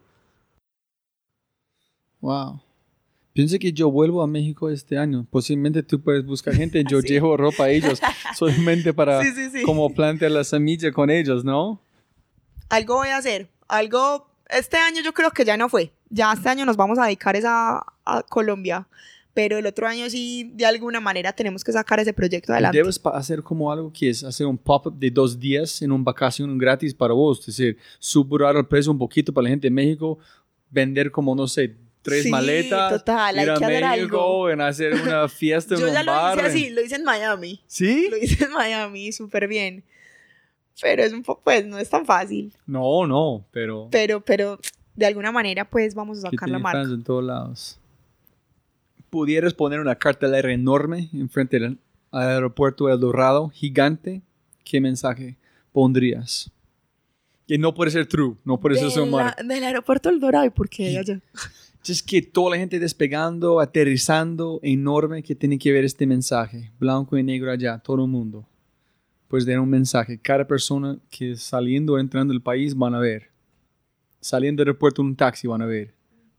Wow. Pienso que yo vuelvo a México este año. Posiblemente tú puedes buscar gente. Yo Sí. llevo ropa a ellos solamente para Sí, sí, sí. como plantear la semilla con ellos, ¿no? Algo voy a hacer, algo, este año yo creo que ya no fue, ya este año nos vamos a dedicar es a, a Colombia, pero el otro año sí, de alguna manera tenemos que sacar ese proyecto adelante. Debes pa- hacer como algo que es hacer un pop-up de dos días en una vacación gratis para vos. Es decir, subir el precio un poquito para la gente de México, vender como, no sé, tres Sí, maletas, total, hay ir a que hacer México, algo. en hacer una fiesta en Yo un ya lo bar. hice así, lo hice en Miami. ¿Sí? Lo hice en Miami, súper bien. Pero es un poco, pues, no es tan fácil. No, no, pero... Pero, pero, de alguna manera, pues, vamos a que sacar la tiene marca. fans en todos lados. ¿Pudieras poner una cartelera enorme enfrente del aeropuerto El Dorado, gigante? ¿Qué mensaje pondrías? Que no puede ser true, no puede ser De su la- marca. Del aeropuerto El Dorado, ¿y por qué Y- allá? Es que toda la gente despegando, aterrizando, enorme, que tiene que ver este mensaje. Blanco y negro allá, todo el mundo. Pues dar un mensaje. Cada persona que saliendo o entrando del país van a ver. Saliendo del aeropuerto en un taxi van a ver.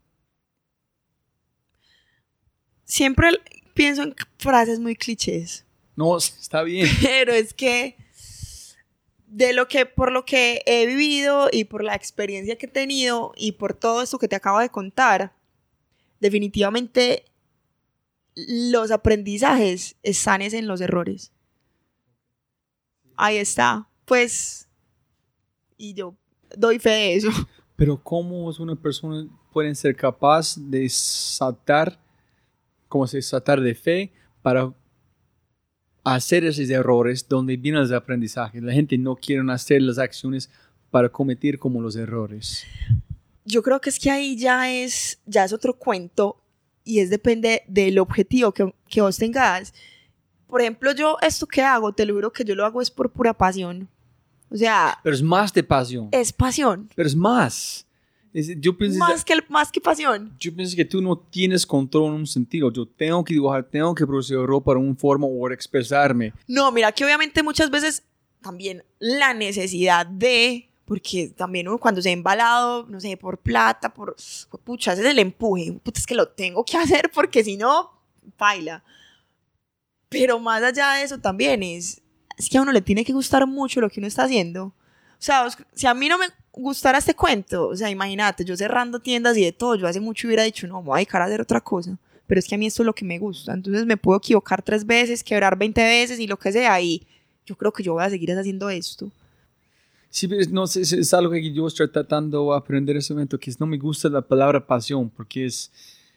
Siempre pienso en frases muy clichés. No, está bien. Pero es que de lo que por lo que he vivido y por la experiencia que he tenido y por todo esto que te acabo de contar, definitivamente los aprendizajes están es en los errores. Ahí está. Pues y yo doy fe de eso. Pero ¿cómo es una persona puede ser capaz de saltar, como se dice, saltar de fe para hacer esos errores donde vienen los aprendizajes? La gente no quiere hacer las acciones para cometer como los errores. Yo creo que es que ahí ya es, ya es otro cuento y es depende del objetivo que, que vos tengas. Por ejemplo, yo esto que hago, te lo juro que yo lo hago es por pura pasión. O sea, Pero es más de pasión. es pasión. Pero es más. Es- yo, pienso, Más que, más que pasión. yo pienso que tú no tienes control en un sentido. Yo tengo que dibujar, tengo que producir ropa de una forma o expresarme. No, mira que obviamente muchas veces también la necesidad de, porque también uno cuando se ha embalado, no sé, por plata, por, por pucha, ese es el empuje. Puta, es que lo tengo que hacer porque si no, baila. Pero más allá de eso también es, es que a uno le tiene que gustar mucho lo que uno está haciendo. O sea, os- si a mí no me gustara este cuento, o sea, imagínate, yo cerrando tiendas y de todo, yo hace mucho hubiera dicho, no, me voy a dedicar a hacer otra cosa. Pero es que a mí esto es lo que me gusta. Entonces me puedo equivocar tres veces, quebrar veinte veces y lo que sea. Y yo creo que yo voy a seguir haciendo esto. Sí, pero es- no sé, es, es algo que yo estoy tratando de aprender en ese momento, que es- no me gusta la palabra pasión, porque es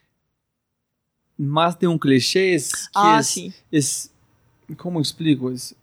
más de un cliché, es, que Ah, es, sí. es, ¿cómo explico? Es,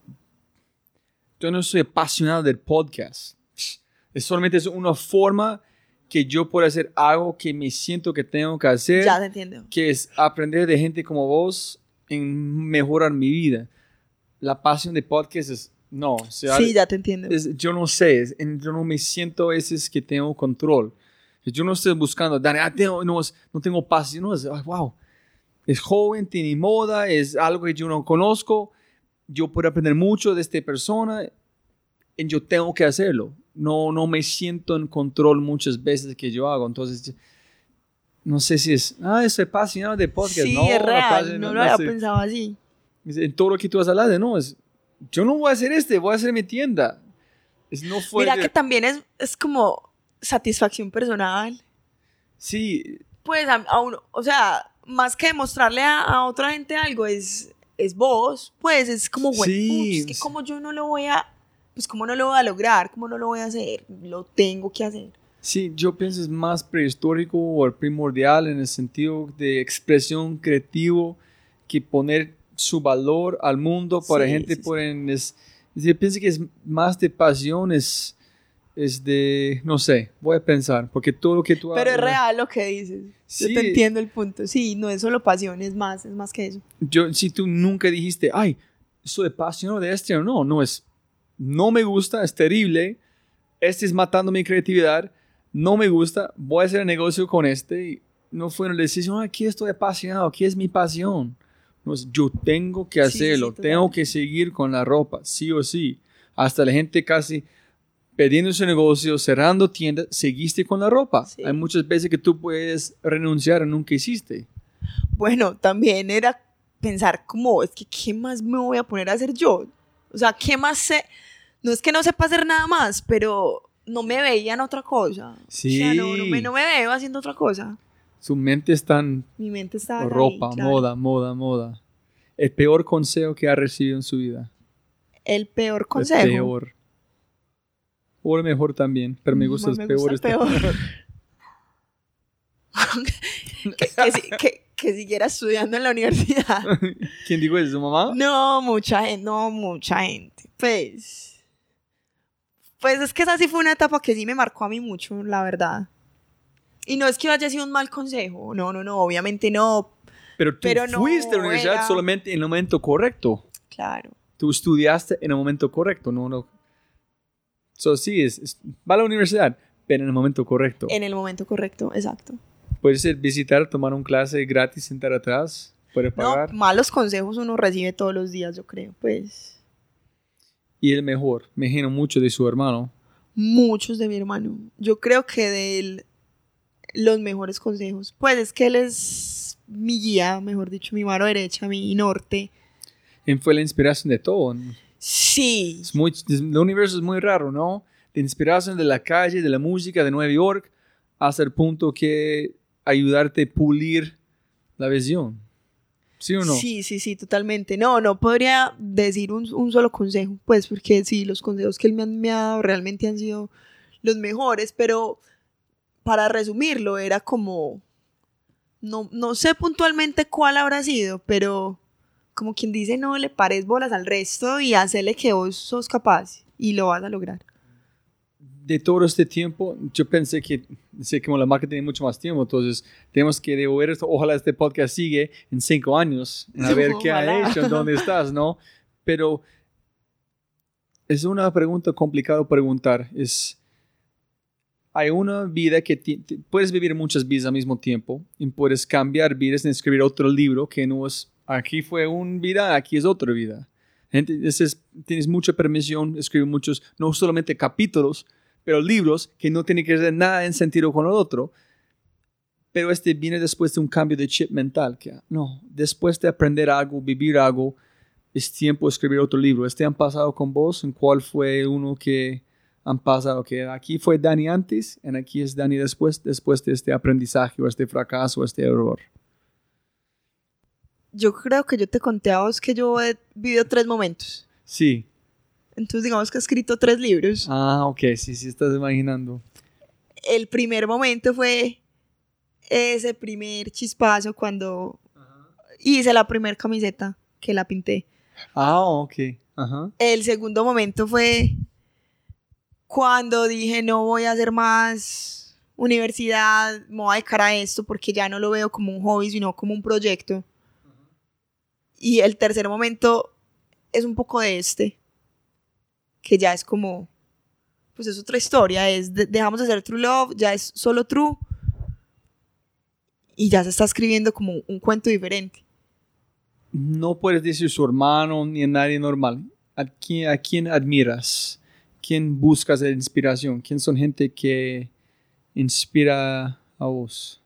yo no soy apasionado del podcast, es solamente es una forma que yo puedo hacer algo que me siento que tengo que hacer, Ya te entiendo. que es aprender de gente como vos en mejorar mi vida. La pasión de podcast es, no, o sea, Sí, ya te entiendo. es- yo no sé, es- en- yo no me siento a veces que tengo control. Yo no estoy buscando, Dani, ah, tengo- no, es- no tengo pasión, no, es, ah, wow, es joven, tiene moda, es algo que yo no conozco, yo puedo aprender mucho de esta persona, y yo tengo que hacerlo. No, no me siento en control muchas veces que yo hago, entonces, no sé si es, ah, estoy apasionado de podcast. Sí, no, es real. apasionado, No no lo había sé. pensado así. En todo lo que tú has hablado, no, es, yo no voy a hacer este, voy a hacer mi tienda. Es, no fue Mira de- que también es, es como satisfacción personal. Sí, Pues a, a uno, o sea, más que demostrarle a, a otra gente algo, es, es vos. Pues es como, bueno, Sí, es que sí. como yo no lo voy a, pues como no lo voy a lograr, como no lo voy a hacer, lo tengo que hacer. sí, yo pienso es más prehistórico o primordial en el sentido de expresión creativo que poner su valor al mundo para Sí, gente sí, sí. pueden es, es- yo pienso que es más de pasión, es, es de, no sé, voy a pensar, porque todo lo que tú Pero es hablas- real lo que dices. Sí. Yo te entiendo el punto. Sí, no es solo pasión, es más, es más que eso. Yo, si tú nunca dijiste, ay, soy apasionado de este, no, no es, no me gusta, es terrible, este es matando mi creatividad, no me gusta, voy a hacer negocio con este, y no fue una decisión, aquí estoy apasionado, aquí es mi pasión. No, es, yo tengo que Sí, hacerlo, sí, tengo totalmente. que seguir con la ropa, sí o sí. Hasta la gente casi perdiendo su negocio, cerrando tiendas, seguiste con la ropa. Sí. Hay muchas veces que tú puedes renunciar y nunca hiciste. Bueno, también era pensar como, es que ¿qué más me voy a poner a hacer yo? O sea, ¿qué más sé? No es que no sepa hacer nada más, pero no me veía en otra cosa. Sí. O sea, no, no, me, no me veo haciendo otra cosa. Su mente está en Mi mente estaba ahí, ropa, claro. moda, moda, moda. El peor consejo que ha recibido en su vida. El peor consejo. El peor. O el mejor también, pero me gusta Mm, el me peor. gusta el este- peor. que, que, si- que, que siguiera estudiando en la universidad. ¿Quién dijo eso? ¿Su mamá? No, mucha gente, no, mucha gente. Pues, pues es que esa sí fue una etapa que sí me marcó a mí mucho, la verdad. Y no es que haya sido un mal consejo, no, no, no, obviamente no, Pero tú Pero no fuiste a la universidad era- solamente en el momento correcto. claro. Tú estudiaste en el momento correcto, no, no. So, sí, es, es- va a la universidad, pero en el momento correcto. En el momento correcto, exacto. Puedes ir visitar, tomar un clase gratis, sentar atrás, puedes pagar. No, malos consejos uno recibe todos los días, yo creo, pues. Y el mejor, me imagino mucho de su hermano. Muchos de mi hermano. Yo creo que de él, los mejores consejos. Pues es que él es mi guía, mejor dicho, mi mano derecha, mi norte. Él fue la inspiración de todo. Sí. Es muy, es- el universo es muy raro, ¿no? De inspiración de la calle, de la música, de Nueva York, hasta el punto que ayudarte a pulir la visión. ¿Sí o no? Sí, sí, sí, totalmente. No, no podría decir un, un solo consejo, pues porque sí, los consejos que él me, han- me ha dado realmente han sido los mejores, pero para resumirlo, era como, no, no sé puntualmente cuál habrá sido, pero como quien dice, no le pares bolas al resto y hacerle que vos sos capaz y lo vas a lograr. De todo este tiempo, yo pensé que, sé como la marca tiene mucho más tiempo, entonces tenemos que devolver esto. Ojalá este podcast sigue en cinco años, a ver qué ha Ojalá. hecho, dónde estás, ¿no? Pero es una pregunta complicada preguntar. Es, hay una vida que ti- ti- puedes vivir muchas vidas al mismo tiempo y puedes cambiar vidas en escribir otro libro que no es, aquí fue una vida, aquí es otra vida. Entonces, tienes mucha permisión, escribir muchos, no solamente capítulos, pero libros que no tienen que ser nada en sentido con el otro. Pero este viene después de un cambio de chip mental. Que, no, después de aprender algo, vivir algo, es tiempo de escribir otro libro. ¿Este han pasado con vos? ¿En cuál fue uno que han pasado? Que aquí fue Dani antes, y aquí es Dani después, después de este aprendizaje, o este fracaso, o este error. Yo creo que yo te conté a vos que yo he vivido tres momentos. Sí. Entonces digamos que he escrito tres libros. Ah, ok, sí, sí, estás imaginando. El primer momento fue ese primer chispazo cuando hice la primera camiseta que la pinté. Ah, ok. Ajá. El segundo momento fue cuando dije no voy a hacer más universidad, me voy a dedicar a esto porque ya no lo veo como un hobby, sino como un proyecto. Y el tercer momento es un poco de este, que ya es como, pues es otra historia, es de- dejamos de hacer True Love, ya es solo True, y ya se está escribiendo como un cuento diferente. No puedes decir su hermano ni a nadie normal. ¿A quién, a quién admiras? ¿Quién buscas de inspiración? ¿Quién son gente que inspira a vos?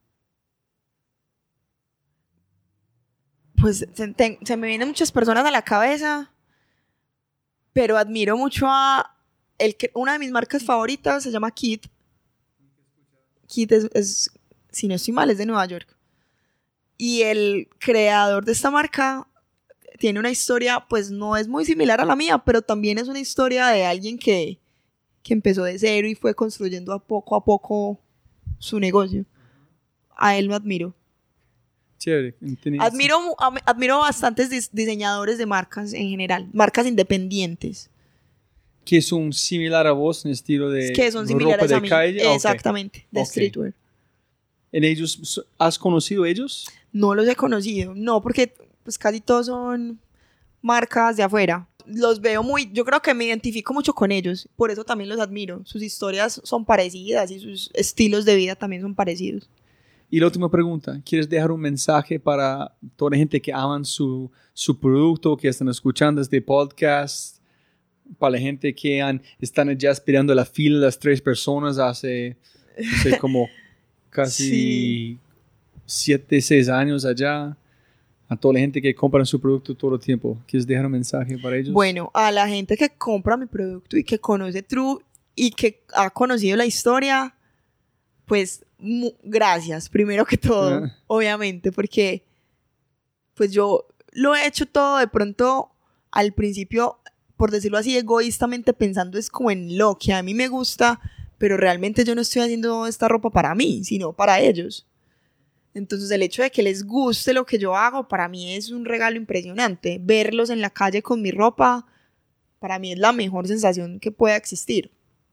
Pues se, te- se me vienen muchas personas a la cabeza, pero admiro mucho a el que, una de mis marcas favoritas se llama Kit. Kit es, es, si no estoy mal, es de Nueva York. Y el creador de esta marca tiene una historia, pues no es muy similar a la mía, pero también es una historia de alguien que, que empezó de cero y fue construyendo a poco a poco su negocio. A él lo admiro. Chévere. Tenés- Admiro, mu- am- admiro bastantes dis- diseñadores de marcas en general, marcas independientes, Que son similar a vos en estilo de que son ropa similares de a mí. calle. Ah, ok. Exactamente, de Ok. streetwear. ¿En ellos, so- ¿Has conocido ellos? No los he conocido, no, porque pues casi todos son marcas de afuera. Los veo muy, yo creo que me identifico mucho con ellos, por eso también los admiro. Sus historias son parecidas y sus estilos de vida también son parecidos. Y la última pregunta, ¿quieres dejar un mensaje para toda la gente que aman su, su producto, que están escuchando este podcast, para la gente que han, están ya esperando la fila, las tres personas hace, no sé, como casi Sí. siete, seis años allá, a toda la gente que compra su producto todo el tiempo? ¿Quieres dejar un mensaje para ellos? Bueno, a la gente que compra mi producto y que conoce True y que ha conocido la historia, pues mu- gracias, primero que todo, Ah. obviamente, porque pues yo lo he hecho todo de pronto al principio, por decirlo así, egoístamente pensando es como en lo que a mí me gusta, pero realmente yo no estoy haciendo esta ropa para mí, sino para ellos. Entonces el hecho de que les guste lo que yo hago, para mí es un regalo impresionante. Verlos en la calle con mi ropa, para mí es la mejor sensación que pueda existir.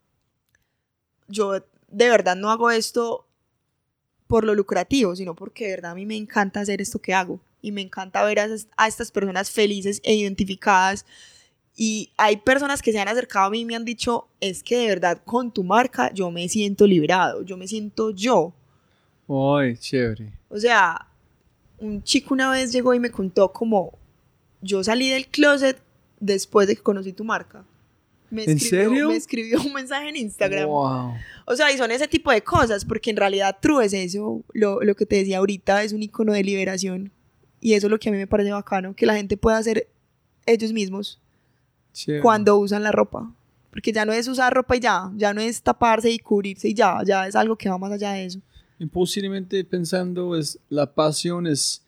Yo de verdad no hago esto por lo lucrativo, sino porque de verdad a mí me encanta hacer esto que hago. Y me encanta ver a, a estas personas felices e identificadas. Y hay personas que se han acercado a mí y me han dicho, es que de verdad con tu marca yo me siento liberado, yo me siento yo. Ay, chévere. O sea, un chico una vez llegó y me contó como, yo salí del closet después de que conocí tu marca. Me ¿En escribió, serio? Me escribió un mensaje en Instagram. Wow. O sea, y son ese tipo de cosas, porque en realidad True es eso, lo, lo que te decía ahorita, es un icono de liberación. Y eso es lo que a mí me parece bacano, que la gente pueda ser ellos mismos Chévere. cuando usan la ropa. Porque ya no es usar ropa y ya, ya no es taparse y cubrirse y ya, ya es algo que va más allá de eso. Y posiblemente pensando es la pasión es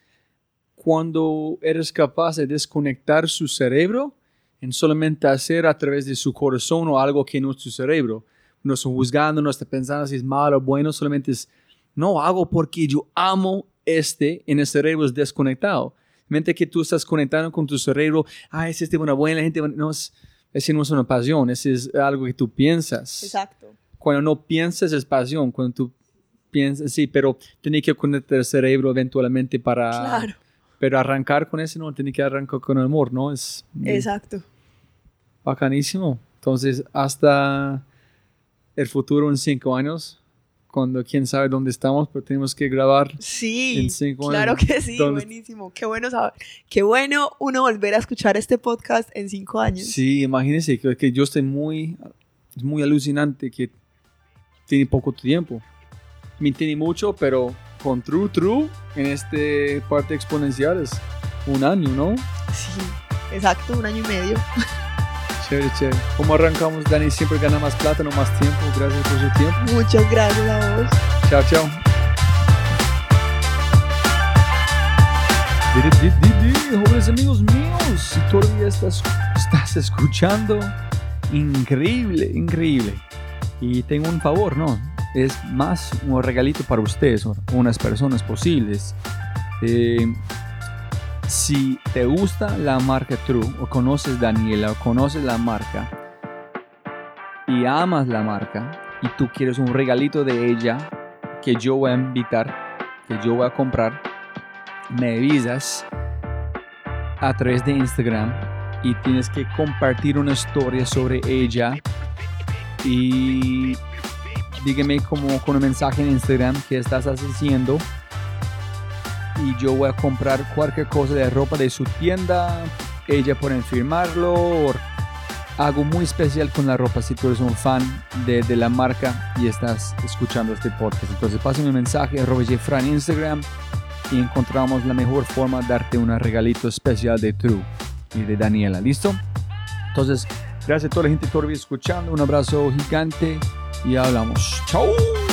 cuando eres capaz de desconectar su cerebro en solamente hacer a través de su corazón o algo que no es tu cerebro. No está juzgando, no está pensando si es malo o bueno, solamente es, no, hago porque yo amo este, en el cerebro es desconectado. Mente que tú estás conectando con tu cerebro, ah, ese es de una buena gente, no es, ese no es una pasión, ese es algo que tú piensas. Exacto. Cuando no piensas es pasión, cuando tú piensas, sí, pero tiene que conectar el cerebro eventualmente para... Claro. Pero arrancar con ese no, tiene que arrancar con el amor, ¿no? Es Exacto. bacanísimo. Entonces, hasta el futuro en cinco años, cuando quién sabe dónde estamos, pero tenemos que grabar Sí, en cinco claro años. que sí, ¿Dónde? buenísimo. Qué bueno saber, qué bueno uno volver a escuchar este podcast en cinco años. Sí, imagínense que, que yo estoy muy, es muy alucinante que tiene poco tiempo. Me tiene mucho, pero con True True en este parte exponencial es un año, ¿no? Sí, exacto, un año y medio. Chévere, chévere. ¿Cómo arrancamos? Dani siempre gana más plata, no más tiempo. Gracias por su tiempo. Muchas gracias a vos. Chao, chao. Di, di, di, di, jóvenes amigos míos, si todavía estás, estás escuchando, increíble, increíble. Y tengo un favor, ¿no? Es más un regalito para ustedes, unas personas posibles. Eh, si te gusta la marca True, o conoces Daniela, o conoces la marca, y amas la marca, y tú quieres un regalito de ella, que yo voy a invitar, que yo voy a comprar, me avisas a través de Instagram, y tienes que compartir una historia sobre ella, y dígame como con un mensaje en Instagram que estás haciendo y yo voy a comprar cualquier cosa de ropa de su tienda, ella puede firmarlo, o algo muy especial con la ropa si tú eres un fan de, de la marca y estás escuchando este podcast. Entonces pásame un mensaje a arroba jfra en Instagram y encontramos la mejor forma de darte un regalito especial de True y de Daniela. ¿Listo? Entonces gracias a toda la gente que todavía escuchando, un abrazo gigante y hablamos. ¡Chao!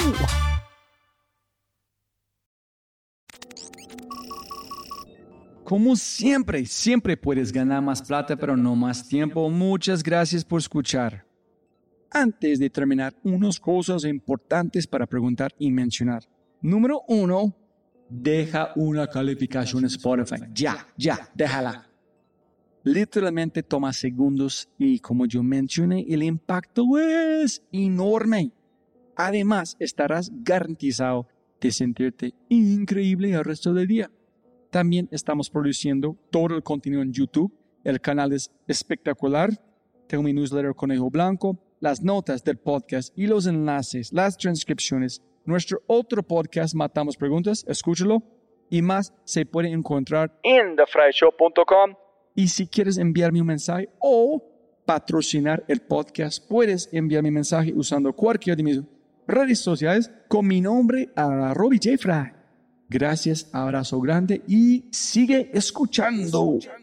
Como siempre, siempre puedes ganar más plata, pero no más tiempo. Muchas gracias por escuchar. Antes de terminar, unas cosas importantes para preguntar y mencionar. Número uno, deja una calificación en Spotify. Ya, ya, déjala. Literalmente toma segundos y como yo mencioné, el impacto es enorme. Además, estarás garantizado de sentirte increíble el resto del día. También estamos produciendo todo el contenido en YouTube. El canal es espectacular. Tengo mi newsletter Conejo Blanco, las notas del podcast y los enlaces, las transcripciones. Nuestro otro podcast, Matamos Preguntas, escúchalo. Y más se puede encontrar en the fry show punto com. Y si quieres enviarme un mensaje o patrocinar el podcast, puedes enviarme un mensaje usando cualquiera de mis redes sociales con mi nombre a Robbie J. Fry. Gracias, abrazo grande y sigue escuchando.